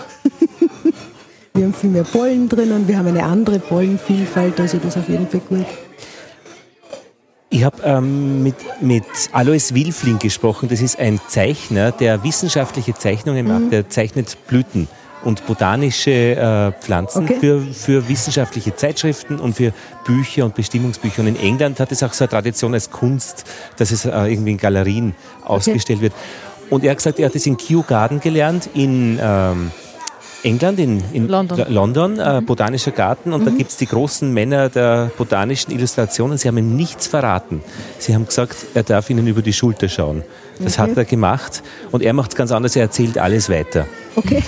Wir haben viel mehr Pollen drin und wir haben eine andere Pollenvielfalt, also das ist auf jeden Fall gut. Ich habe ähm, mit, mit Alois Wilfling gesprochen, das ist ein Zeichner, der wissenschaftliche Zeichnungen macht, mhm. der zeichnet Blüten und botanische äh, Pflanzen okay. für, für wissenschaftliche Zeitschriften und für Bücher und Bestimmungsbücher. Und in England hat es auch so eine Tradition als Kunst, dass es äh, irgendwie in Galerien okay. ausgestellt wird. Und er hat gesagt, er hat es in Kew Garden gelernt, in ähm, England, in, in London, London äh, mhm. botanischer Garten. Und mhm. da gibt es die großen Männer der botanischen Illustrationen. Sie haben ihm nichts verraten. Sie haben gesagt, er darf ihnen über die Schulter schauen. Das okay. hat er gemacht. Und er macht es ganz anders, er erzählt alles weiter. Okay.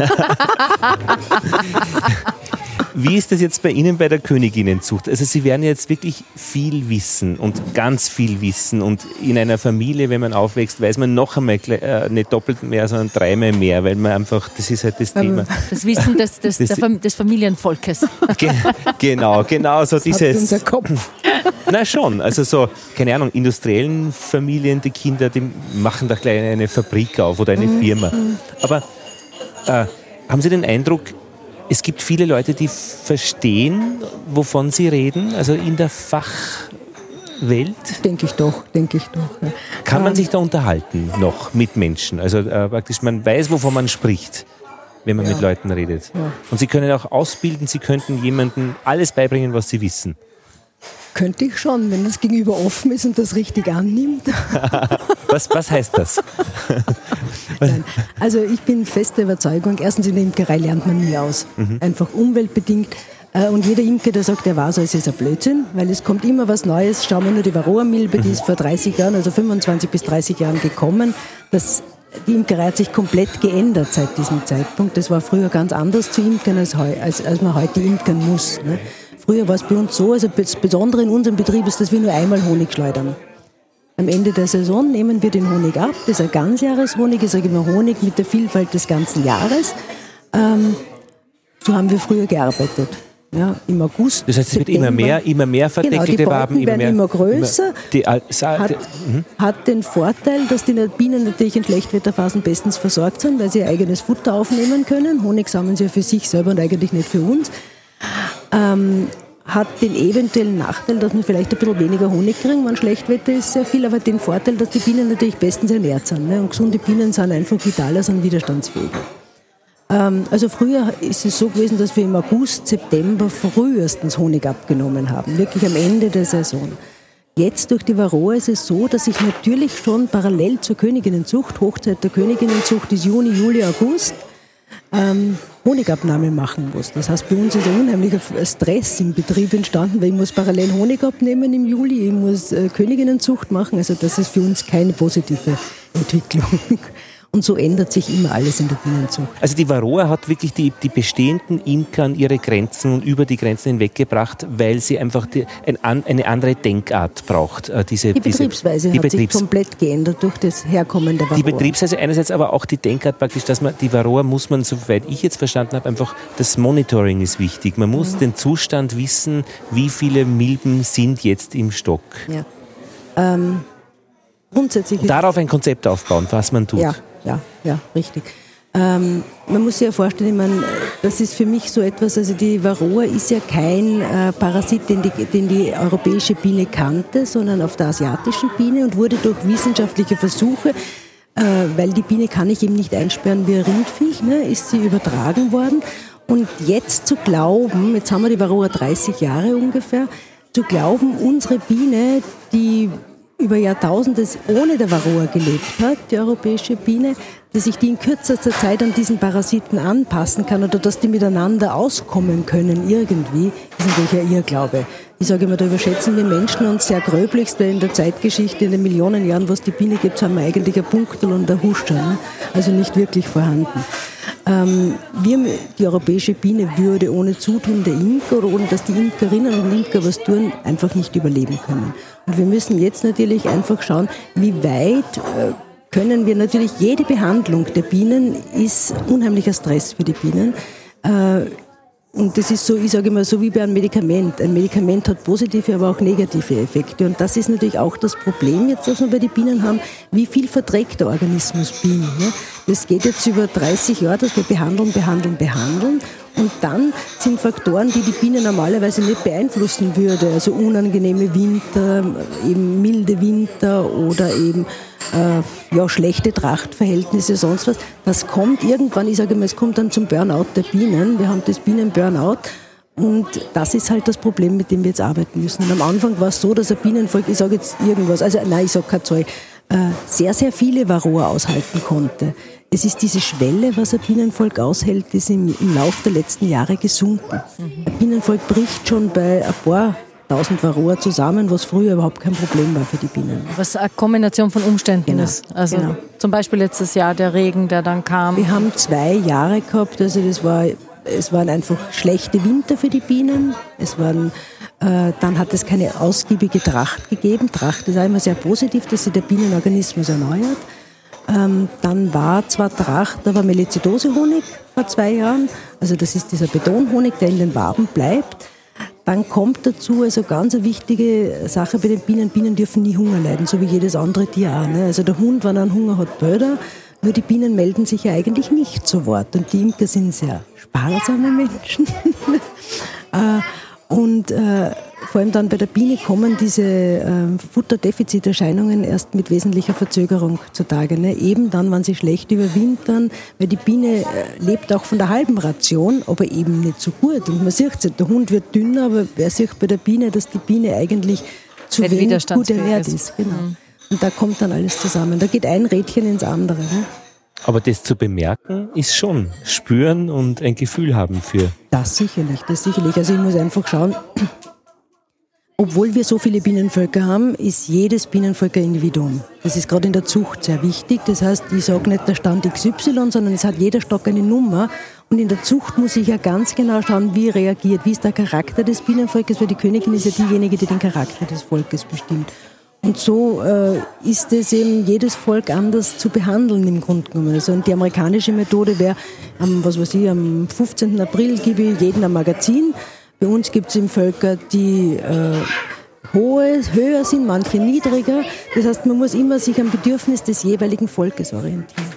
Wie ist das jetzt bei Ihnen bei der Königinnenzucht? Also Sie werden jetzt wirklich viel wissen und ganz viel wissen und in einer Familie, wenn man aufwächst, weiß man noch einmal äh, nicht doppelt mehr, sondern dreimal mehr, weil man einfach, das ist halt das Thema. Das Wissen des, des, das, des Familienvolkes. Ge- genau, genau so das dieses. Hat unser Kopf. Na schon, also so, keine Ahnung, industriellen Familien, die Kinder, die machen da gleich eine Fabrik auf oder eine mhm. Firma. Aber äh, haben Sie den Eindruck, es gibt viele Leute, die verstehen, wovon sie reden, also in der Fachwelt? Denke ich doch, denke ich doch. Ja. Kann man sich da unterhalten noch mit Menschen? Also äh, praktisch, man weiß, wovon man spricht, wenn man ja. mit Leuten redet. Ja. Und Sie können auch ausbilden, Sie könnten jemandem alles beibringen, was Sie wissen. Könnte ich schon, wenn das Gegenüber offen ist und das richtig annimmt. was, was heißt das? Nein, also ich bin fester Überzeugung, erstens in der Imkerei lernt man nie aus. Mhm. Einfach umweltbedingt. Und jeder Imker, der sagt, der war so, ist es ein Blödsinn, weil es kommt immer was Neues. Schauen wir nur die Varroa-Milbe, die ist vor dreißig Jahren, also fünfundzwanzig bis dreißig Jahren gekommen. Das, die Imkerei hat sich komplett geändert seit diesem Zeitpunkt. Das war früher ganz anders zu imkern, als, als, als man heute imkern muss. Ne? Früher war es bei uns so, also das Besondere in unserem Betrieb ist, dass wir nur einmal Honig schleudern. Am Ende der Saison nehmen wir den Honig ab. Das ist ein Ganzjahreshonig, ich sage immer Honig mit der Vielfalt des ganzen Jahres. Ähm, so haben wir früher gearbeitet. Ja, im August, das heißt, es wird September. immer mehr, immer mehr verdeckelte genau, die Waben, immer werden mehr, immer größer. Immer, die, äh, hat, mhm. hat den Vorteil, dass die Bienen natürlich in Schlechtwetterphasen bestens versorgt sind, weil sie ihr eigenes Futter aufnehmen können. Honig sammeln sie ja für sich selber und eigentlich nicht für uns. Ähm, hat den eventuellen Nachteil, dass wir vielleicht ein bisschen weniger Honig kriegen, wenn Schlechtwetter ist sehr viel, aber den Vorteil, dass die Bienen natürlich bestens ernährt sind. Ne? Und gesunde Bienen sind einfach vitaler, sind widerstandsfähiger. Ähm, also früher ist es so gewesen, dass wir im August, September frühestens Honig abgenommen haben, wirklich am Ende der Saison. Jetzt durch die Varroa ist es so, dass ich natürlich schon parallel zur Königinnenzucht, Hochzeit der Königinnenzucht ist Juni, Juli, August, ähm, Honigabnahme machen muss. Das heißt, bei uns ist ein unheimlicher Stress im Betrieb entstanden, weil ich muss parallel Honig abnehmen im Juli, ich muss äh, Königinnenzucht machen, also das ist für uns keine positive Entwicklung. Und so ändert sich immer alles in der Bienenzucht. Also die Varroa hat wirklich die, die bestehenden Imker an ihre Grenzen und über die Grenzen hinweggebracht, weil sie einfach die, ein, eine andere Denkart braucht. Diese, die Betriebsweise diese, die hat Betriebs- sich komplett geändert durch das Herkommen der Varroa. Die Betriebsweise einerseits, aber auch die Denkart praktisch, dass man, die Varroa muss man, soweit ich jetzt verstanden habe, einfach das Monitoring ist wichtig. Man muss mhm. den Zustand wissen, wie viele Milben sind jetzt im Stock. Ja. Ähm, grundsätzlich. Und darauf ein Konzept aufbauen, was man tut. Ja. Ja, ja, richtig. Ähm, man muss sich ja vorstellen, ich meine, das ist für mich so etwas, also die Varroa ist ja kein äh, Parasit, den die, den die europäische Biene kannte, sondern auf der asiatischen Biene und wurde durch wissenschaftliche Versuche, äh, weil die Biene kann ich eben nicht einsperren wie ein Rindviech, ne, ist sie übertragen worden. Und jetzt zu glauben, jetzt haben wir die Varroa dreißig Jahre ungefähr, zu glauben, unsere Biene, die über Jahrtausende ohne der Varroa gelebt hat, die europäische Biene, dass sich die in kürzester Zeit an diesen Parasiten anpassen kann oder dass die miteinander auskommen können irgendwie, ist natürlich ein Irrglaube. Ich sage immer, da überschätzen wir Menschen uns sehr gröblichst, weil in der Zeitgeschichte, in den Millionen Jahren, was die Biene gibt, haben wir eigentlich ein Punktel und ein Huschter, ne? Also nicht wirklich vorhanden. Ähm, wir, die europäische Biene würde ohne Zutun der Imker oder ohne dass die Imkerinnen und Imker was tun, einfach nicht überleben können. Und wir müssen jetzt natürlich einfach schauen, wie weit äh, können wir natürlich, jede Behandlung der Bienen ist unheimlicher Stress für die Bienen. Äh, und das ist so, ich sage immer, so wie bei einem Medikament. Ein Medikament hat positive, aber auch negative Effekte. Und das ist natürlich auch das Problem jetzt, das wir bei den Bienen haben. Wie viel verträgt der Organismus Bienen? Ne? Das geht jetzt über dreißig Jahre, dass wir behandeln, behandeln, behandeln. Und dann sind Faktoren, die die Biene normalerweise nicht beeinflussen würde. Also unangenehme Winter, eben milde Winter oder eben äh, ja, schlechte Trachtverhältnisse, sonst was. Das kommt irgendwann, ich sage mal, es kommt dann zum Burnout der Bienen. Wir haben das Bienenburnout. Und das ist halt das Problem, mit dem wir jetzt arbeiten müssen. Und am Anfang war es so, dass ein Bienenvolk, ich sage jetzt irgendwas, also nein, ich sage keine Zahl, äh, sehr, sehr viele Varroa aushalten konnte. Es ist diese Schwelle, was ein Bienenvolk aushält, ist im, im Laufe der letzten Jahre gesunken. Mhm. Ein Bienenvolk bricht schon bei ein paar tausend Varroa zusammen, was früher überhaupt kein Problem war für die Bienen. Was eine Kombination von Umständen genau. ist. Also genau. Zum Beispiel letztes Jahr der Regen, der dann kam. Wir haben zwei Jahre gehabt, also das war, es waren einfach schlechte Winter für die Bienen. Es waren, äh, dann hat es keine ausgiebige Tracht gegeben. Tracht ist auch immer sehr positiv, dass sich der Bienenorganismus erneuert. Ähm, dann war zwar Tracht, da war Melizidose-Honig vor zwei Jahren, also das ist dieser Betonhonig, der in den Waben bleibt. Dann kommt dazu, also ganz eine wichtige Sache bei den Bienen, Bienen dürfen nie Hunger leiden, so wie jedes andere Tier auch. Ne? Also der Hund, wenn er einen Hunger hat, bellt er, nur die Bienen melden sich ja eigentlich nicht zu Wort und die Imker sind sehr sparsame Menschen. äh, Und äh, vor allem dann bei der Biene kommen diese äh, Futterdefiziterscheinungen erst mit wesentlicher Verzögerung zutage. Ne? Eben dann, wenn sie schlecht überwintern, weil die Biene äh, lebt auch von der halben Ration, aber eben nicht so gut. Und man sieht es, der Hund wird dünner, aber wer sieht bei der Biene, dass die Biene eigentlich zu Nicht wenig gut ernährt ist. ist. Genau. Mhm. Und da kommt dann alles zusammen. Da geht ein Rädchen ins andere. Ne? Aber das zu bemerken ist schon spüren und ein Gefühl haben für. Das sicherlich, das sicherlich. Also ich muss einfach schauen, obwohl wir so viele Bienenvölker haben, ist jedes Bienenvolk ein Individuum. Das ist gerade in der Zucht sehr wichtig. Das heißt, ich sage nicht der Stand X Y, sondern es hat jeder Stock eine Nummer. Und in der Zucht muss ich ja ganz genau schauen, wie reagiert, wie ist der Charakter des Bienenvolkes, weil die Königin ist ja diejenige, die den Charakter des Volkes bestimmt. Und so äh, ist es eben jedes Volk anders zu behandeln im Grunde genommen. Also und die amerikanische Methode wäre, am, was weiß ich, am fünfzehnten April gebe ich jedem ein Magazin. Bei uns gibt es eben Völker, die äh, hohe, höher sind, manche niedriger. Das heißt, man muss immer sich am Bedürfnis des jeweiligen Volkes orientieren.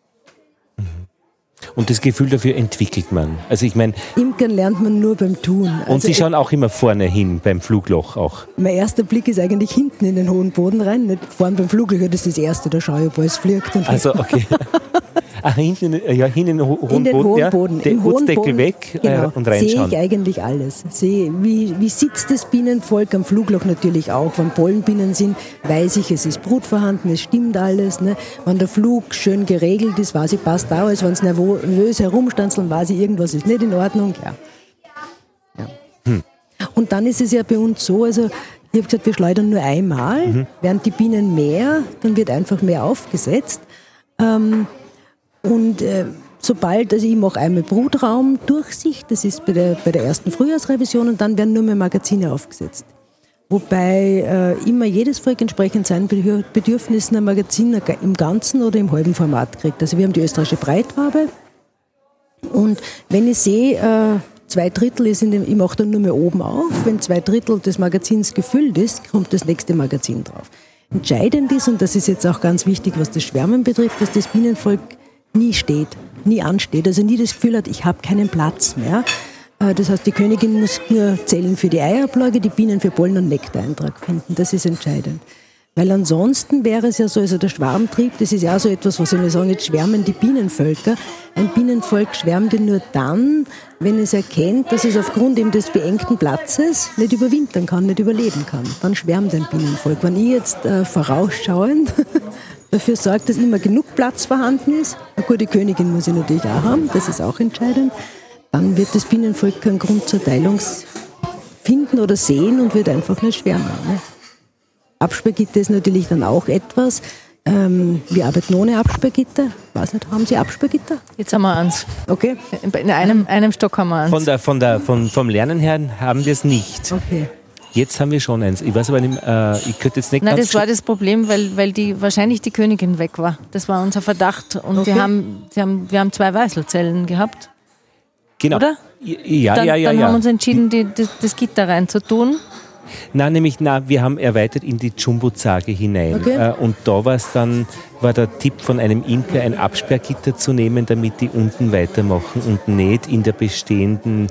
Und das Gefühl dafür entwickelt man. Also ich meine, Imkern lernt man nur beim Tun. Und also Sie schauen auch immer vorne hin, beim Flugloch auch. Mein erster Blick ist eigentlich hinten in den hohen Boden rein, nicht vorne beim Flugloch, das ist das Erste, da schaue ich, ob alles fliegt. Und also okay. Ach, hinten, ja, hinten in den ho- hohen in den Boden, hohen ja, Boden. den Holzdeckel weg genau, äh, und reinschauen. Sehe ich eigentlich alles. Sehe, wie, wie sitzt das Bienenvolk am Flugloch natürlich auch. Wenn Pollenbienen sind, weiß ich, es ist Brut vorhanden, es stimmt alles. Ne? Wenn der Flug schön geregelt ist, weiß ich, passt auch. Also wenn es nervös herumstanzeln, weiß ich, irgendwas ist nicht in Ordnung. Ja. Ja. Hm. Und dann ist es ja bei uns so, also ich habe gesagt, wir schleudern nur einmal, mhm. während die Bienen mehr, dann wird einfach mehr aufgesetzt. Ähm, und äh, sobald, also ich mache einmal Brutraumdurchsicht, das ist bei der, bei der ersten Frühjahrsrevision, und dann werden nur mehr Magazine aufgesetzt. Wobei äh, immer jedes Volk entsprechend seinen Bedürfnissen ein Magazin im ganzen oder im halben Format kriegt. Also wir haben die österreichische Breitfarbe, und wenn ich sehe, äh, zwei Drittel ist in dem, ich mache dann nur mehr oben auf, wenn zwei Drittel des Magazins gefüllt ist, kommt das nächste Magazin drauf. Entscheidend ist, und das ist jetzt auch ganz wichtig, was das Schwärmen betrifft, dass das Bienenvolk nie steht, nie ansteht, also nie das Gefühl hat, ich habe keinen Platz mehr. Das heißt, die Königin muss nur zählen für die Eiablage, die Bienen für Pollen- und Nektareintrag finden. Das ist entscheidend. Weil ansonsten wäre es ja so, also der Schwarmtrieb, das ist ja auch so etwas, was wir sagen, jetzt schwärmen die Bienenvölker. Ein Bienenvolk schwärmt ja nur dann, wenn es erkennt, dass es aufgrund eben des beengten Platzes nicht überwintern kann, nicht überleben kann. Dann schwärmt ein Bienenvolk. Wenn ich jetzt äh, vorausschauend dafür sorge, dass immer genug Platz vorhanden ist, eine gute Königin muss ich natürlich auch haben, das ist auch entscheidend, dann wird das Bienenvolk keinen Grund zur Teilung finden oder sehen und wird einfach nicht schwärmen. Ne? Absperrgitter ist natürlich dann auch etwas. Ähm, wir arbeiten ohne Absperrgitter. Ich weiß nicht, haben Sie Absperrgitter? Jetzt haben wir eins. Okay. In einem, einem Stock haben wir eins. Von der, von der, von, vom Lernen her haben wir es nicht. Okay. Jetzt haben wir schon eins. Ich weiß aber nicht, äh, ich könnte jetzt nicht Nein, ganz das war das Problem, weil, weil die, wahrscheinlich die Königin weg war. Das war unser Verdacht. Und okay. wir, haben, wir, haben, wir haben zwei Weißelzellen gehabt. Genau. Oder? Ja, dann, ja, ja. Dann ja. haben wir uns entschieden, die, das, das Gitter reinzutun. Nein, nämlich, nein, wir haben erweitert in die Jumbo-Zage hinein. Okay. Äh, und da war es dann, war der Tipp von einem Imker, ein Absperrgitter zu nehmen, damit die unten weitermachen und nicht in der bestehenden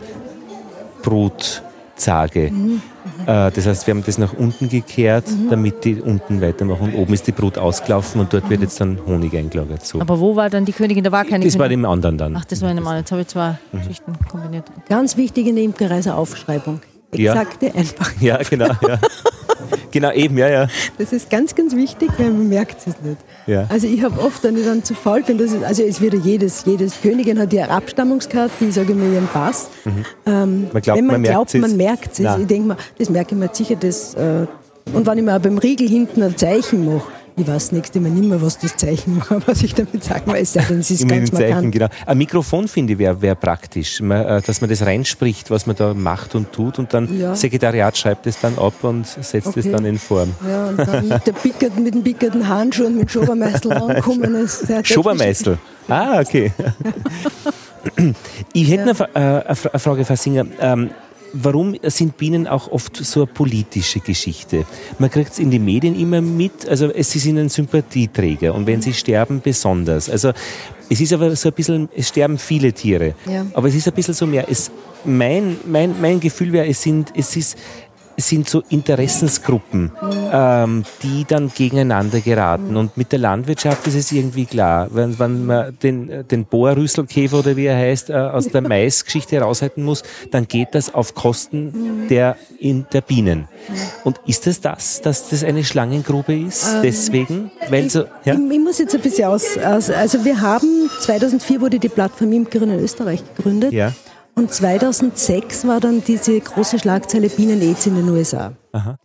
Brutzage. Mhm. Äh, das heißt, wir haben das nach unten gekehrt, mhm. damit die unten weitermachen. Und oben ist die Brut ausgelaufen und dort mhm. wird jetzt dann Honig eingelagert. So. Aber wo war dann die Königin? Da war keine Das Königin. war dem anderen dann. Ach, das war in dem anderen. Jetzt habe ich zwei mhm. Geschichten kombiniert. Ganz wichtig in der Imkerei ist eine Aufschreibung. Exakte, ja. einfach. Ja, genau. Ja. Genau, eben, ja, ja. Das ist ganz, ganz wichtig, weil man merkt es nicht. Ja. Also ich habe oft, wenn ich dann zu faul bin, das ist, also es wird jedes, jedes Königin hat ja eine Abstammungskarte, die sage ich mir ihren Pass. Mhm. Ähm, man glaubt, wenn man, man glaubt, merkt man merkt es. Ich denke mir, das merke ich mir sicher. Das, äh, und wenn ich mir auch beim Riegel hinten ein Zeichen mache, ich weiß das nächste Mal nicht mehr, was das Zeichen war, was ich damit sagen will, es sei denn, es ist ganz Zeichen, markant. genau. Ein Mikrofon, finde ich, wäre wär praktisch, man, dass man das reinspricht, was man da macht und tut, und dann ja. Sekretariat schreibt es dann ab und setzt okay. es dann in Form. Ja, und dann mit, der Pickert, mit dem pickerten Handschuh und mit Schobermeißel ankommen. Ist Schobermeißel? Ah, okay. Ich hätte ja. noch eine, äh, eine Frage, Frau Singer. Ähm, Warum sind Bienen auch oft so eine politische Geschichte? Man kriegt es in den Medien immer mit, also sie sind ein Sympathieträger und wenn sie sterben, besonders. Also es ist aber so ein bisschen, es sterben viele Tiere, ja. aber es ist ein bisschen so mehr. Es, mein, mein, mein Gefühl wäre, es sind, es ist, es sind so Interessensgruppen, mhm. ähm, die dann gegeneinander geraten. Mhm. Und mit der Landwirtschaft ist es irgendwie klar. Wenn, wenn man den, den Bohrrüsselkäfer oder wie er heißt, äh, aus der Maisgeschichte heraushalten muss, dann geht das auf Kosten mhm. der, in, der Bienen. Mhm. Und ist es das, dass das eine Schlangengrube ist? Ähm, Deswegen? Weil ich, so, ja? ich, ich muss jetzt ein bisschen aus, aus. Also wir haben, zweitausendvier wurde die Plattform Imkerinnen in Österreich gegründet. Ja. Und zweitausendsechs war dann diese große Schlagzeile Bienen-Aids in den U S A. Aha.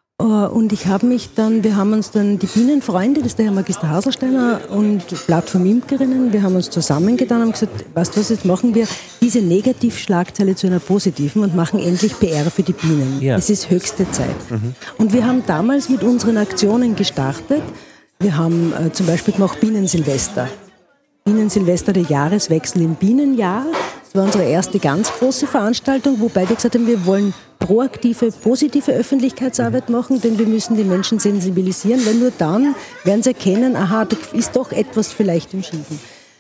Und ich habe mich dann, wir haben uns dann die Bienenfreunde, das ist der Herr Magister Haselsteiner und Plattform Imkerinnen, wir haben uns zusammengetan und gesagt, weißt du was, jetzt machen wir diese Negativschlagzeile zu einer positiven und machen endlich P R für die Bienen. Ja. Es ist höchste Zeit. Mhm. Und wir haben damals mit unseren Aktionen gestartet. Wir haben äh, zum Beispiel gemacht Bienensilvester. Bienensilvester, der Jahreswechsel im Bienenjahr. Das war unsere erste ganz große Veranstaltung, wobei wir gesagt haben, wir wollen proaktive, positive Öffentlichkeitsarbeit machen, denn wir müssen die Menschen sensibilisieren, weil nur dann werden sie erkennen, aha, da ist doch etwas vielleicht im Schiefen.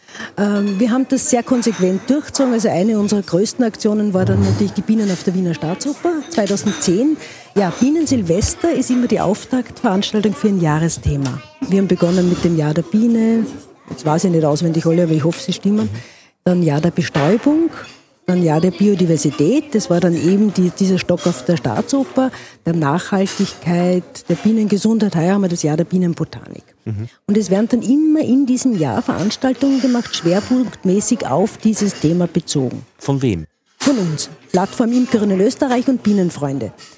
Ähm, wir haben das sehr konsequent durchgezogen. Also eine unserer größten Aktionen war dann natürlich die Bienen auf der Wiener Staatsoper zweitausendzehn. Ja, Bienensilvester ist immer die Auftaktveranstaltung für ein Jahresthema. Wir haben begonnen mit dem Jahr der Biene, jetzt weiß ich nicht auswendig alle, aber ich hoffe, sie stimmen. Dann Jahr der Bestäubung, dann Jahr der Biodiversität, das war dann eben die, dieser Stock auf der Staatsoper, der Nachhaltigkeit, der Bienengesundheit, heuer haben wir das Jahr der Bienenbotanik. Mhm. Und es werden dann immer in diesem Jahr Veranstaltungen gemacht, schwerpunktmäßig auf dieses Thema bezogen. Von wem? Von uns. Plattform Imkerinnen Österreich und Bienenfreunde.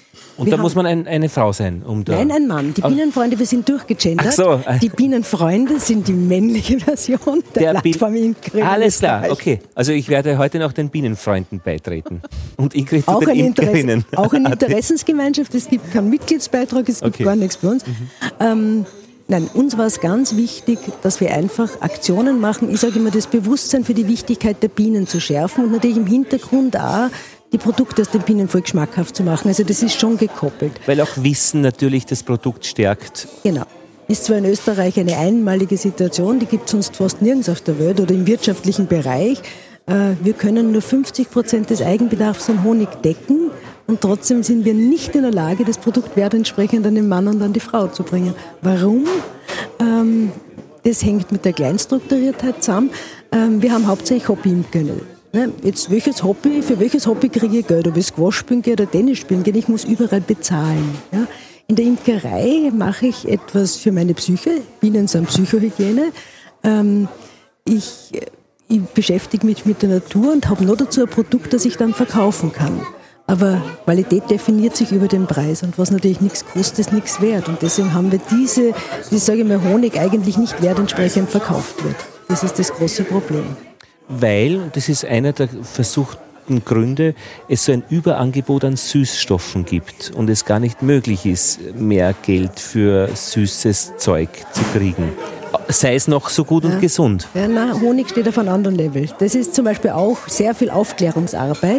Und da muss man ein, eine Frau sein? Um da Nein, ein Mann. Die Bienenfreunde, wir sind durchgegendert. Ach so. Die Bienenfreunde sind die männliche Version der, der Plattform Ingrid. Alles klar, okay. Also ich werde heute noch den Bienenfreunden beitreten. Und Ingrid auch den ein Imkerinnen. Interesse, auch eine Interessensgemeinschaft. Es gibt keinen Mitgliedsbeitrag, es gibt okay. gar nichts bei uns. Mhm. Ähm, Nein, uns war es ganz wichtig, dass wir einfach Aktionen machen. Ich sage immer, das Bewusstsein für die Wichtigkeit der Bienen zu schärfen und natürlich im Hintergrund auch die Produkte aus dem Bienenvolk schmackhaft zu machen. Also das ist schon gekoppelt. Weil auch Wissen natürlich das Produkt stärkt. Genau. Ist zwar in Österreich eine einmalige Situation, die gibt es sonst fast nirgends auf der Welt oder im wirtschaftlichen Bereich. Wir können nur fünfzig Prozent des Eigenbedarfs an Honig decken. Und trotzdem sind wir nicht in der Lage, das Produktwert entsprechend an den Mann und an die Frau zu bringen. Warum? Ähm, das hängt mit der Kleinstrukturiertheit zusammen. Ähm, wir haben hauptsächlich Hobbyimker. Ne? Jetzt welches Hobby, für welches Hobby kriege ich Geld? Ob ich Squash spielen gehe oder Tennis spielen gehe, ich muss überall bezahlen. Ja? In der Imkerei mache ich etwas für meine Psyche. Bienen sind Psychohygiene. Ähm, ich, ich beschäftige mich mit der Natur und habe noch dazu ein Produkt, das ich dann verkaufen kann. Aber Qualität definiert sich über den Preis und was natürlich nichts kostet, ist nichts wert. Und deswegen haben wir diese, die, sage ich mal, Honig eigentlich nicht wertentsprechend verkauft wird. Das ist das große Problem. Weil, und das ist einer der versuchten Gründe, es so ein Überangebot an Süßstoffen gibt und es gar nicht möglich ist, mehr Geld für süßes Zeug zu kriegen. Sei es noch so gut ja. und gesund. Ja, nein, Honig steht auf einem anderen Level. Das ist zum Beispiel auch sehr viel Aufklärungsarbeit.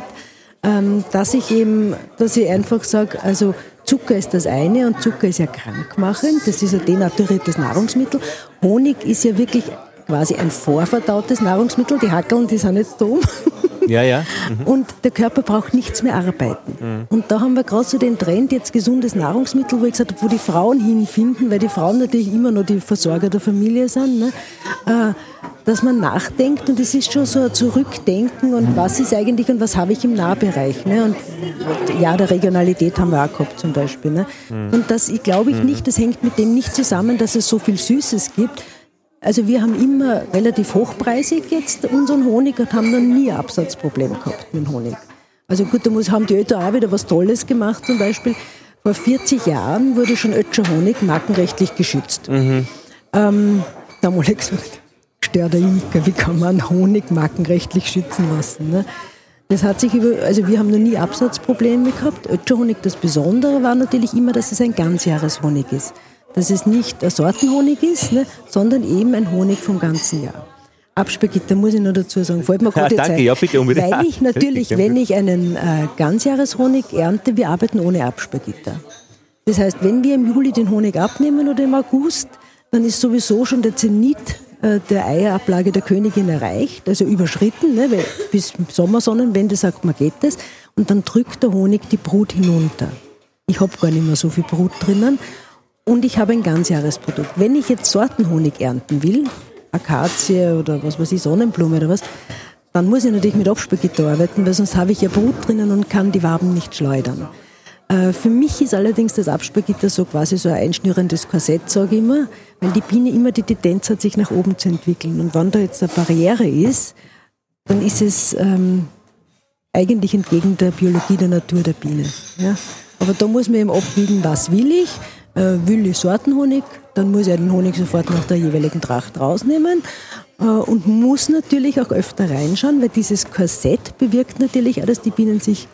Dass ich eben, dass ich einfach sage, also Zucker ist das eine und Zucker ist ja krankmachend, das ist ein denaturiertes Nahrungsmittel. Honig ist ja wirklich quasi ein vorverdautes Nahrungsmittel, die Hackeln, die sind jetzt dumm. Ja, ja. Mhm. Und der Körper braucht nichts mehr arbeiten. Mhm. Und da haben wir gerade so den Trend, jetzt gesundes Nahrungsmittel, wo ich gesagt habe, wo die Frauen hinfinden, weil die Frauen natürlich immer noch die Versorger der Familie sind, ne? äh, dass man nachdenkt und es ist schon so ein Zurückdenken und was ist eigentlich und was habe ich im Nahbereich. Ne? Und ja, der Regionalität haben wir auch gehabt zum Beispiel. Ne? Mhm. Und das, ich glaube ich nicht, das hängt mit dem nicht zusammen, dass es so viel Süßes gibt. Also wir haben immer relativ hochpreisig jetzt unseren Honig und haben noch nie ein Absatzproblem gehabt mit dem Honig. Also gut, da muss, haben die Ötter auch wieder was Tolles gemacht. Zum Beispiel vor vierzig Jahren wurde schon Ötscher Honig markenrechtlich geschützt. Mhm. Ähm, da haben alle gesagt, stört der Imker, wie kann man Honig markenrechtlich schützen lassen? Ne? Das hat sich über, also wir haben noch nie Absatzprobleme gehabt. Ötscher Honig, das Besondere war natürlich immer, dass es ein Ganzjahreshonig ist. Dass es nicht ein Sortenhonig ist, ne, sondern eben ein Honig vom ganzen Jahr. Absperrgitter muss ich noch dazu sagen, fällt mir gerade ja, danke, ja, bitte unbedingt. Weil ich natürlich, wenn ich einen äh, Ganzjahreshonig ernte, wir arbeiten ohne Absperrgitter. Das heißt, wenn wir im Juli den Honig abnehmen oder im August, dann ist sowieso schon der Zenit äh, der Eierablage der Königin erreicht, also überschritten, ne, weil bis Sommersonnenwende sagt man, geht das. Und dann drückt der Honig die Brut hinunter. Ich habe gar nicht mehr so viel Brut drinnen. Und ich habe ein Ganzjahresprodukt. Wenn ich jetzt Sortenhonig ernten will, Akazie oder was weiß ich, Sonnenblume oder was, dann muss ich natürlich mit Absperrgitter arbeiten, weil sonst habe ich ja Brut drinnen und kann die Waben nicht schleudern. Äh, für mich ist allerdings das Absperrgitter so quasi so ein einschnürendes Korsett, sage ich immer, weil die Biene immer die Tendenz hat, sich nach oben zu entwickeln. Und wenn da jetzt eine Barriere ist, dann ist es ähm, eigentlich entgegen der Biologie der Natur der Biene. Ja? Aber da muss man eben abwiegen, was will ich. Äh, will ich Sortenhonig, dann muss ich den Honig sofort nach der jeweiligen Tracht rausnehmen äh, und muss natürlich auch öfter reinschauen, weil dieses Korsett bewirkt natürlich auch, dass die Bienen sich,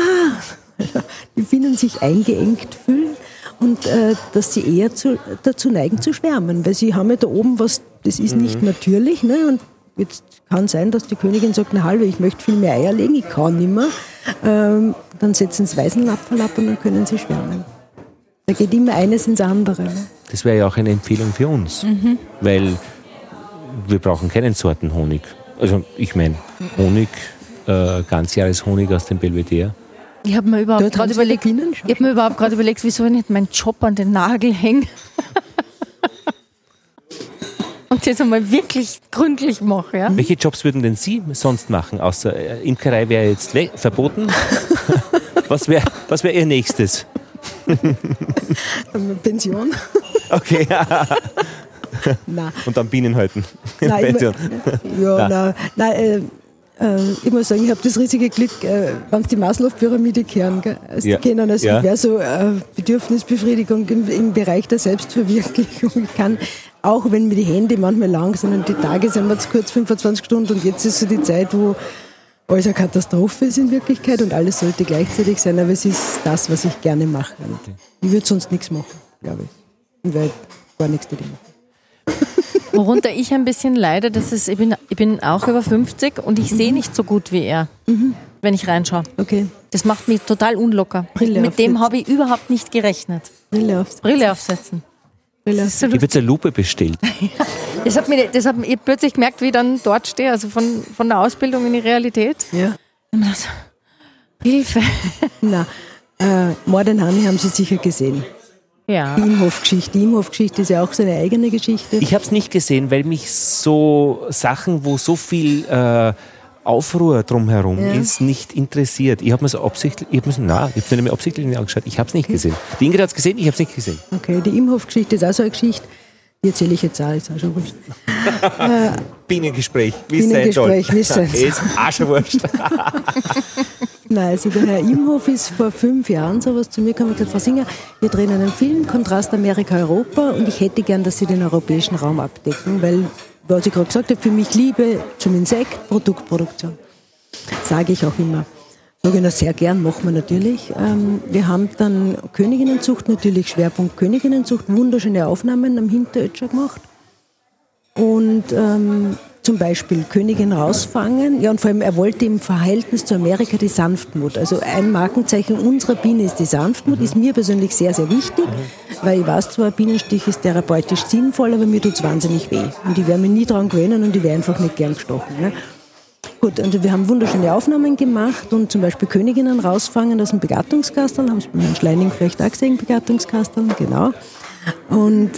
ah, die Bienen sich eingeengt fühlen und äh, dass sie eher zu, dazu neigen zu schwärmen, weil sie haben ja da oben was, das ist mhm. nicht natürlich, ne? Und jetzt kann sein, dass die Königin sagt, na halbe, ich möchte viel mehr Eier legen, ich kann nicht mehr. Ähm, dann setzen sie Weißenlapferl ab und dann können sie schwärmen. Da geht immer eines ins andere. Ne? Das wäre ja auch eine Empfehlung für uns, mhm. weil wir brauchen keinen Sortenhonig. Also ich meine, Honig, äh, Ganzjahreshonig aus dem Belvedere. Ich habe mir überhaupt gerade überlegt, ich habe mir überhaupt gerade überlegt, wieso ich nicht meinen Job an den Nagel hänge und jetzt einmal wirklich gründlich mache. Ja? Welche Jobs würden denn Sie sonst machen? Außer äh, Imkerei wäre jetzt we- verboten. Was wäre was wär Ihr nächstes? Pension. Okay, ja. Und dann Bienen halten. Nein, Pension. Ich, ja, nein. Nein, äh, Äh, ich muss sagen, ich habe das riesige Glück, äh, wenn sie die Maslow-Pyramide kennen, also ja. die kennen, also ja. ich wäre so äh, Bedürfnisbefriedigung im, im Bereich der Selbstverwirklichung. Ich kann, auch wenn mir die Hände manchmal lang sind und die Tage sind mir zu kurz, fünfundzwanzig Stunden, und jetzt ist so die Zeit, wo alles eine Katastrophe ist in Wirklichkeit und alles sollte gleichzeitig sein, aber es ist das, was ich gerne mache. Okay. Ich würde sonst nichts machen, glaube ich. Und weil gar nichts damit machen. Worunter ich ein bisschen leide, das ist, ich bin, ich bin auch über fünfzig und ich mhm. sehe nicht so gut wie er, mhm. wenn ich reinschaue. Okay. Das macht mich total unlocker. Brille Mit aufsetzen. Dem habe ich überhaupt nicht gerechnet. Brille aufsetzen. Brille aufsetzen. Brille aufsetzen. Ich habe jetzt eine Lupe bestellt. Das hat mir, das hat mir plötzlich gemerkt, wie ich dann dort stehe, also von, von der Ausbildung in die Realität. Ja. Und ich dachte, Hilfe. Na, äh, Mord an Honey haben Sie sicher gesehen. Ja. Die Imhoff-Geschichte. Die Imhoff-Geschichte ist ja auch so eine eigene Geschichte. Ich habe es nicht gesehen, weil mich so Sachen, wo so viel äh, Aufruhr drumherum ja. ist, nicht interessiert. Ich habe mir so absichtlich, ich habe mir, nein, ich habe mir absichtlich nicht angeschaut. Ich habe es nicht okay. gesehen. Die Ingrid hat es gesehen, ich habe es nicht gesehen. Okay, die Imhoff-Geschichte ist auch so eine Geschichte. Die erzähle ich jetzt auch, ist auch schon wurscht. äh, Bienengespräch, wie es sein soll. Bienengespräch, wie es sein soll. Ist auch schon wurscht. Nein, also der Herr Imhoff ist vor fünf Jahren sowas zu mir gekommen und gesagt, Frau Singer, wir drehen einen Film, Kontrast Amerika-Europa, und ich hätte gern, dass Sie den europäischen Raum abdecken, weil, was ich gerade gesagt habe, für mich Liebe zum Insekt, Produktproduktion. Sage ich auch immer. Sage ich noch sehr gern, machen wir natürlich. Ähm, wir haben dann Königinnenzucht, natürlich Schwerpunkt Königinnenzucht, wunderschöne Aufnahmen am Hinterötscher gemacht. Und ähm, zum Beispiel Königin rausfangen. Ja, und vor allem, er wollte im Verhältnis zu Amerika die Sanftmut. Also ein Markenzeichen unserer Biene ist die Sanftmut, ist mir persönlich sehr, sehr wichtig, weil ich weiß zwar, Bienenstich ist therapeutisch sinnvoll, aber mir tut es wahnsinnig weh. Und ich werde mich nie daran gewöhnen und ich werde einfach nicht gern gestochen. Ne? Gut, und wir haben wunderschöne Aufnahmen gemacht und zum Beispiel Königinnen rausfangen aus dem Begattungskastel, haben es bei Herrn Schleining vielleicht auch gesehen, Begattungskastel, genau. Und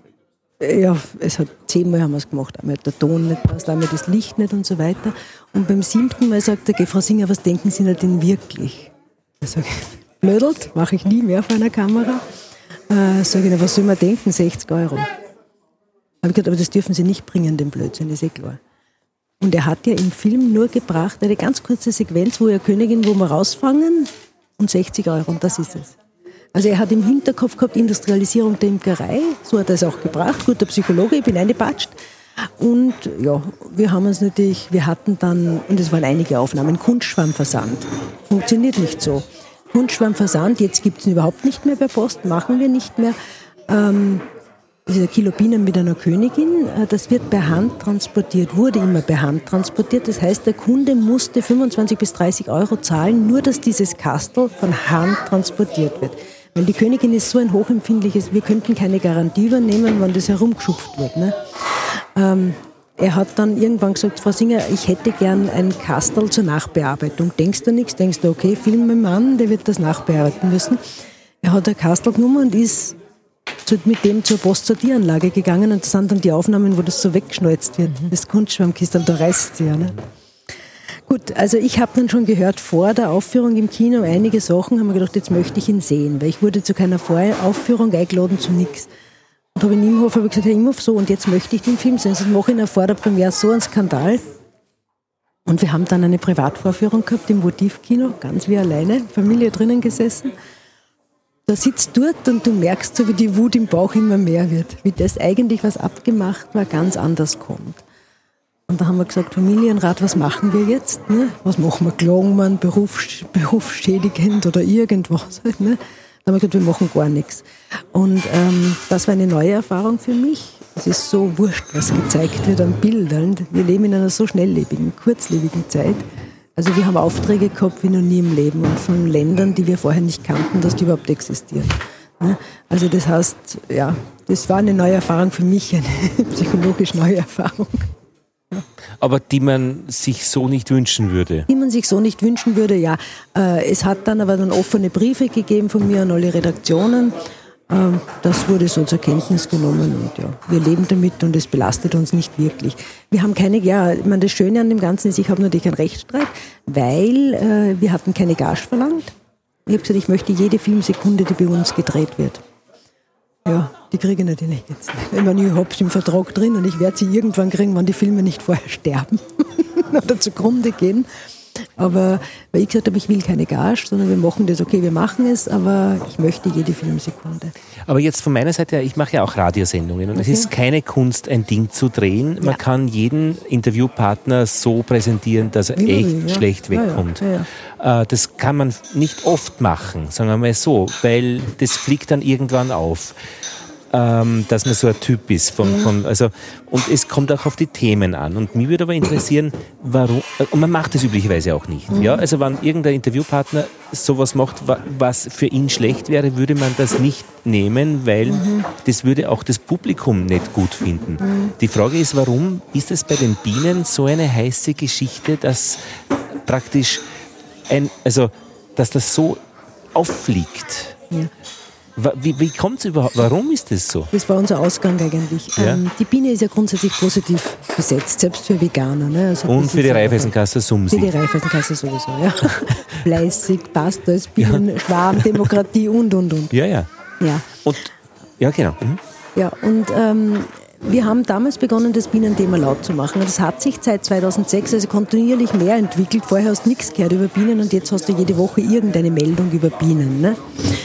ja, es hat zehnmal haben wir es gemacht, einmal hat der Ton nicht passt, einmal das Licht nicht und so weiter. Und beim siebten Mal sagt er, Frau Singer, was denken Sie denn wirklich? Ich sage, blödelt, mache ich nie mehr vor einer Kamera. Äh, sage ich, was soll man denken, sechzig Euro. Habe ich gesagt, aber das dürfen Sie nicht bringen, den Blödsinn, ist eh klar. Und er hat ja im Film nur gebracht, eine ganz kurze Sequenz, wo er Königin, wo wir rausfangen, und sechzig Euro, und das ist es. Also er hat im Hinterkopf gehabt, Industrialisierung der Imkerei, so hat er es auch gebracht, guter Psychologe, ich bin eingepatscht. Und ja, wir haben uns natürlich, wir hatten dann, und es waren einige Aufnahmen, Kunstschwammversand. Funktioniert nicht so. Kunstschwammversand, jetzt gibt es ihn überhaupt nicht mehr per Post, machen wir nicht mehr. Ähm, Dieser Kilo Bienen mit einer Königin, das wird per Hand transportiert, wurde immer per Hand transportiert. Das heißt, der Kunde musste fünfundzwanzig bis dreißig Euro zahlen, nur dass dieses Kastel von Hand transportiert wird. Weil die Königin ist so ein hochempfindliches, wir könnten keine Garantie übernehmen, wenn das herumgeschupft wird. Ne? Ähm, er hat dann irgendwann gesagt, Frau Singer, ich hätte gern ein Kastel zur Nachbearbeitung. Denkst du nichts? Denkst du, okay, film mit dem Mann, der wird das nachbearbeiten müssen. Er hat ein Kastel genommen und ist mit dem zur Postsortieranlage gegangen, und das sind dann die Aufnahmen, wo das so weggeschneuzt wird. Mhm. Das Kunstschwammkistel, da reißt es ja. Ne? Gut, also ich habe dann schon gehört, vor der Aufführung im Kino einige Sachen, haben wir gedacht, jetzt möchte ich ihn sehen, weil ich wurde zu keiner Voraufführung eingeladen, zu nichts. Und habe in Imhoff hab ich gesagt, Herr Imhoff, so, und jetzt möchte ich den Film sehen. Also mache ich ihn vor der Premiere so einen Skandal. Und wir haben dann eine Privatvorführung gehabt im Votivkino, ganz wie alleine, Familie drinnen gesessen. Da sitzt dort und du merkst so, wie die Wut im Bauch immer mehr wird. Wie das eigentlich, was abgemacht war, ganz anders kommt. Und da haben wir gesagt, Familienrat, was machen wir jetzt? Ne? Was machen wir? Klagen wir Berufs- berufsschädigend oder irgendwas? Halt, ne? Da haben wir gesagt, wir machen gar nichts. Und ähm, das war eine neue Erfahrung für mich. Es ist so wurscht, was gezeigt wird an Bildern. Wir leben in einer so schnelllebigen, kurzlebigen Zeit. Also wir haben Aufträge gehabt wie noch nie im Leben und von Ländern, die wir vorher nicht kannten, dass die überhaupt existieren. Also das heißt, ja, das war eine neue Erfahrung für mich, eine psychologisch neue Erfahrung. Ja. Aber die man sich so nicht wünschen würde? Die man sich so nicht wünschen würde, ja. Es hat dann aber dann offene Briefe gegeben von mir an alle Redaktionen. Das wurde so zur Kenntnis genommen und ja, wir leben damit und es belastet uns nicht wirklich. Wir haben keine, ja, ich meine, das Schöne an dem Ganzen ist, ich habe natürlich einen Rechtsstreit, weil äh, wir hatten keine Gage verlangt. Ich habe gesagt, ich möchte jede Filmsekunde, die bei uns gedreht wird. Ja, die kriege ich natürlich jetzt nicht. Ich meine, ich habe es im Vertrag drin und ich werde sie irgendwann kriegen, wenn die Filme nicht vorher sterben. oder zugrunde gehen. Aber weil ich gesagt habe, ich will keine Gage, sondern wir machen das, okay, wir machen es, aber ich möchte jede Filmsekunde. Aber jetzt von meiner Seite, ich mache ja auch Radiosendungen und okay. Es ist keine Kunst, ein Ding zu drehen. Man ja. kann jeden Interviewpartner so präsentieren, dass er echt will, ja. schlecht wegkommt. Ja, ja. Ja, ja. Das kann man nicht oft machen, sagen wir mal so, weil das fliegt dann irgendwann auf. Ähm, dass man so ein Typ ist. Von, von, also, und es kommt auch auf die Themen an. Und mich würde aber interessieren, warum, und man macht das üblicherweise auch nicht. Mhm. Ja? Also wenn irgendein Interviewpartner sowas macht, was für ihn schlecht wäre, würde man das nicht nehmen, weil mhm. das würde auch das Publikum nicht gut finden. Mhm. Die Frage ist, warum ist es bei den Bienen so eine heiße Geschichte, dass praktisch ein, also, dass das so auffliegt? Ja. Wie, wie kommt es überhaupt? Warum ist das so? Das war unser Ausgang eigentlich. Ja. Ähm, die Biene ist ja grundsätzlich positiv besetzt, selbst für Veganer. Ne? Also und für die Raiffeisenkasse Sumsi. Für die Raiffeisenkasse sowieso, ja. Fleißig, passt als Bienen, ja. Schwarm, Demokratie und, und, und. Ja, ja. Ja, und, ja genau. Mhm. Ja, und ähm, wir haben damals begonnen, das Bienenthema laut zu machen. Und das hat sich seit zweitausendsechs also kontinuierlich mehr entwickelt. Vorher hast du nichts gehört über Bienen und jetzt hast du jede Woche irgendeine Meldung über Bienen. Ne?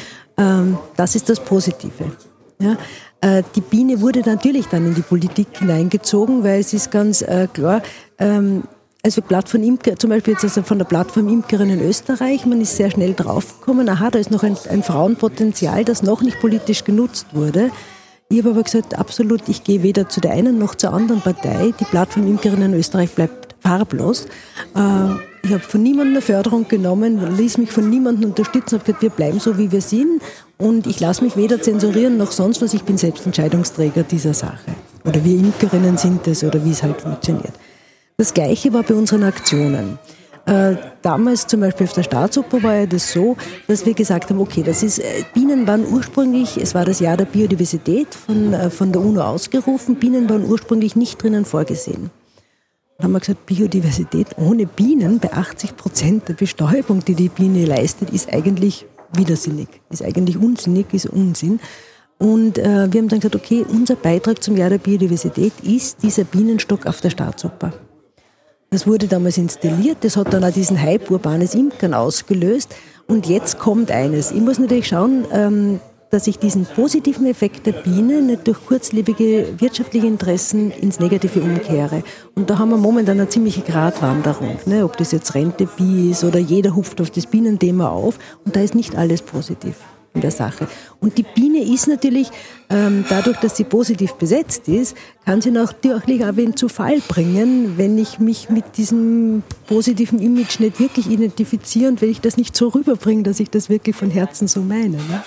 Das ist das Positive. Ja, die Biene wurde natürlich dann in die Politik hineingezogen, weil es ist ganz äh, klar, ähm, also Blatt von Imker, zum Beispiel jetzt also von der Plattform Imkerinnen Österreich, man ist sehr schnell draufgekommen, aha, da ist noch ein, ein Frauenpotenzial, das noch nicht politisch genutzt wurde. Ich habe aber gesagt, absolut, ich gehe weder zu der einen noch zur anderen Partei. Die Plattform Imkerinnen Österreich bleibt farblos. Äh, Ich habe von niemandem eine Förderung genommen, ließ mich von niemandem unterstützen, habe gesagt, wir bleiben so, wie wir sind und ich lasse mich weder zensurieren noch sonst was, ich bin selbst Entscheidungsträger dieser Sache. Oder wir Imkerinnen sind es oder wie es halt funktioniert. Das Gleiche war bei unseren Aktionen. Äh, damals zum Beispiel auf der Staatsoper war ja das so, dass wir gesagt haben, okay, das ist, äh, Bienen waren ursprünglich, es war das Jahr der Biodiversität von, äh, von der UNO ausgerufen, Bienen waren ursprünglich nicht drinnen vorgesehen. Dann haben wir gesagt, Biodiversität ohne Bienen bei achtzig Prozent der Bestäubung, die die Biene leistet, ist eigentlich widersinnig, ist eigentlich unsinnig, ist Unsinn. Und äh, wir haben dann gesagt, okay, unser Beitrag zum Jahr der Biodiversität ist dieser Bienenstock auf der Staatsoper. Das wurde damals installiert, das hat dann auch diesen Hype urbanes Imkern ausgelöst. Und jetzt kommt eines. Ich muss natürlich schauen, ähm, dass ich diesen positiven Effekt der Biene nicht durch kurzlebige wirtschaftliche Interessen ins Negative umkehre. Und da haben wir momentan eine ziemliche Gratwanderung, ne? Ob das jetzt Rente-Bi ist oder jeder hupft auf das Bienenthema auf und da ist nicht alles positiv in der Sache. Und die Biene ist natürlich, ähm, dadurch, dass sie positiv besetzt ist, kann sie natürlich auch wen zu Fall bringen, wenn ich mich mit diesem positiven Image nicht wirklich identifiziere und wenn ich das nicht so rüberbringe, dass ich das wirklich von Herzen so meine, ne?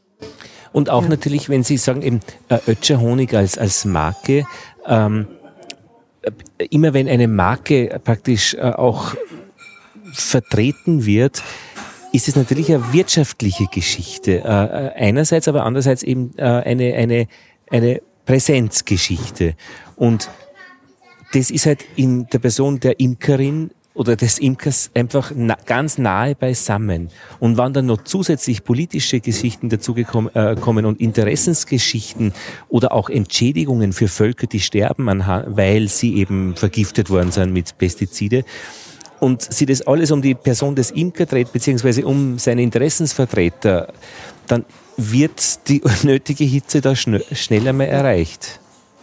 Und auch ja. natürlich, wenn Sie sagen, eben äh, Ötscher-Honig als, als Marke, ähm, immer wenn eine Marke praktisch äh, auch vertreten wird, ist es natürlich eine wirtschaftliche Geschichte. Äh, einerseits, aber andererseits eben äh, eine, eine, eine Präsenzgeschichte. Und das ist halt in der Person der Imkerin oder des Imkers einfach na, ganz nahe beisammen. Und wenn dann noch zusätzlich politische Geschichten dazugekommen äh, kommen und Interessensgeschichten oder auch Entschädigungen für Völker, die sterben, anha- weil sie eben vergiftet worden sind mit Pestizide, und sie das alles um die Person des Imker dreht, beziehungsweise um seine Interessensvertreter, dann wird die nötige Hitze da schn- schneller mal erreicht.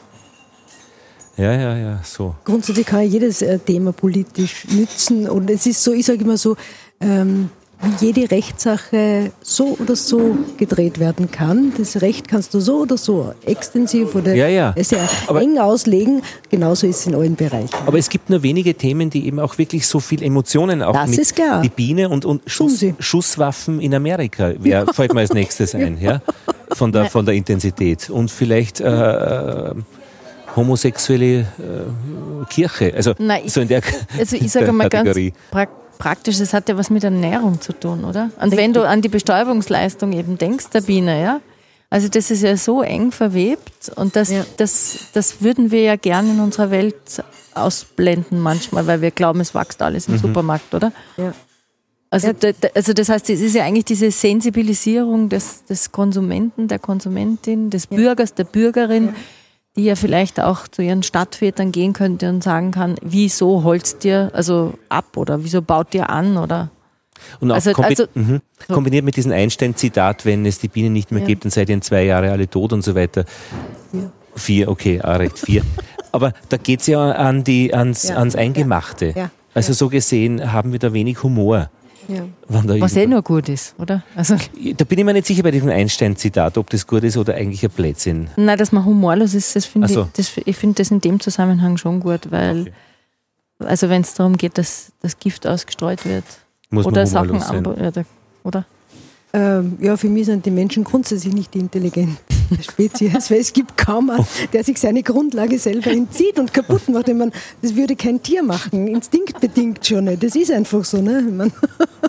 Ja, ja, ja, so. Grundsätzlich kann jedes äh, Thema politisch nützen und es ist so, ich sage immer so, ähm, wie jede Rechtssache so oder so gedreht werden kann. Das Recht kannst du so oder so extensiv oder ja, ja. sehr aber eng auslegen. Genauso ist es in allen Bereichen. Aber es gibt nur wenige Themen, die eben auch wirklich so viel Emotionen auch das mit ist klar. Die Biene und, und Schuss, Schusswaffen in Amerika. Wer ja. fällt mir als nächstes ein, ja? Von der, von der Intensität. Und vielleicht äh, homosexuelle äh, Kirche. Also, Nein, so in der, also ich sage mal ganz pra- praktisch, das hat ja was mit Ernährung zu tun, oder? Und wenn du an die Bestäubungsleistung eben denkst, der Biene, ja, also das ist ja so eng verwebt und das, ja. das, das würden wir ja gerne in unserer Welt ausblenden manchmal, weil wir glauben, es wächst alles im mhm. Supermarkt, oder? Ja. Also, ja. Da, also das heißt, es ist ja eigentlich diese Sensibilisierung des, des Konsumenten, der Konsumentin, des ja. Bürgers, der Bürgerin, ja. die ja vielleicht auch zu ihren Stadtvätern gehen könnte und sagen kann, wieso holzt ihr also ab oder wieso baut ihr an oder... Und auch also, kombi- also, mhm. so. kombiniert mit diesem Einstein-Zitat, wenn es die Bienen nicht mehr ja. gibt, dann seid ihr in zwei Jahre alle tot und so weiter. Vier. Vier, okay, auch recht, vier. Aber da geht es ja an die, ans, ja. ans Eingemachte. Ja. Ja. Also so gesehen haben wir da wenig Humor. Ja. Was eh nur gut ist, oder? Also da bin ich mir nicht sicher bei diesem Einstein-Zitat, ob das gut ist oder eigentlich ein Blödsinn. Nein, dass man humorlos ist, das finde so. ich, das, ich finde das in dem Zusammenhang schon gut, weil Okay. also wenn es darum geht, dass das Gift ausgestreut wird Muss man oder Sachen humorlos sein. anbauen, oder? Ähm, ja, für mich sind die Menschen grundsätzlich nicht die intelligenten Spezies, weil es gibt kaum einen, der sich seine Grundlage selber entzieht und kaputt macht. Ich meine, das würde kein Tier machen, instinktbedingt schon nicht. Das ist einfach so. Ne? Ich meine,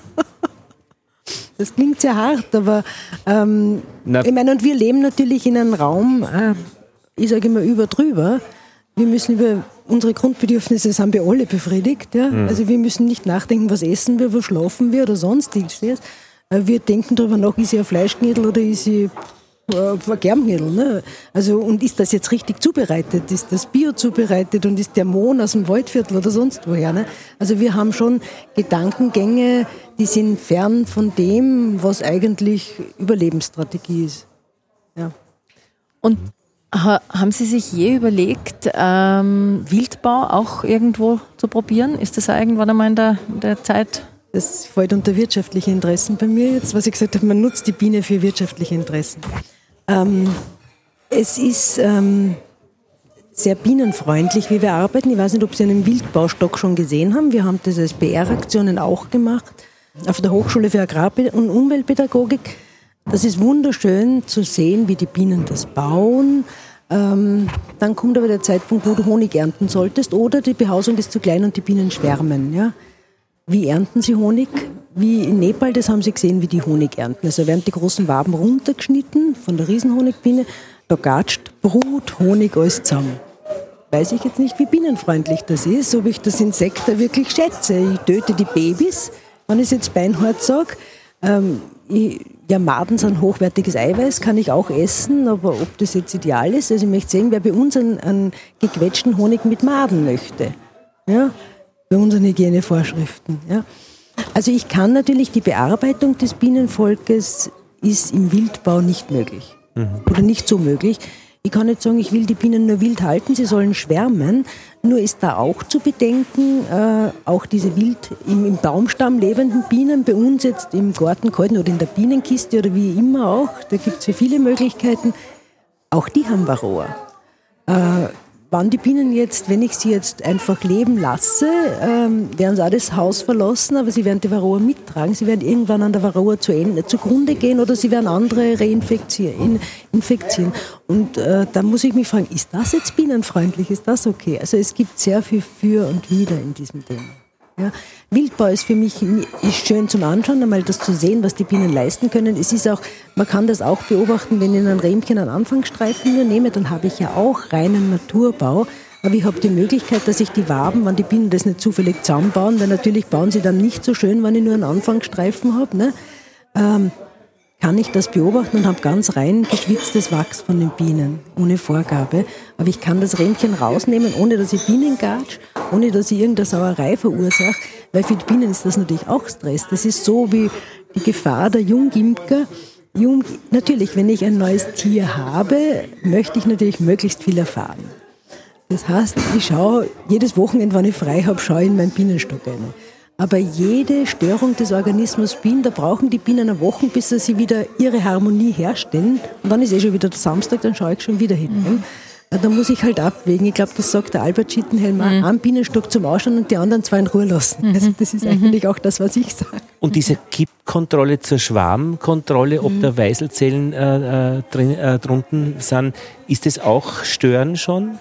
das klingt sehr hart, aber ähm, ich meine, und wir leben natürlich in einem Raum, äh, ich sage immer über drüber. Wir müssen über unsere Grundbedürfnisse, das haben wir alle befriedigt. Ja? Mhm. Also wir müssen nicht nachdenken, was essen wir, was schlafen wir oder sonstiges. Wir denken darüber nach, ist sie ein Fleischknödel oder ist sie ein Germknödel. Ne? Also, und ist das jetzt richtig zubereitet? Ist das bio zubereitet und ist der Mohn aus dem Waldviertel oder sonst woher? Ne? Also wir haben schon Gedankengänge, die sind fern von dem, was eigentlich Überlebensstrategie ist. Ja. Und ha, haben Sie sich je überlegt, ähm, Wildbau auch irgendwo zu probieren? Ist das irgendwann einmal in der, in der Zeit? Das fällt unter wirtschaftliche Interessen bei mir jetzt, was ich gesagt habe, man nutzt die Biene für wirtschaftliche Interessen. Ähm, es ist ähm, sehr bienenfreundlich, wie wir arbeiten. Ich weiß nicht, ob Sie einen Wildbaustock schon gesehen haben. Wir haben das als P R-Aktionen auch gemacht auf der Hochschule für Agrar- und Umweltpädagogik. Das ist wunderschön zu sehen, wie die Bienen das bauen. Ähm, dann kommt aber der Zeitpunkt, wo du Honig ernten solltest oder die Behausung ist zu klein und die Bienen schwärmen. Ja? Wie ernten sie Honig? Wie in Nepal, das haben sie gesehen, wie die Honig ernten. Also werden die großen Waben runtergeschnitten von der Riesenhonigbiene, da gatscht Brut, Honig, alles zusammen. Weiß ich jetzt nicht, wie bienenfreundlich das ist, ob ich das Insekt da wirklich schätze. Ich töte die Babys, wenn ich es jetzt beinhart sage. Ähm, ich, ja, Maden sind hochwertiges Eiweiß, kann ich auch essen, aber ob das jetzt ideal ist, also ich möchte sehen, wer bei uns einen, einen gequetschten Honig mit Maden möchte. Ja? Bei unseren Hygienevorschriften. Ja. Also ich kann natürlich, die Bearbeitung des Bienenvolkes ist im Wildbau nicht möglich. Mhm. Oder nicht so möglich. Ich kann nicht sagen, ich will die Bienen nur wild halten, sie sollen schwärmen. Nur ist da auch zu bedenken, äh, auch diese wild im, im Baumstamm lebenden Bienen, bei uns jetzt im Garten gehalten oder in der Bienenkiste oder wie immer auch, da gibt es ja viele Möglichkeiten, auch die haben Varroa. Äh, Wann die Bienen jetzt, wenn ich sie jetzt einfach leben lasse, ähm, werden sie auch das Haus verlassen, aber sie werden die Varroa mittragen. Sie werden irgendwann an der Varroa zu Ende, zugrunde gehen oder sie werden andere reinfizieren. Und äh, da muss ich mich fragen, ist das jetzt bienenfreundlich? Ist das okay? Also es gibt sehr viel für und wider in diesem Thema. Ja. Wildbau ist für mich ist schön zum Anschauen, einmal das zu sehen, was die Bienen leisten können. Es ist auch, man kann das auch beobachten, wenn ich in ein Rähmchen einen Anfangsstreifen nur nehme, dann habe ich ja auch reinen Naturbau. Aber ich habe die Möglichkeit, dass ich die Waben, wenn die Bienen das nicht zufällig zusammenbauen, weil natürlich bauen sie dann nicht so schön, wenn ich nur einen Anfangsstreifen habe, ne? ähm, kann ich das beobachten und habe ganz rein geschwitztes Wachs von den Bienen, ohne Vorgabe. Aber ich kann das Rähmchen rausnehmen, ohne dass ich Bienen gatsch, ohne dass ich irgendeine Sauerei verursache, weil für die Bienen ist das natürlich auch Stress. Das ist so wie die Gefahr der Jungimker. Jung, natürlich, wenn ich ein neues Tier habe, möchte ich natürlich möglichst viel erfahren. Das heißt, ich schaue jedes Wochenende, wenn ich frei habe, schaue ich in meinen Bienenstock rein. Aber jede Störung des Organismus Bienen, da brauchen die Bienen eine Woche, bis sie wieder ihre Harmonie herstellen. Und dann ist eh schon wieder der Samstag, dann schaue ich schon wieder hin. Mhm. Da muss ich halt abwägen. Ich glaube, das sagt der Albert Schittenhelm, mhm. einen Bienenstock zum Ausschauen und die anderen zwei in Ruhe lassen. Mhm. Also das ist eigentlich auch das, was ich sage. Und diese Kippkontrolle zur Schwarmkontrolle, ob mhm. da Weißelzellen äh, äh, drin, äh, drunten sind, ist das auch Stören schon?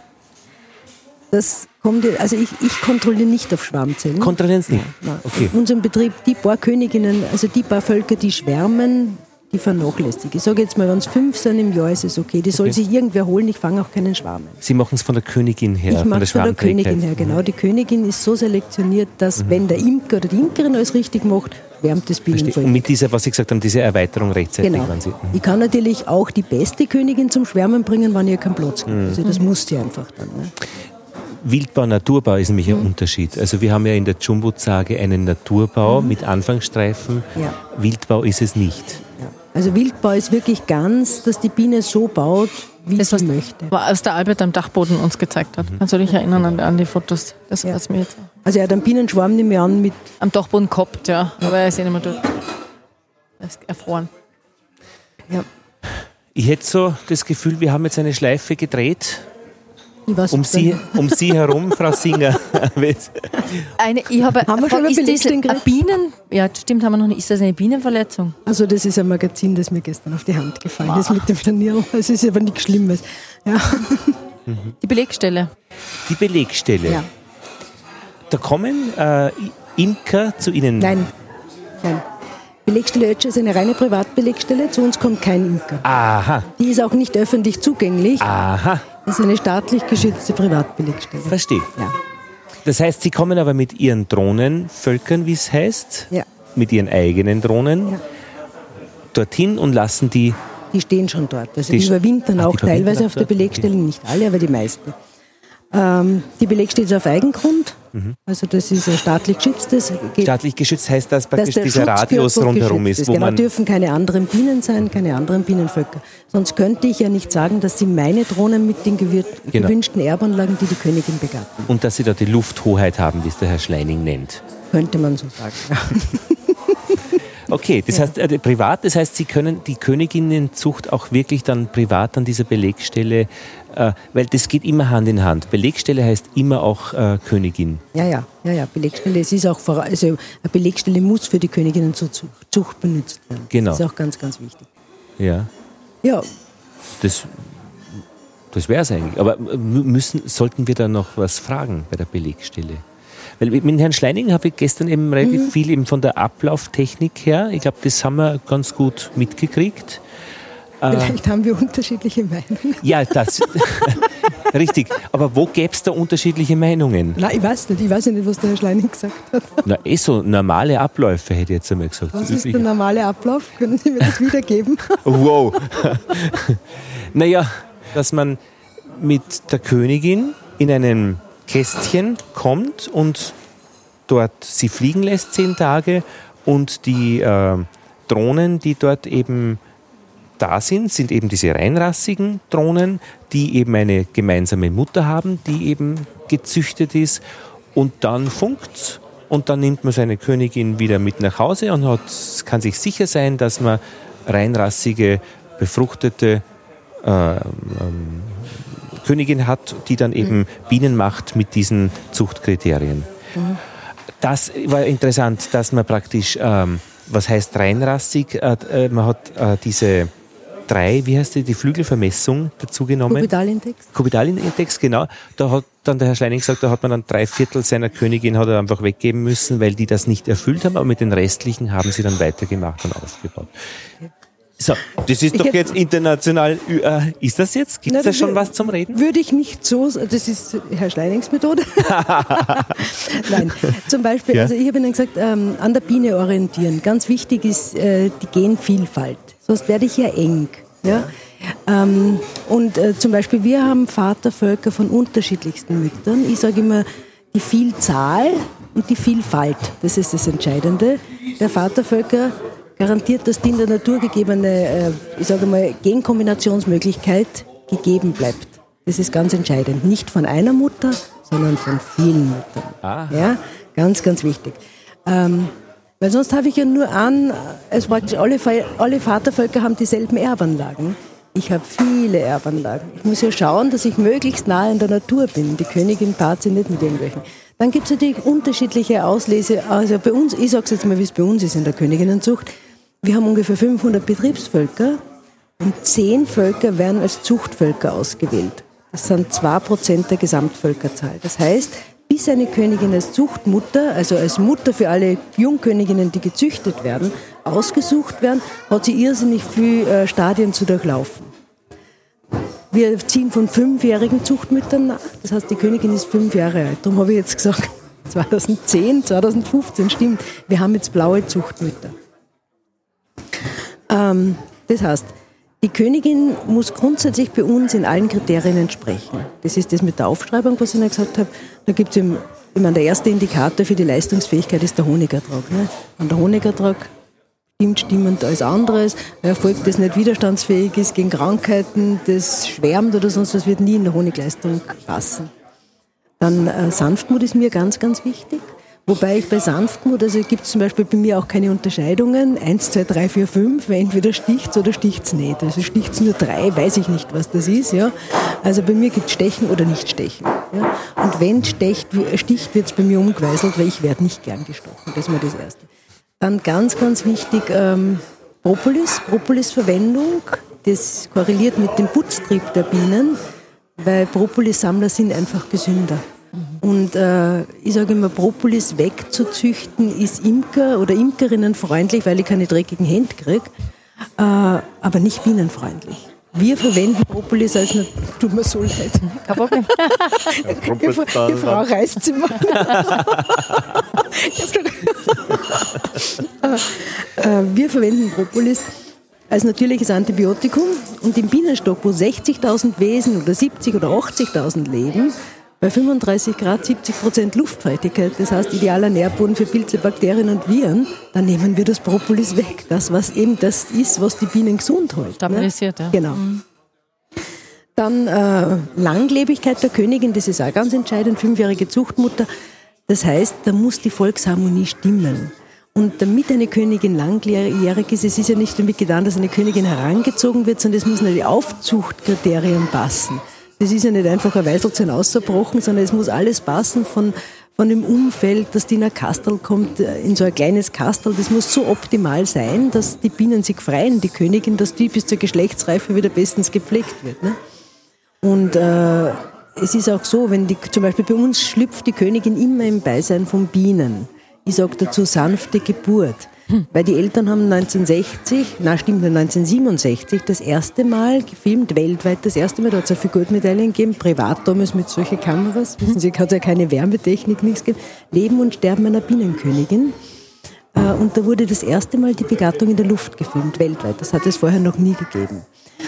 Das kommt, also ich, ich kontrolliere nicht auf Schwarmzellen. Kontrollieren Sie nicht? Nein, nein. Okay. In unserem Betrieb, die paar Königinnen, also die paar Völker, die schwärmen, die vernachlässige. Ich sage jetzt mal, wenn es fünf sind im Jahr, ist es okay. Die soll okay. sich irgendwer holen, ich fange auch keinen Schwarm ein. Sie machen es von der Königin her? Ich mache es von der Königin her, genau. Die Königin ist so selektioniert, dass mhm. wenn der Imker oder die Imkerin alles richtig macht, schwärmt das Bienenvolk. Und mit dieser, was Sie gesagt haben, diese Erweiterung rechtzeitig. Genau. Waren Sie, ich kann natürlich auch die beste Königin zum Schwärmen bringen, wenn ihr keinen Platz gibt. Mhm. Also das muss sie einfach dann. Ne? Wildbau, Naturbau ist nämlich ein mhm. Unterschied. Also wir haben ja in der Jumbo-Sage einen Naturbau mhm. mit Anfangsstreifen. Ja. Wildbau ist es nicht. Ja. Also Wildbau ist wirklich ganz, dass die Biene so baut, wie das, sie möchte. Was der Albert am Dachboden uns gezeigt hat. Mhm. Kannst du dich erinnern an, an die Fotos? Das ja. was mir jetzt also er hat einen Bienenschwarm, nehme ich an, mit... Am Dachboden gehabt, ja. Aber er ist eh nicht mehr dort. Er ist erfroren. Ja. Ich hätte so das Gefühl, wir haben jetzt eine Schleife gedreht. Um Sie, um Sie herum, Frau Singer. eine, ich habe, haben wir schon ist das eine Bienen? Ja, stimmt, haben wir noch nicht. Ist das eine Bienenverletzung? Also das ist ein Magazin, das mir gestern auf die Hand gefallen ist mit dem Scharnier. Es ist aber nichts Schlimmes. Ja. Die Belegstelle. Die Belegstelle. Ja. Da kommen äh, Imker zu Ihnen? Nein, nein. Belegstelle Oetsche ist eine reine Privatbelegstelle. Zu uns kommt kein Imker. Aha. Die ist auch nicht öffentlich zugänglich. Aha. Das ist eine staatlich geschützte Privatbelegstelle. Verstehe. Ja. Das heißt, Sie kommen aber mit Ihren Drohnenvölkern, wie es heißt, ja. mit Ihren eigenen Drohnen, ja. dorthin und lassen die... Die stehen schon dort. Also die, die überwintern ach, auch die teilweise auf der Belegstelle, okay. Nicht alle, aber die meisten. Ähm, die Belegstelle ist auf Eigengrund. Mhm. Also das ist ein staatlich geschütztes. Staatlich geschützt heißt, dass praktisch dass dieser Radius rundherum ist. Wo genau, man dürfen keine anderen Bienen sein, keine anderen Bienenvölker. Sonst könnte ich ja nicht sagen, dass sie meine Drohnen mit den gewür- genau. gewünschten Erbanlagen, die die Königin begatten. Und dass sie da die Lufthoheit haben, wie es der Herr Schleining nennt. Könnte man so sagen, ja. Okay, das ja. heißt äh, privat, das heißt, Sie können die Königinnenzucht auch wirklich dann privat an dieser Belegstelle, äh, weil das geht immer Hand in Hand. Belegstelle heißt immer auch äh, Königin. Ja, ja, ja, ja, Belegstelle. Es ist auch, vor, also eine Belegstelle muss für die Königinnenzucht benutzt werden. Genau. Das ist auch ganz, ganz wichtig. Ja. Ja. Das, das wäre es eigentlich. Aber müssen, sollten wir da noch was fragen bei der Belegstelle? Weil mit Herrn Schleining habe ich gestern eben relativ mhm. viel eben von der Ablauftechnik her. Ich glaube, das haben wir ganz gut mitgekriegt. Vielleicht äh, haben wir unterschiedliche Meinungen. Ja, das. Richtig. Aber wo gäbe es da unterschiedliche Meinungen? Nein, ich weiß nicht. Ich weiß nicht, was der Herr Schleining gesagt hat. Na, eh so normale Abläufe, hätte ich jetzt einmal gesagt. Was ist der normale Ablauf? Können Sie mir das wiedergeben? Wow. Naja, dass man mit der Königin in einem Kästchen kommt und dort sie fliegen lässt zehn Tage und die äh, Drohnen, die dort eben da sind, sind eben diese reinrassigen Drohnen, die eben eine gemeinsame Mutter haben, die eben gezüchtet ist und dann funkt's und dann nimmt man seine Königin wieder mit nach Hause und hat, kann sich sicher sein, dass man reinrassige, befruchtete äh, ähm, Königin hat, die dann eben mhm. Bienen macht mit diesen Zuchtkriterien. Mhm. Das war interessant, dass man praktisch, ähm, was heißt reinrassig, äh, man hat äh, diese drei, wie heißt die, die Flügelvermessung dazu genommen. Kubitalindex. Kubitalindex, genau. Da hat dann der Herr Schleining gesagt, da hat man dann drei Viertel seiner Königin hat er einfach weggeben müssen, weil die das nicht erfüllt haben, aber mit den restlichen haben sie dann weitergemacht und aufgebaut. Okay. So, das ist doch jetzt international. Äh, ist das jetzt? Gibt es da schon was zum Reden? Würde ich nicht so, das ist Herr Schleinings Methode. Nein, zum Beispiel, ja. also ich habe Ihnen gesagt, ähm, an der Biene orientieren. Ganz wichtig ist äh, die Genvielfalt. Sonst werde ich ja eng. Ja? Ähm, und äh, zum Beispiel, wir haben Vatervölker von unterschiedlichsten Müttern. Ich sage immer, die Vielzahl und die Vielfalt, das ist das Entscheidende. Der Vatervölker garantiert, dass die in der Natur gegebene, ich sage mal, Genkombinationsmöglichkeit gegeben bleibt. Das ist ganz entscheidend. Nicht von einer Mutter, sondern von vielen Müttern. Aha. Ja, ganz, ganz wichtig. Ähm, weil sonst habe ich ja nur an, also praktisch alle, alle Vatervölker haben dieselben Erbanlagen. Ich habe viele Erbanlagen. Ich muss ja schauen, dass ich möglichst nahe in der Natur bin. Die Königin paart sie nicht mit irgendwelchen. Dann gibt es natürlich unterschiedliche Auslese. Also bei uns, ich sage es jetzt mal, wie es bei uns ist in der Königinnenzucht. Wir haben ungefähr fünfhundert Betriebsvölker und zehn Völker werden als Zuchtvölker ausgewählt. Das sind zwei Prozent der Gesamtvölkerzahl. Das heißt, bis eine Königin als Zuchtmutter, also als Mutter für alle Jungköniginnen, die gezüchtet werden, ausgesucht werden, hat sie irrsinnig viele Stadien zu durchlaufen. Wir ziehen von fünfjährigen Zuchtmüttern nach. Das heißt, die Königin ist fünf Jahre alt. Darum habe ich jetzt gesagt, zweitausendzehn, zweitausendfünfzehn, stimmt. Wir haben jetzt blaue Zuchtmütter. Ähm, das heißt, die Königin muss grundsätzlich bei uns in allen Kriterien entsprechen. Das ist das mit der Aufschreibung, was ich noch gesagt habe. Da gibt es im, ich meine, der erste Indikator für die Leistungsfähigkeit ist der Honigertrag. Ne? Und der Honigertrag stimmt stimmend als anderes. Ein Volk, das nicht widerstandsfähig ist gegen Krankheiten, das schwärmt oder sonst was, wird nie in der Honigleistung passen. Dann äh, Sanftmut ist mir ganz, ganz wichtig. Wobei ich bei Sanftmut, also gibt es zum Beispiel bei mir auch keine Unterscheidungen. Eins, zwei, drei, vier, fünf, entweder sticht's oder sticht's nicht. Also sticht's nur drei, weiß ich nicht, was das ist. Ja. Also bei mir gibt es Stechen oder nicht Stechen. Ja. Und wenn stecht, sticht, wird es bei mir umgeweißelt, weil ich werde nicht gern gestochen. Das ist mal das Erste. Dann ganz, ganz wichtig, ähm, Propolis, Propolisverwendung. Das korreliert mit dem Putztrieb der Bienen, weil Propolissammler sind einfach gesünder. Und äh, ich sage immer, Propolis wegzuzüchten ist Imker oder Imkerinnen freundlich, weil ich keine dreckigen Hände kriege, äh, aber nicht bienenfreundlich. Wir verwenden Propolis als, eine, tut mir so leid. Kein Problem. Die, die Frau reißt sie mal. äh, wir verwenden Propolis als natürliches Antibiotikum und im Bienenstock, wo sechzigtausend Wesen oder siebzig oder achtzigtausend leben, bei fünfunddreißig Grad siebzig Prozent Luftfeuchtigkeit, das heißt idealer Nährboden für Pilze, Bakterien und Viren, dann nehmen wir das Propolis weg. Das, was eben das ist, was die Bienen gesund hält. Stabilisiert, ne? ja. Genau. Mhm. Dann äh, Langlebigkeit der Königin, das ist auch ganz entscheidend, fünfjährige Zuchtmutter. Das heißt, da muss die Volksharmonie stimmen. Und damit eine Königin langjährig ist, es ist ja nicht damit getan, dass eine Königin herangezogen wird, sondern es müssen ja die Aufzuchtkriterien passen. Das ist ja nicht einfach ein Weißelzahn ausgebrochen, sondern es muss alles passen von, von dem Umfeld, dass die in ein Kastel kommt, in so ein kleines Kastel. Das muss so optimal sein, dass die Bienen sich freuen, die Königin, dass die bis zur Geschlechtsreife wieder bestens gepflegt wird. Ne? Und äh, es ist auch so, wenn die, zum Beispiel bei uns schlüpft die Königin immer im Beisein von Bienen. Ich sage dazu sanfte Geburt. Hm. Weil die Eltern haben neunzehnhundertsechzig, na stimmt, neunzehnhundertsiebenundsechzig das erste Mal gefilmt, weltweit das erste Mal, da hat es ja viele Goldmedaillen gegeben, privat damals mit solchen Kameras, hm. wissen Sie, hat ja keine Wärmetechnik, nichts gegeben. Leben und Sterben einer Binnenkönigin. Und da wurde das erste Mal die Begattung in der Luft gefilmt, weltweit. Das hat es vorher noch nie gegeben.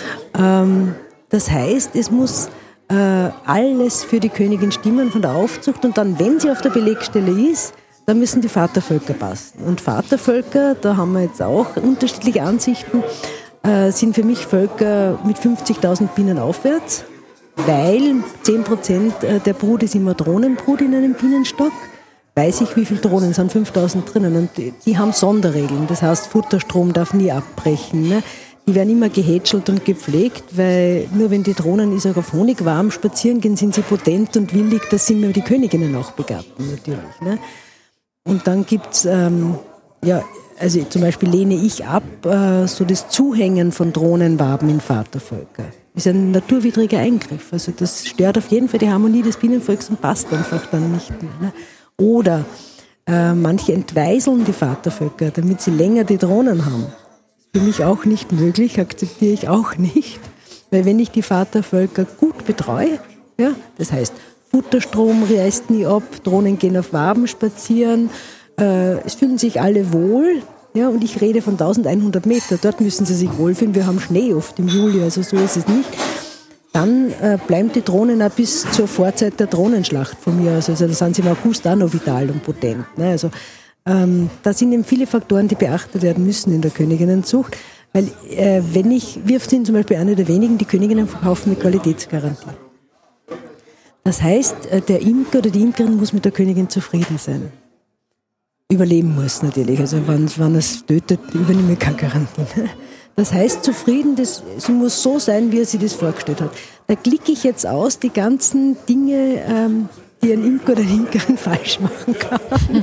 Das heißt, es muss alles für die Königin stimmen von der Aufzucht und dann, wenn sie auf der Belegstelle ist, da müssen die Vatervölker passen. Und Vatervölker, da haben wir jetzt auch unterschiedliche Ansichten, äh, sind für mich Völker mit fünfzigtausend Bienen aufwärts, weil zehn Prozent der Brut ist immer Drohnenbrut in einem Bienenstock. Weiß ich, wie viele Drohnen sind, fünftausend drinnen. Und die, die haben Sonderregeln. Das heißt, Futterstrom darf nie abbrechen. Ne? Die werden immer gehätschelt und gepflegt, weil nur wenn die Drohnen ist auch auf Honig warm spazieren gehen, sind sie potent und willig, dass sie immer die Königinnen auch begatten, natürlich. Ne? Und dann gibt's ähm, ja, also zum Beispiel lehne ich ab, äh, so das Zuhängen von Drohnenwaben in Vatervölker. Das ist ein naturwidriger Eingriff. Also das stört auf jeden Fall die Harmonie des Bienenvolks und passt einfach dann nicht mehr. Ne? Oder äh, manche entweiseln die Vatervölker, damit sie länger die Drohnen haben. Für mich auch nicht möglich, akzeptiere ich auch nicht. Weil wenn ich die Vatervölker gut betreue, ja, das heißt, Futterstrom reißt nie ab, Drohnen gehen auf Waben spazieren, äh, es fühlen sich alle wohl, ja, und ich rede von eintausendeinhundert Meter, dort müssen sie sich wohlfühlen, wir haben Schnee oft im Juli, also so ist es nicht. Dann äh, bleiben die Drohnen auch bis zur Vorzeit der Drohnenschlacht von mir aus, also da sind sie im August auch noch vital und potent. Ne? Also ähm, da sind eben viele Faktoren, die beachtet werden müssen in der Königinnenzucht, weil äh, wenn ich, wir sind zum Beispiel eine der wenigen, die Königinnen verkaufen mit Qualitätsgarantie. Das heißt, der Imker oder die Imkerin muss mit der Königin zufrieden sein. Überleben muss natürlich. Also wenn, wenn es tötet, übernehme ich keine Garantie. Das heißt, zufrieden, das, sie muss so sein, wie er sich das vorgestellt hat. Da klicke ich jetzt aus die ganzen Dinge, ähm, die ein Imker oder eine Imkerin falsch machen kann.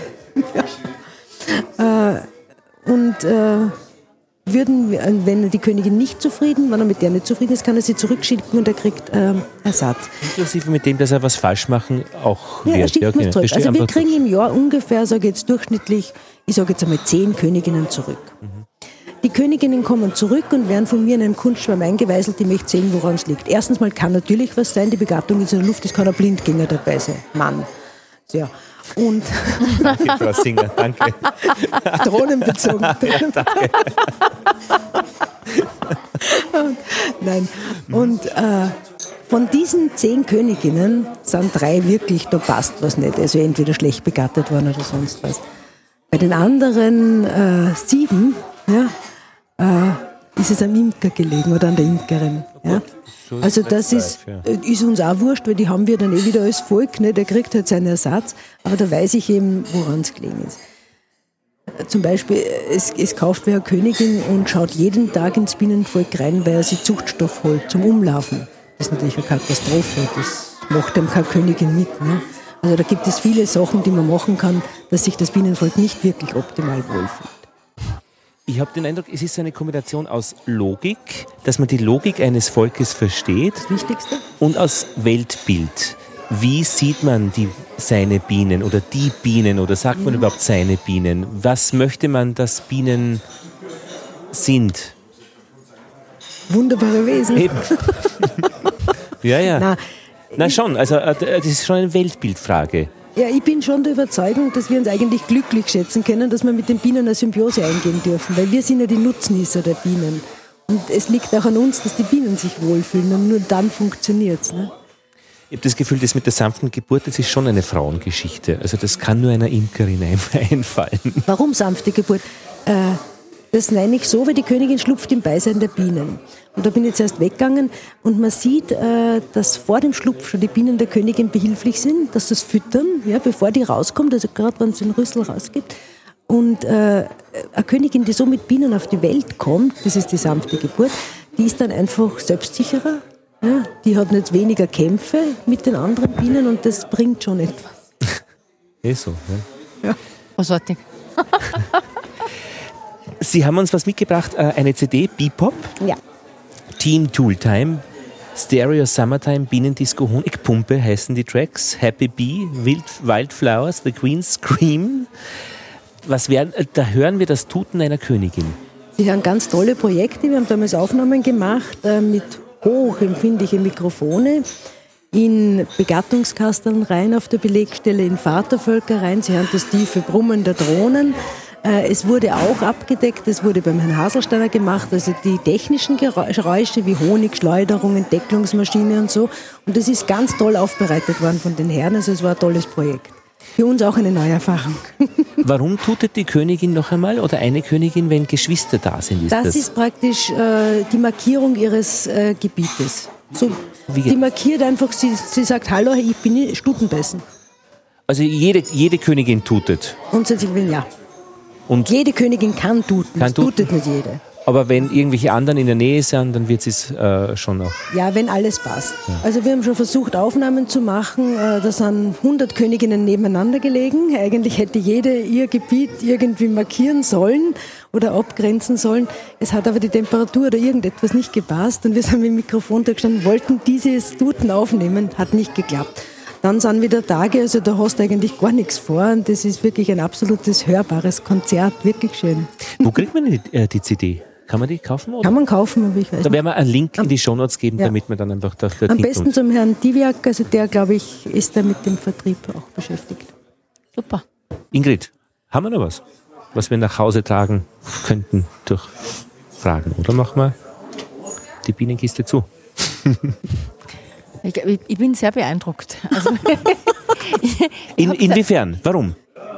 ja. äh, und äh, würden, wenn die Königin nicht zufrieden, wenn er mit der nicht zufrieden ist, kann er sie zurückschicken und er kriegt ähm, Ersatz. Inklusive mit dem, dass er was falsch machen, auch ja, wird. Er schickt ja, okay. uns zurück. Also wir kriegen im Jahr ungefähr, sage ich jetzt durchschnittlich, ich sage jetzt einmal zehn Königinnen zurück. Mhm. Die Königinnen kommen zurück und werden von mir in einem Kunstschwarm eingeweißelt, die möchte sehen, woran es liegt. Erstens mal kann natürlich was sein, die Begattung ist in der Luft, es kann ein Blindgänger dabei sein, Mann. Ja. Und danke, Frau Singer, danke. Drohnenbezogen. Ja, danke. und, nein. Und äh, von diesen zehn Königinnen sind drei wirklich, da passt was nicht. Also entweder schlecht begattet worden oder sonst was. Bei den anderen äh, sieben ja, äh, ist es am Imker gelegen oder an der Imkerin. Ja. Also das ist, ist uns auch wurscht, weil die haben wir dann eh wieder als Volk, ne? Der kriegt halt seinen Ersatz, aber da weiß ich eben, woran es gelegen ist. Zum Beispiel, es, es kauft wer eine Königin und schaut jeden Tag ins Bienenvolk rein, weil er sich Zuchtstoff holt zum Umlaufen. Das ist natürlich eine Katastrophe, das macht einem keine Königin mit. Ne? Also da gibt es viele Sachen, die man machen kann, dass sich das Bienenvolk nicht wirklich optimal wohlfühlt. Ich habe den Eindruck, es ist eine Kombination aus Logik, dass man die Logik eines Volkes versteht. Das Wichtigste. Und aus Weltbild. Wie sieht man die, seine Bienen oder die Bienen oder sagt man mhm. überhaupt seine Bienen? Was möchte man, dass Bienen sind? Wunderbare Wesen. Eben. ja, ja. Na, Na schon, also das ist schon eine Weltbildfrage. Ja, ich bin schon der Überzeugung, dass wir uns eigentlich glücklich schätzen können, dass wir mit den Bienen eine Symbiose eingehen dürfen, weil wir sind ja die Nutznießer der Bienen. Und es liegt auch an uns, dass die Bienen sich wohlfühlen und nur dann funktioniert es. Ne? Ich habe das Gefühl, das mit der sanften Geburt, das ist schon eine Frauengeschichte. Also das kann nur einer Imkerin einfallen. Warum sanfte Geburt? Äh, das nenne ich so, weil die Königin schlupft im Beisein der Bienen. Und da bin ich jetzt erst weggegangen und man sieht, äh, dass vor dem Schlupf schon die Bienen der Königin behilflich sind, dass das füttern, ja, bevor die rauskommt, also gerade wenn es den Rüssel rausgibt. Und äh, eine Königin, die so mit Bienen auf die Welt kommt, das ist die sanfte Geburt, die ist dann einfach selbstsicherer. Ja, die hat nicht weniger Kämpfe mit den anderen Bienen und das bringt schon etwas. Eh so, ja. Ja. Großartig. Sie haben uns was mitgebracht, eine C D, Bebop. Ja. Team Tooltime, Stereo Summertime, Bienendisco, Honigpumpe heißen die Tracks, Happy Bee, Wild, Wildflowers, The Queen's Scream. Was werden, da hören wir das Tuten einer Königin. Sie haben ganz tolle Projekte. Wir haben damals Aufnahmen gemacht äh, mit hochempfindlichen Mikrofone in Begattungskasteln rein auf der Belegstelle, in Vatervölker rein. Sie haben das tiefe Brummen der Drohnen. Es wurde auch abgedeckt, es wurde beim Herrn Haselsteiner gemacht, also die technischen Geräusche wie Honigschleuderungen, Deckelungsmaschine und so. Und das ist ganz toll aufbereitet worden von den Herren, also es war ein tolles Projekt. Für uns auch eine neue Erfahrung. Warum tutet die Königin noch einmal oder eine Königin, wenn Geschwister da sind? Ist das, das ist praktisch äh, die Markierung ihres äh, Gebietes. So, die markiert einfach, sie, sie sagt, hallo, ich bin Stutenbessen. Also jede, jede Königin tutet? Grundsätzlich will ja. Und jede Königin kann tuten, das tutet nicht jede. Aber wenn irgendwelche anderen in der Nähe sind, dann wird es äh, schon auch... Ja, wenn alles passt. Ja. Also wir haben schon versucht, Aufnahmen zu machen. Äh, da sind hundert Königinnen nebeneinander gelegen. Eigentlich hätte jede ihr Gebiet irgendwie markieren sollen oder abgrenzen sollen. Es hat aber die Temperatur oder irgendetwas nicht gepasst. Und wir sind mit dem Mikrofon da gestanden, wollten dieses Tuten aufnehmen, hat nicht geklappt. Dann sind wieder Tage, also da hast du eigentlich gar nichts vor und das ist wirklich ein absolutes hörbares Konzert, wirklich schön. Wo kriegt man die, äh, die C D? Kann man die kaufen? Oder? Kann man kaufen, aber ich weiß Da werden wir einen Link in die Shownotes geben, ja. damit man dann einfach... Da, da Am besten uns. Zum Herrn Diviak, also der, glaube ich, ist da mit dem Vertrieb auch beschäftigt. Super. Ingrid, haben wir noch was, was wir nach Hause tragen könnten durch Fragen? Oder mach mal die Bienenkiste zu. Ich, ich bin sehr beeindruckt. Also, In, inwiefern? Warum?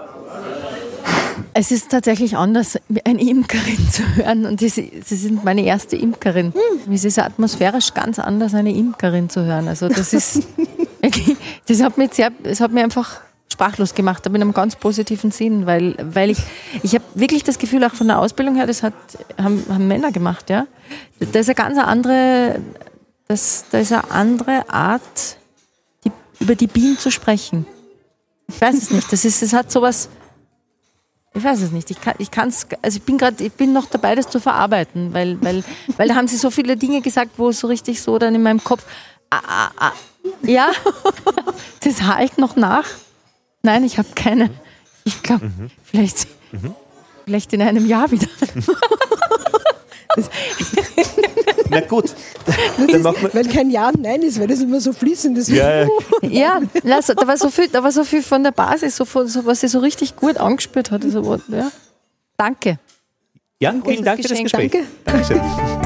Es ist tatsächlich anders, eine Imkerin zu hören. Und Sie sind meine erste Imkerin. Hm. Es ist atmosphärisch ganz anders, eine Imkerin zu hören. Also das ist, das hat mich sehr, das hat mich einfach sprachlos gemacht, aber in einem ganz positiven Sinn, weil, weil ich, ich habe wirklich das Gefühl, auch von der Ausbildung her, das hat, haben, haben Männer gemacht, ja. Da ist eine ganz andere, das, da ist eine andere Art, die, über die Bienen zu sprechen. Ich weiß es nicht. Das ist, das hat sowas. Ich weiß es nicht. Ich kann, ich kann's, also ich bin gerade, ich bin noch dabei, das zu verarbeiten, weil, weil, weil da haben sie so viele Dinge gesagt, wo so richtig so dann in meinem Kopf, ah, ah, ah, ja, das halt noch nach. Nein, ich habe keine. Ich glaube, mhm. vielleicht, mhm. vielleicht in einem Jahr wieder. Na gut. Dann machen wir weil kein Ja und Nein ist, weil das immer so fließend ist. Ja, ja. ja lass, da, war so viel, da war so viel von der Basis, so, von, so, was sie so richtig gut angespürt hat. Also, ja. Danke. Ja, vielen Dank für das Gespräch. Danke. Dankeschön.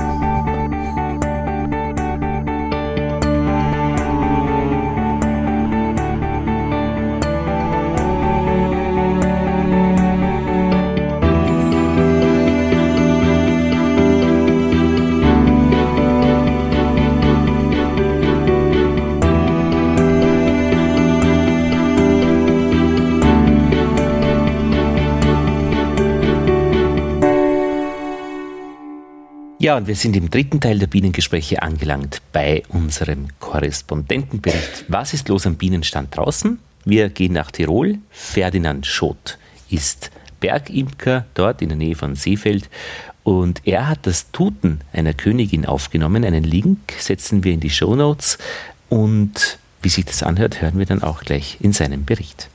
Ja, und wir sind im dritten Teil der Bienengespräche angelangt bei unserem Korrespondentenbericht. Was ist los am Bienenstand draußen? Wir gehen nach Tirol. Ferdinand Schott ist Bergimker dort in der Nähe von Seefeld und er hat das Tuten einer Königin aufgenommen. Einen Link setzen wir in die Shownotes und wie sich das anhört, hören wir dann auch gleich in seinem Bericht.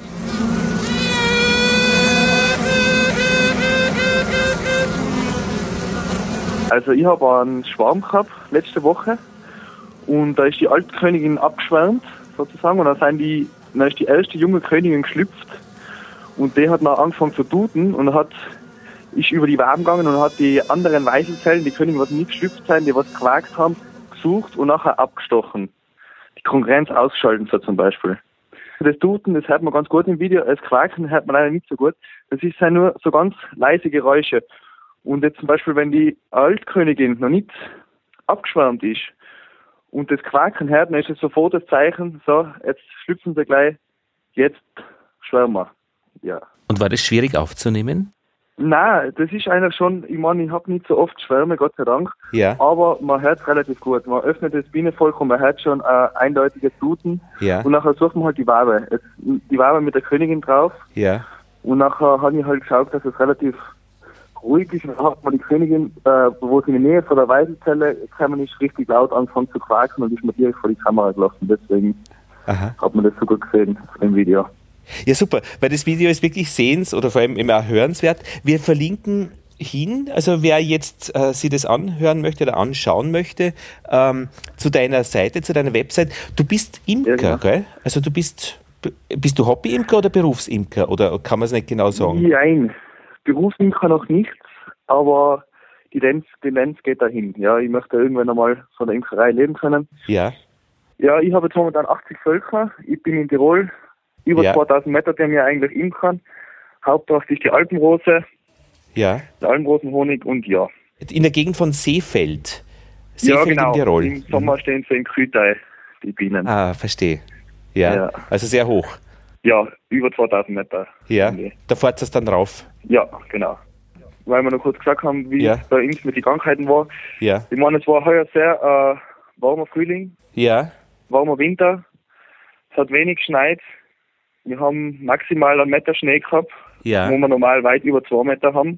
Also ich habe einen Schwarm gehabt letzte Woche und da ist die alte Königin abgeschwärmt sozusagen und dann, sind die, dann ist die erste junge Königin geschlüpft und die hat dann angefangen zu tuten und hat, ist über die Waben gegangen und hat die anderen Weißelzellen, die Königin, was nicht geschlüpft sind, die was gequakt haben, gesucht und nachher abgestochen. Die Konkurrenz ausgeschalten so zum Beispiel. Das Tuten, das hört man ganz gut im Video, das Quaken hört man leider nicht so gut. Das ist ja nur so ganz leise Geräusche. Und jetzt zum Beispiel, wenn die Altkönigin noch nicht abgeschwärmt ist und das Quaken hört, dann ist es sofort das Zeichen, so, jetzt schlüpfen sie gleich, jetzt schwärmen wir. Ja. Und war das schwierig aufzunehmen? Nein, das ist eigentlich schon, ich meine, ich habe nicht so oft Schwärme, Gott sei Dank, ja. Aber man hört es relativ gut. Man öffnet das Bienenvolk und man hört schon ein eindeutiges Tuten ja. Und nachher sucht man halt die Wabe. Jetzt, die Wabe mit der Königin drauf ja. Und nachher habe ich halt geschaut, dass es relativ ruhig ist, und dann hat man die Königin, äh, wo sie in der Nähe von der Weißelzelle kann man nicht richtig laut anfangen zu quaken und ist mir direkt vor die Kamera gelaufen. Deswegen Aha. hat man das so gut gesehen im Video. Ja, super, weil das Video ist wirklich sehens- oder vor allem immer hörenswert. Wir verlinken hin, also wer jetzt äh, sich das anhören möchte oder anschauen möchte, ähm, zu deiner Seite, zu deiner Website. Du bist Imker, ja, genau. Gell? Also du bist, bist du Hobby-Imker oder Berufsimker oder kann man es nicht genau sagen? Nein. Berufsimker noch nichts, aber die Tendenz, die Tendenz geht dahin. Ja, ich möchte irgendwann einmal von der Imkerei leben können. Ja. Ja, ich habe jetzt momentan achtzig Völker. Ich bin in Tirol. Über ja. zweitausend Meter, die mir eigentlich imkern. Hauptsache ist die Alpenrose. Ja. Der Alpenrosenhonig und ja. In der Gegend von Seefeld. Seefeld ja, genau. in Tirol. Im Sommer mhm. stehen sie im Kühlteil, die Bienen. Ah, verstehe. Ja. ja. Also sehr hoch. Ja, über zweitausend Meter. Ja, da fährt es dann rauf. Ja, genau. Weil wir noch kurz gesagt haben, wie ja. es bei uns mit den Krankheiten war. Ja. Ich meine, es war heuer sehr äh, warmer Frühling. Ja. Warmer Winter. Es hat wenig geschneit. Wir haben maximal einen Meter Schnee gehabt, ja. wo wir normal weit über zwei Meter haben.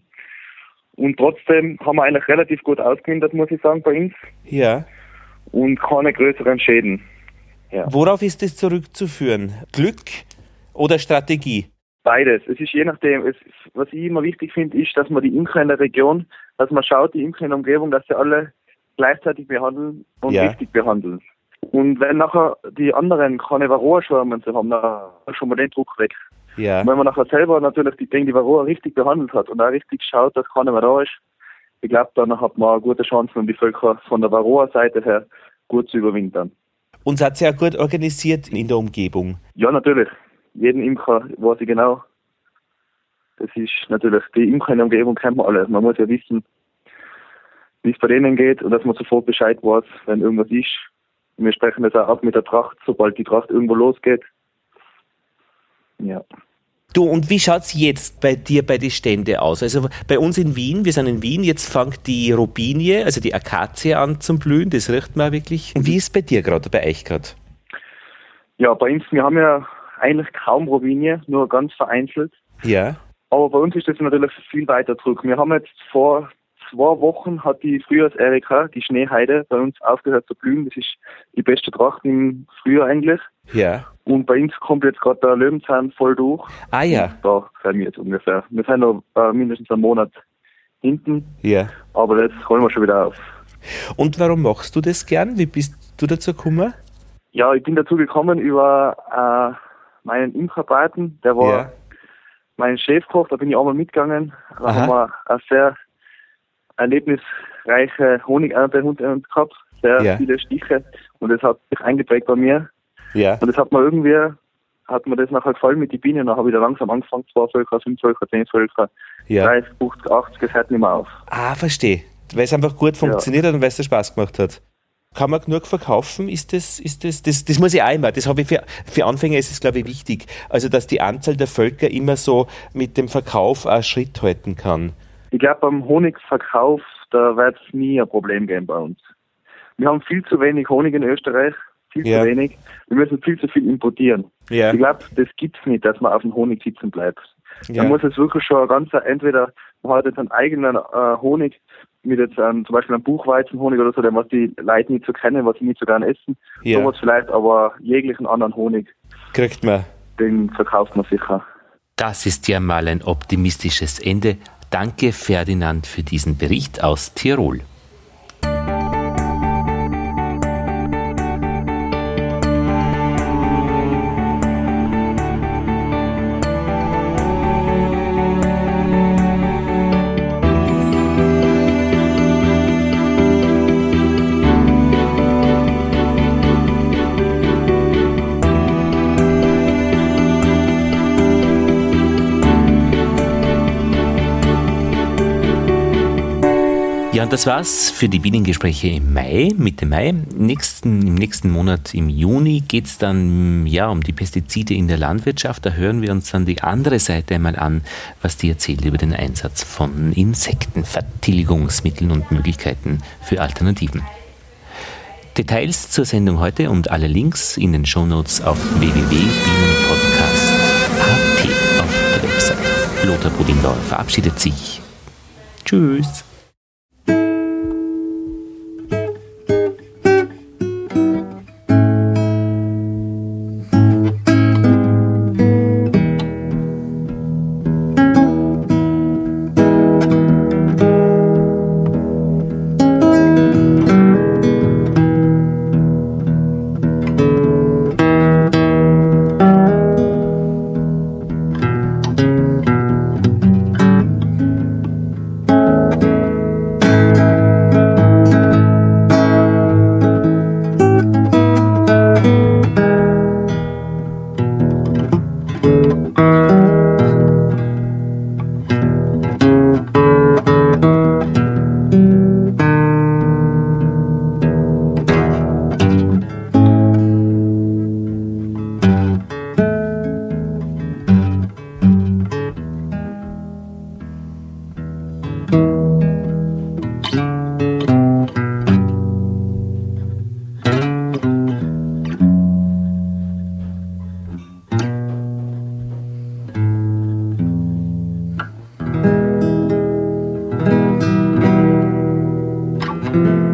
Und trotzdem haben wir eigentlich relativ gut ausgewintert, muss ich sagen, bei uns. Ja. Und keine größeren Schäden. Ja. Worauf ist das zurückzuführen? Glück oder Strategie? Beides. Es ist je nachdem, es, was ich immer wichtig finde, ist, dass man die Imker in der Region, dass man schaut, die Imker in der Umgebung, dass sie alle gleichzeitig behandeln und ja. richtig behandeln. Und wenn nachher die anderen keine Varroa-Schwärme zu haben, dann ist schon mal den Druck weg. Ja. Und wenn man nachher selber natürlich die, die Varroa richtig behandelt hat und auch richtig schaut, dass keiner mehr da ist, ich glaube, dann hat man eine gute Chance, um die Völker von der Varroa-Seite her gut zu überwintern. Und seid ihr ja gut organisiert in der Umgebung? Ja, natürlich. Jeden Imker weiß ich genau. Das ist natürlich, die Imker in der Umgebung kennt man alle. Man muss ja wissen, wie es bei denen geht und dass man sofort Bescheid weiß, wenn irgendwas ist. Wir sprechen das auch ab mit der Tracht, sobald die Tracht irgendwo losgeht. Ja. Du, und wie schaut es jetzt bei dir bei den Ständen aus? Also bei uns in Wien, wir sind in Wien, jetzt fängt die Robinie, also die Akazie an zum Blühen, das riecht man wirklich. Und wie ist es bei dir gerade, bei euch gerade? Ja, bei uns, wir haben ja eigentlich kaum Robinie, nur ganz vereinzelt. Ja. Aber bei uns ist das natürlich viel weiter zurück. Wir haben jetzt vor zwei Wochen hat die Frühjahrs-Erika, die Schneeheide, bei uns aufgehört zu blühen. Das ist die beste Tracht im Frühjahr eigentlich. Ja. Und bei uns kommt jetzt gerade der Löwenzahn voll durch. Ah ja. Und da sind wir jetzt ungefähr. Wir sind noch äh, mindestens einen Monat hinten. Ja. Aber das holen wir schon wieder auf. Und warum machst du das gern? Wie bist du dazu gekommen? Ja, ich bin dazu gekommen über äh, meinen Imkerpaten. Der war ja. mein Chefkoch, da bin ich auch mal mitgegangen. Da Aha. haben wir eine sehr erlebnisreiche Honigernte gehabt, sehr ja. viele Stiche. Und das hat sich eingeprägt bei mir. Ja. Und das hat mir irgendwie, hat mir das nachher gefallen mit den Bienen. Dann habe ich da langsam angefangen, zwei Völker, fünf Völker, zehn Völker, ja. dreißig, fünfzig, achtzig, das hört nicht mehr auf. Ah, verstehe. Weil es einfach gut funktioniert ja. hat und weil es dir Spaß gemacht hat. Kann man genug verkaufen? Ist das, ist das, das, das muss ich auch immer. Das habe ich für, für Anfänger ist es, glaube ich, wichtig. Also, dass die Anzahl der Völker immer so mit dem Verkauf auch Schritt halten kann. Ich glaube, beim Honigverkauf, da wird es nie ein Problem geben bei uns. Wir haben viel zu wenig Honig in Österreich. Viel ja. zu wenig. Wir müssen viel zu viel importieren. Ja. Ich glaube, das gibt es nicht, dass man auf dem Honig sitzen bleibt. Ja. Man muss es wirklich schon ganz, entweder man hat jetzt einen eigenen äh, Honig, mit jetzt ähm, zum Beispiel einem Buchweizenhonig oder so, den was die Leute nicht so kennen, was sie nicht so gerne essen. Ja. Sowas vielleicht, aber jeglichen anderen Honig kriegt man. Den verkauft man sicher. Das ist ja mal ein optimistisches Ende. Danke, Ferdinand, für diesen Bericht aus Tirol. Ja, und das war's für die Bienengespräche im Mai, Mitte Mai. Nächsten, Im nächsten Monat, im Juni, geht es dann ja, um die Pestizide in der Landwirtschaft. Da hören wir uns dann die andere Seite einmal an, was die erzählt über den Einsatz von Insektenvertilgungsmitteln und Möglichkeiten für Alternativen. Details zur Sendung heute und alle Links in den Shownotes auf w w w punkt bienenpodcast punkt a t auf der Website. Lothar Budingbauer verabschiedet sich. Tschüss. Thank you.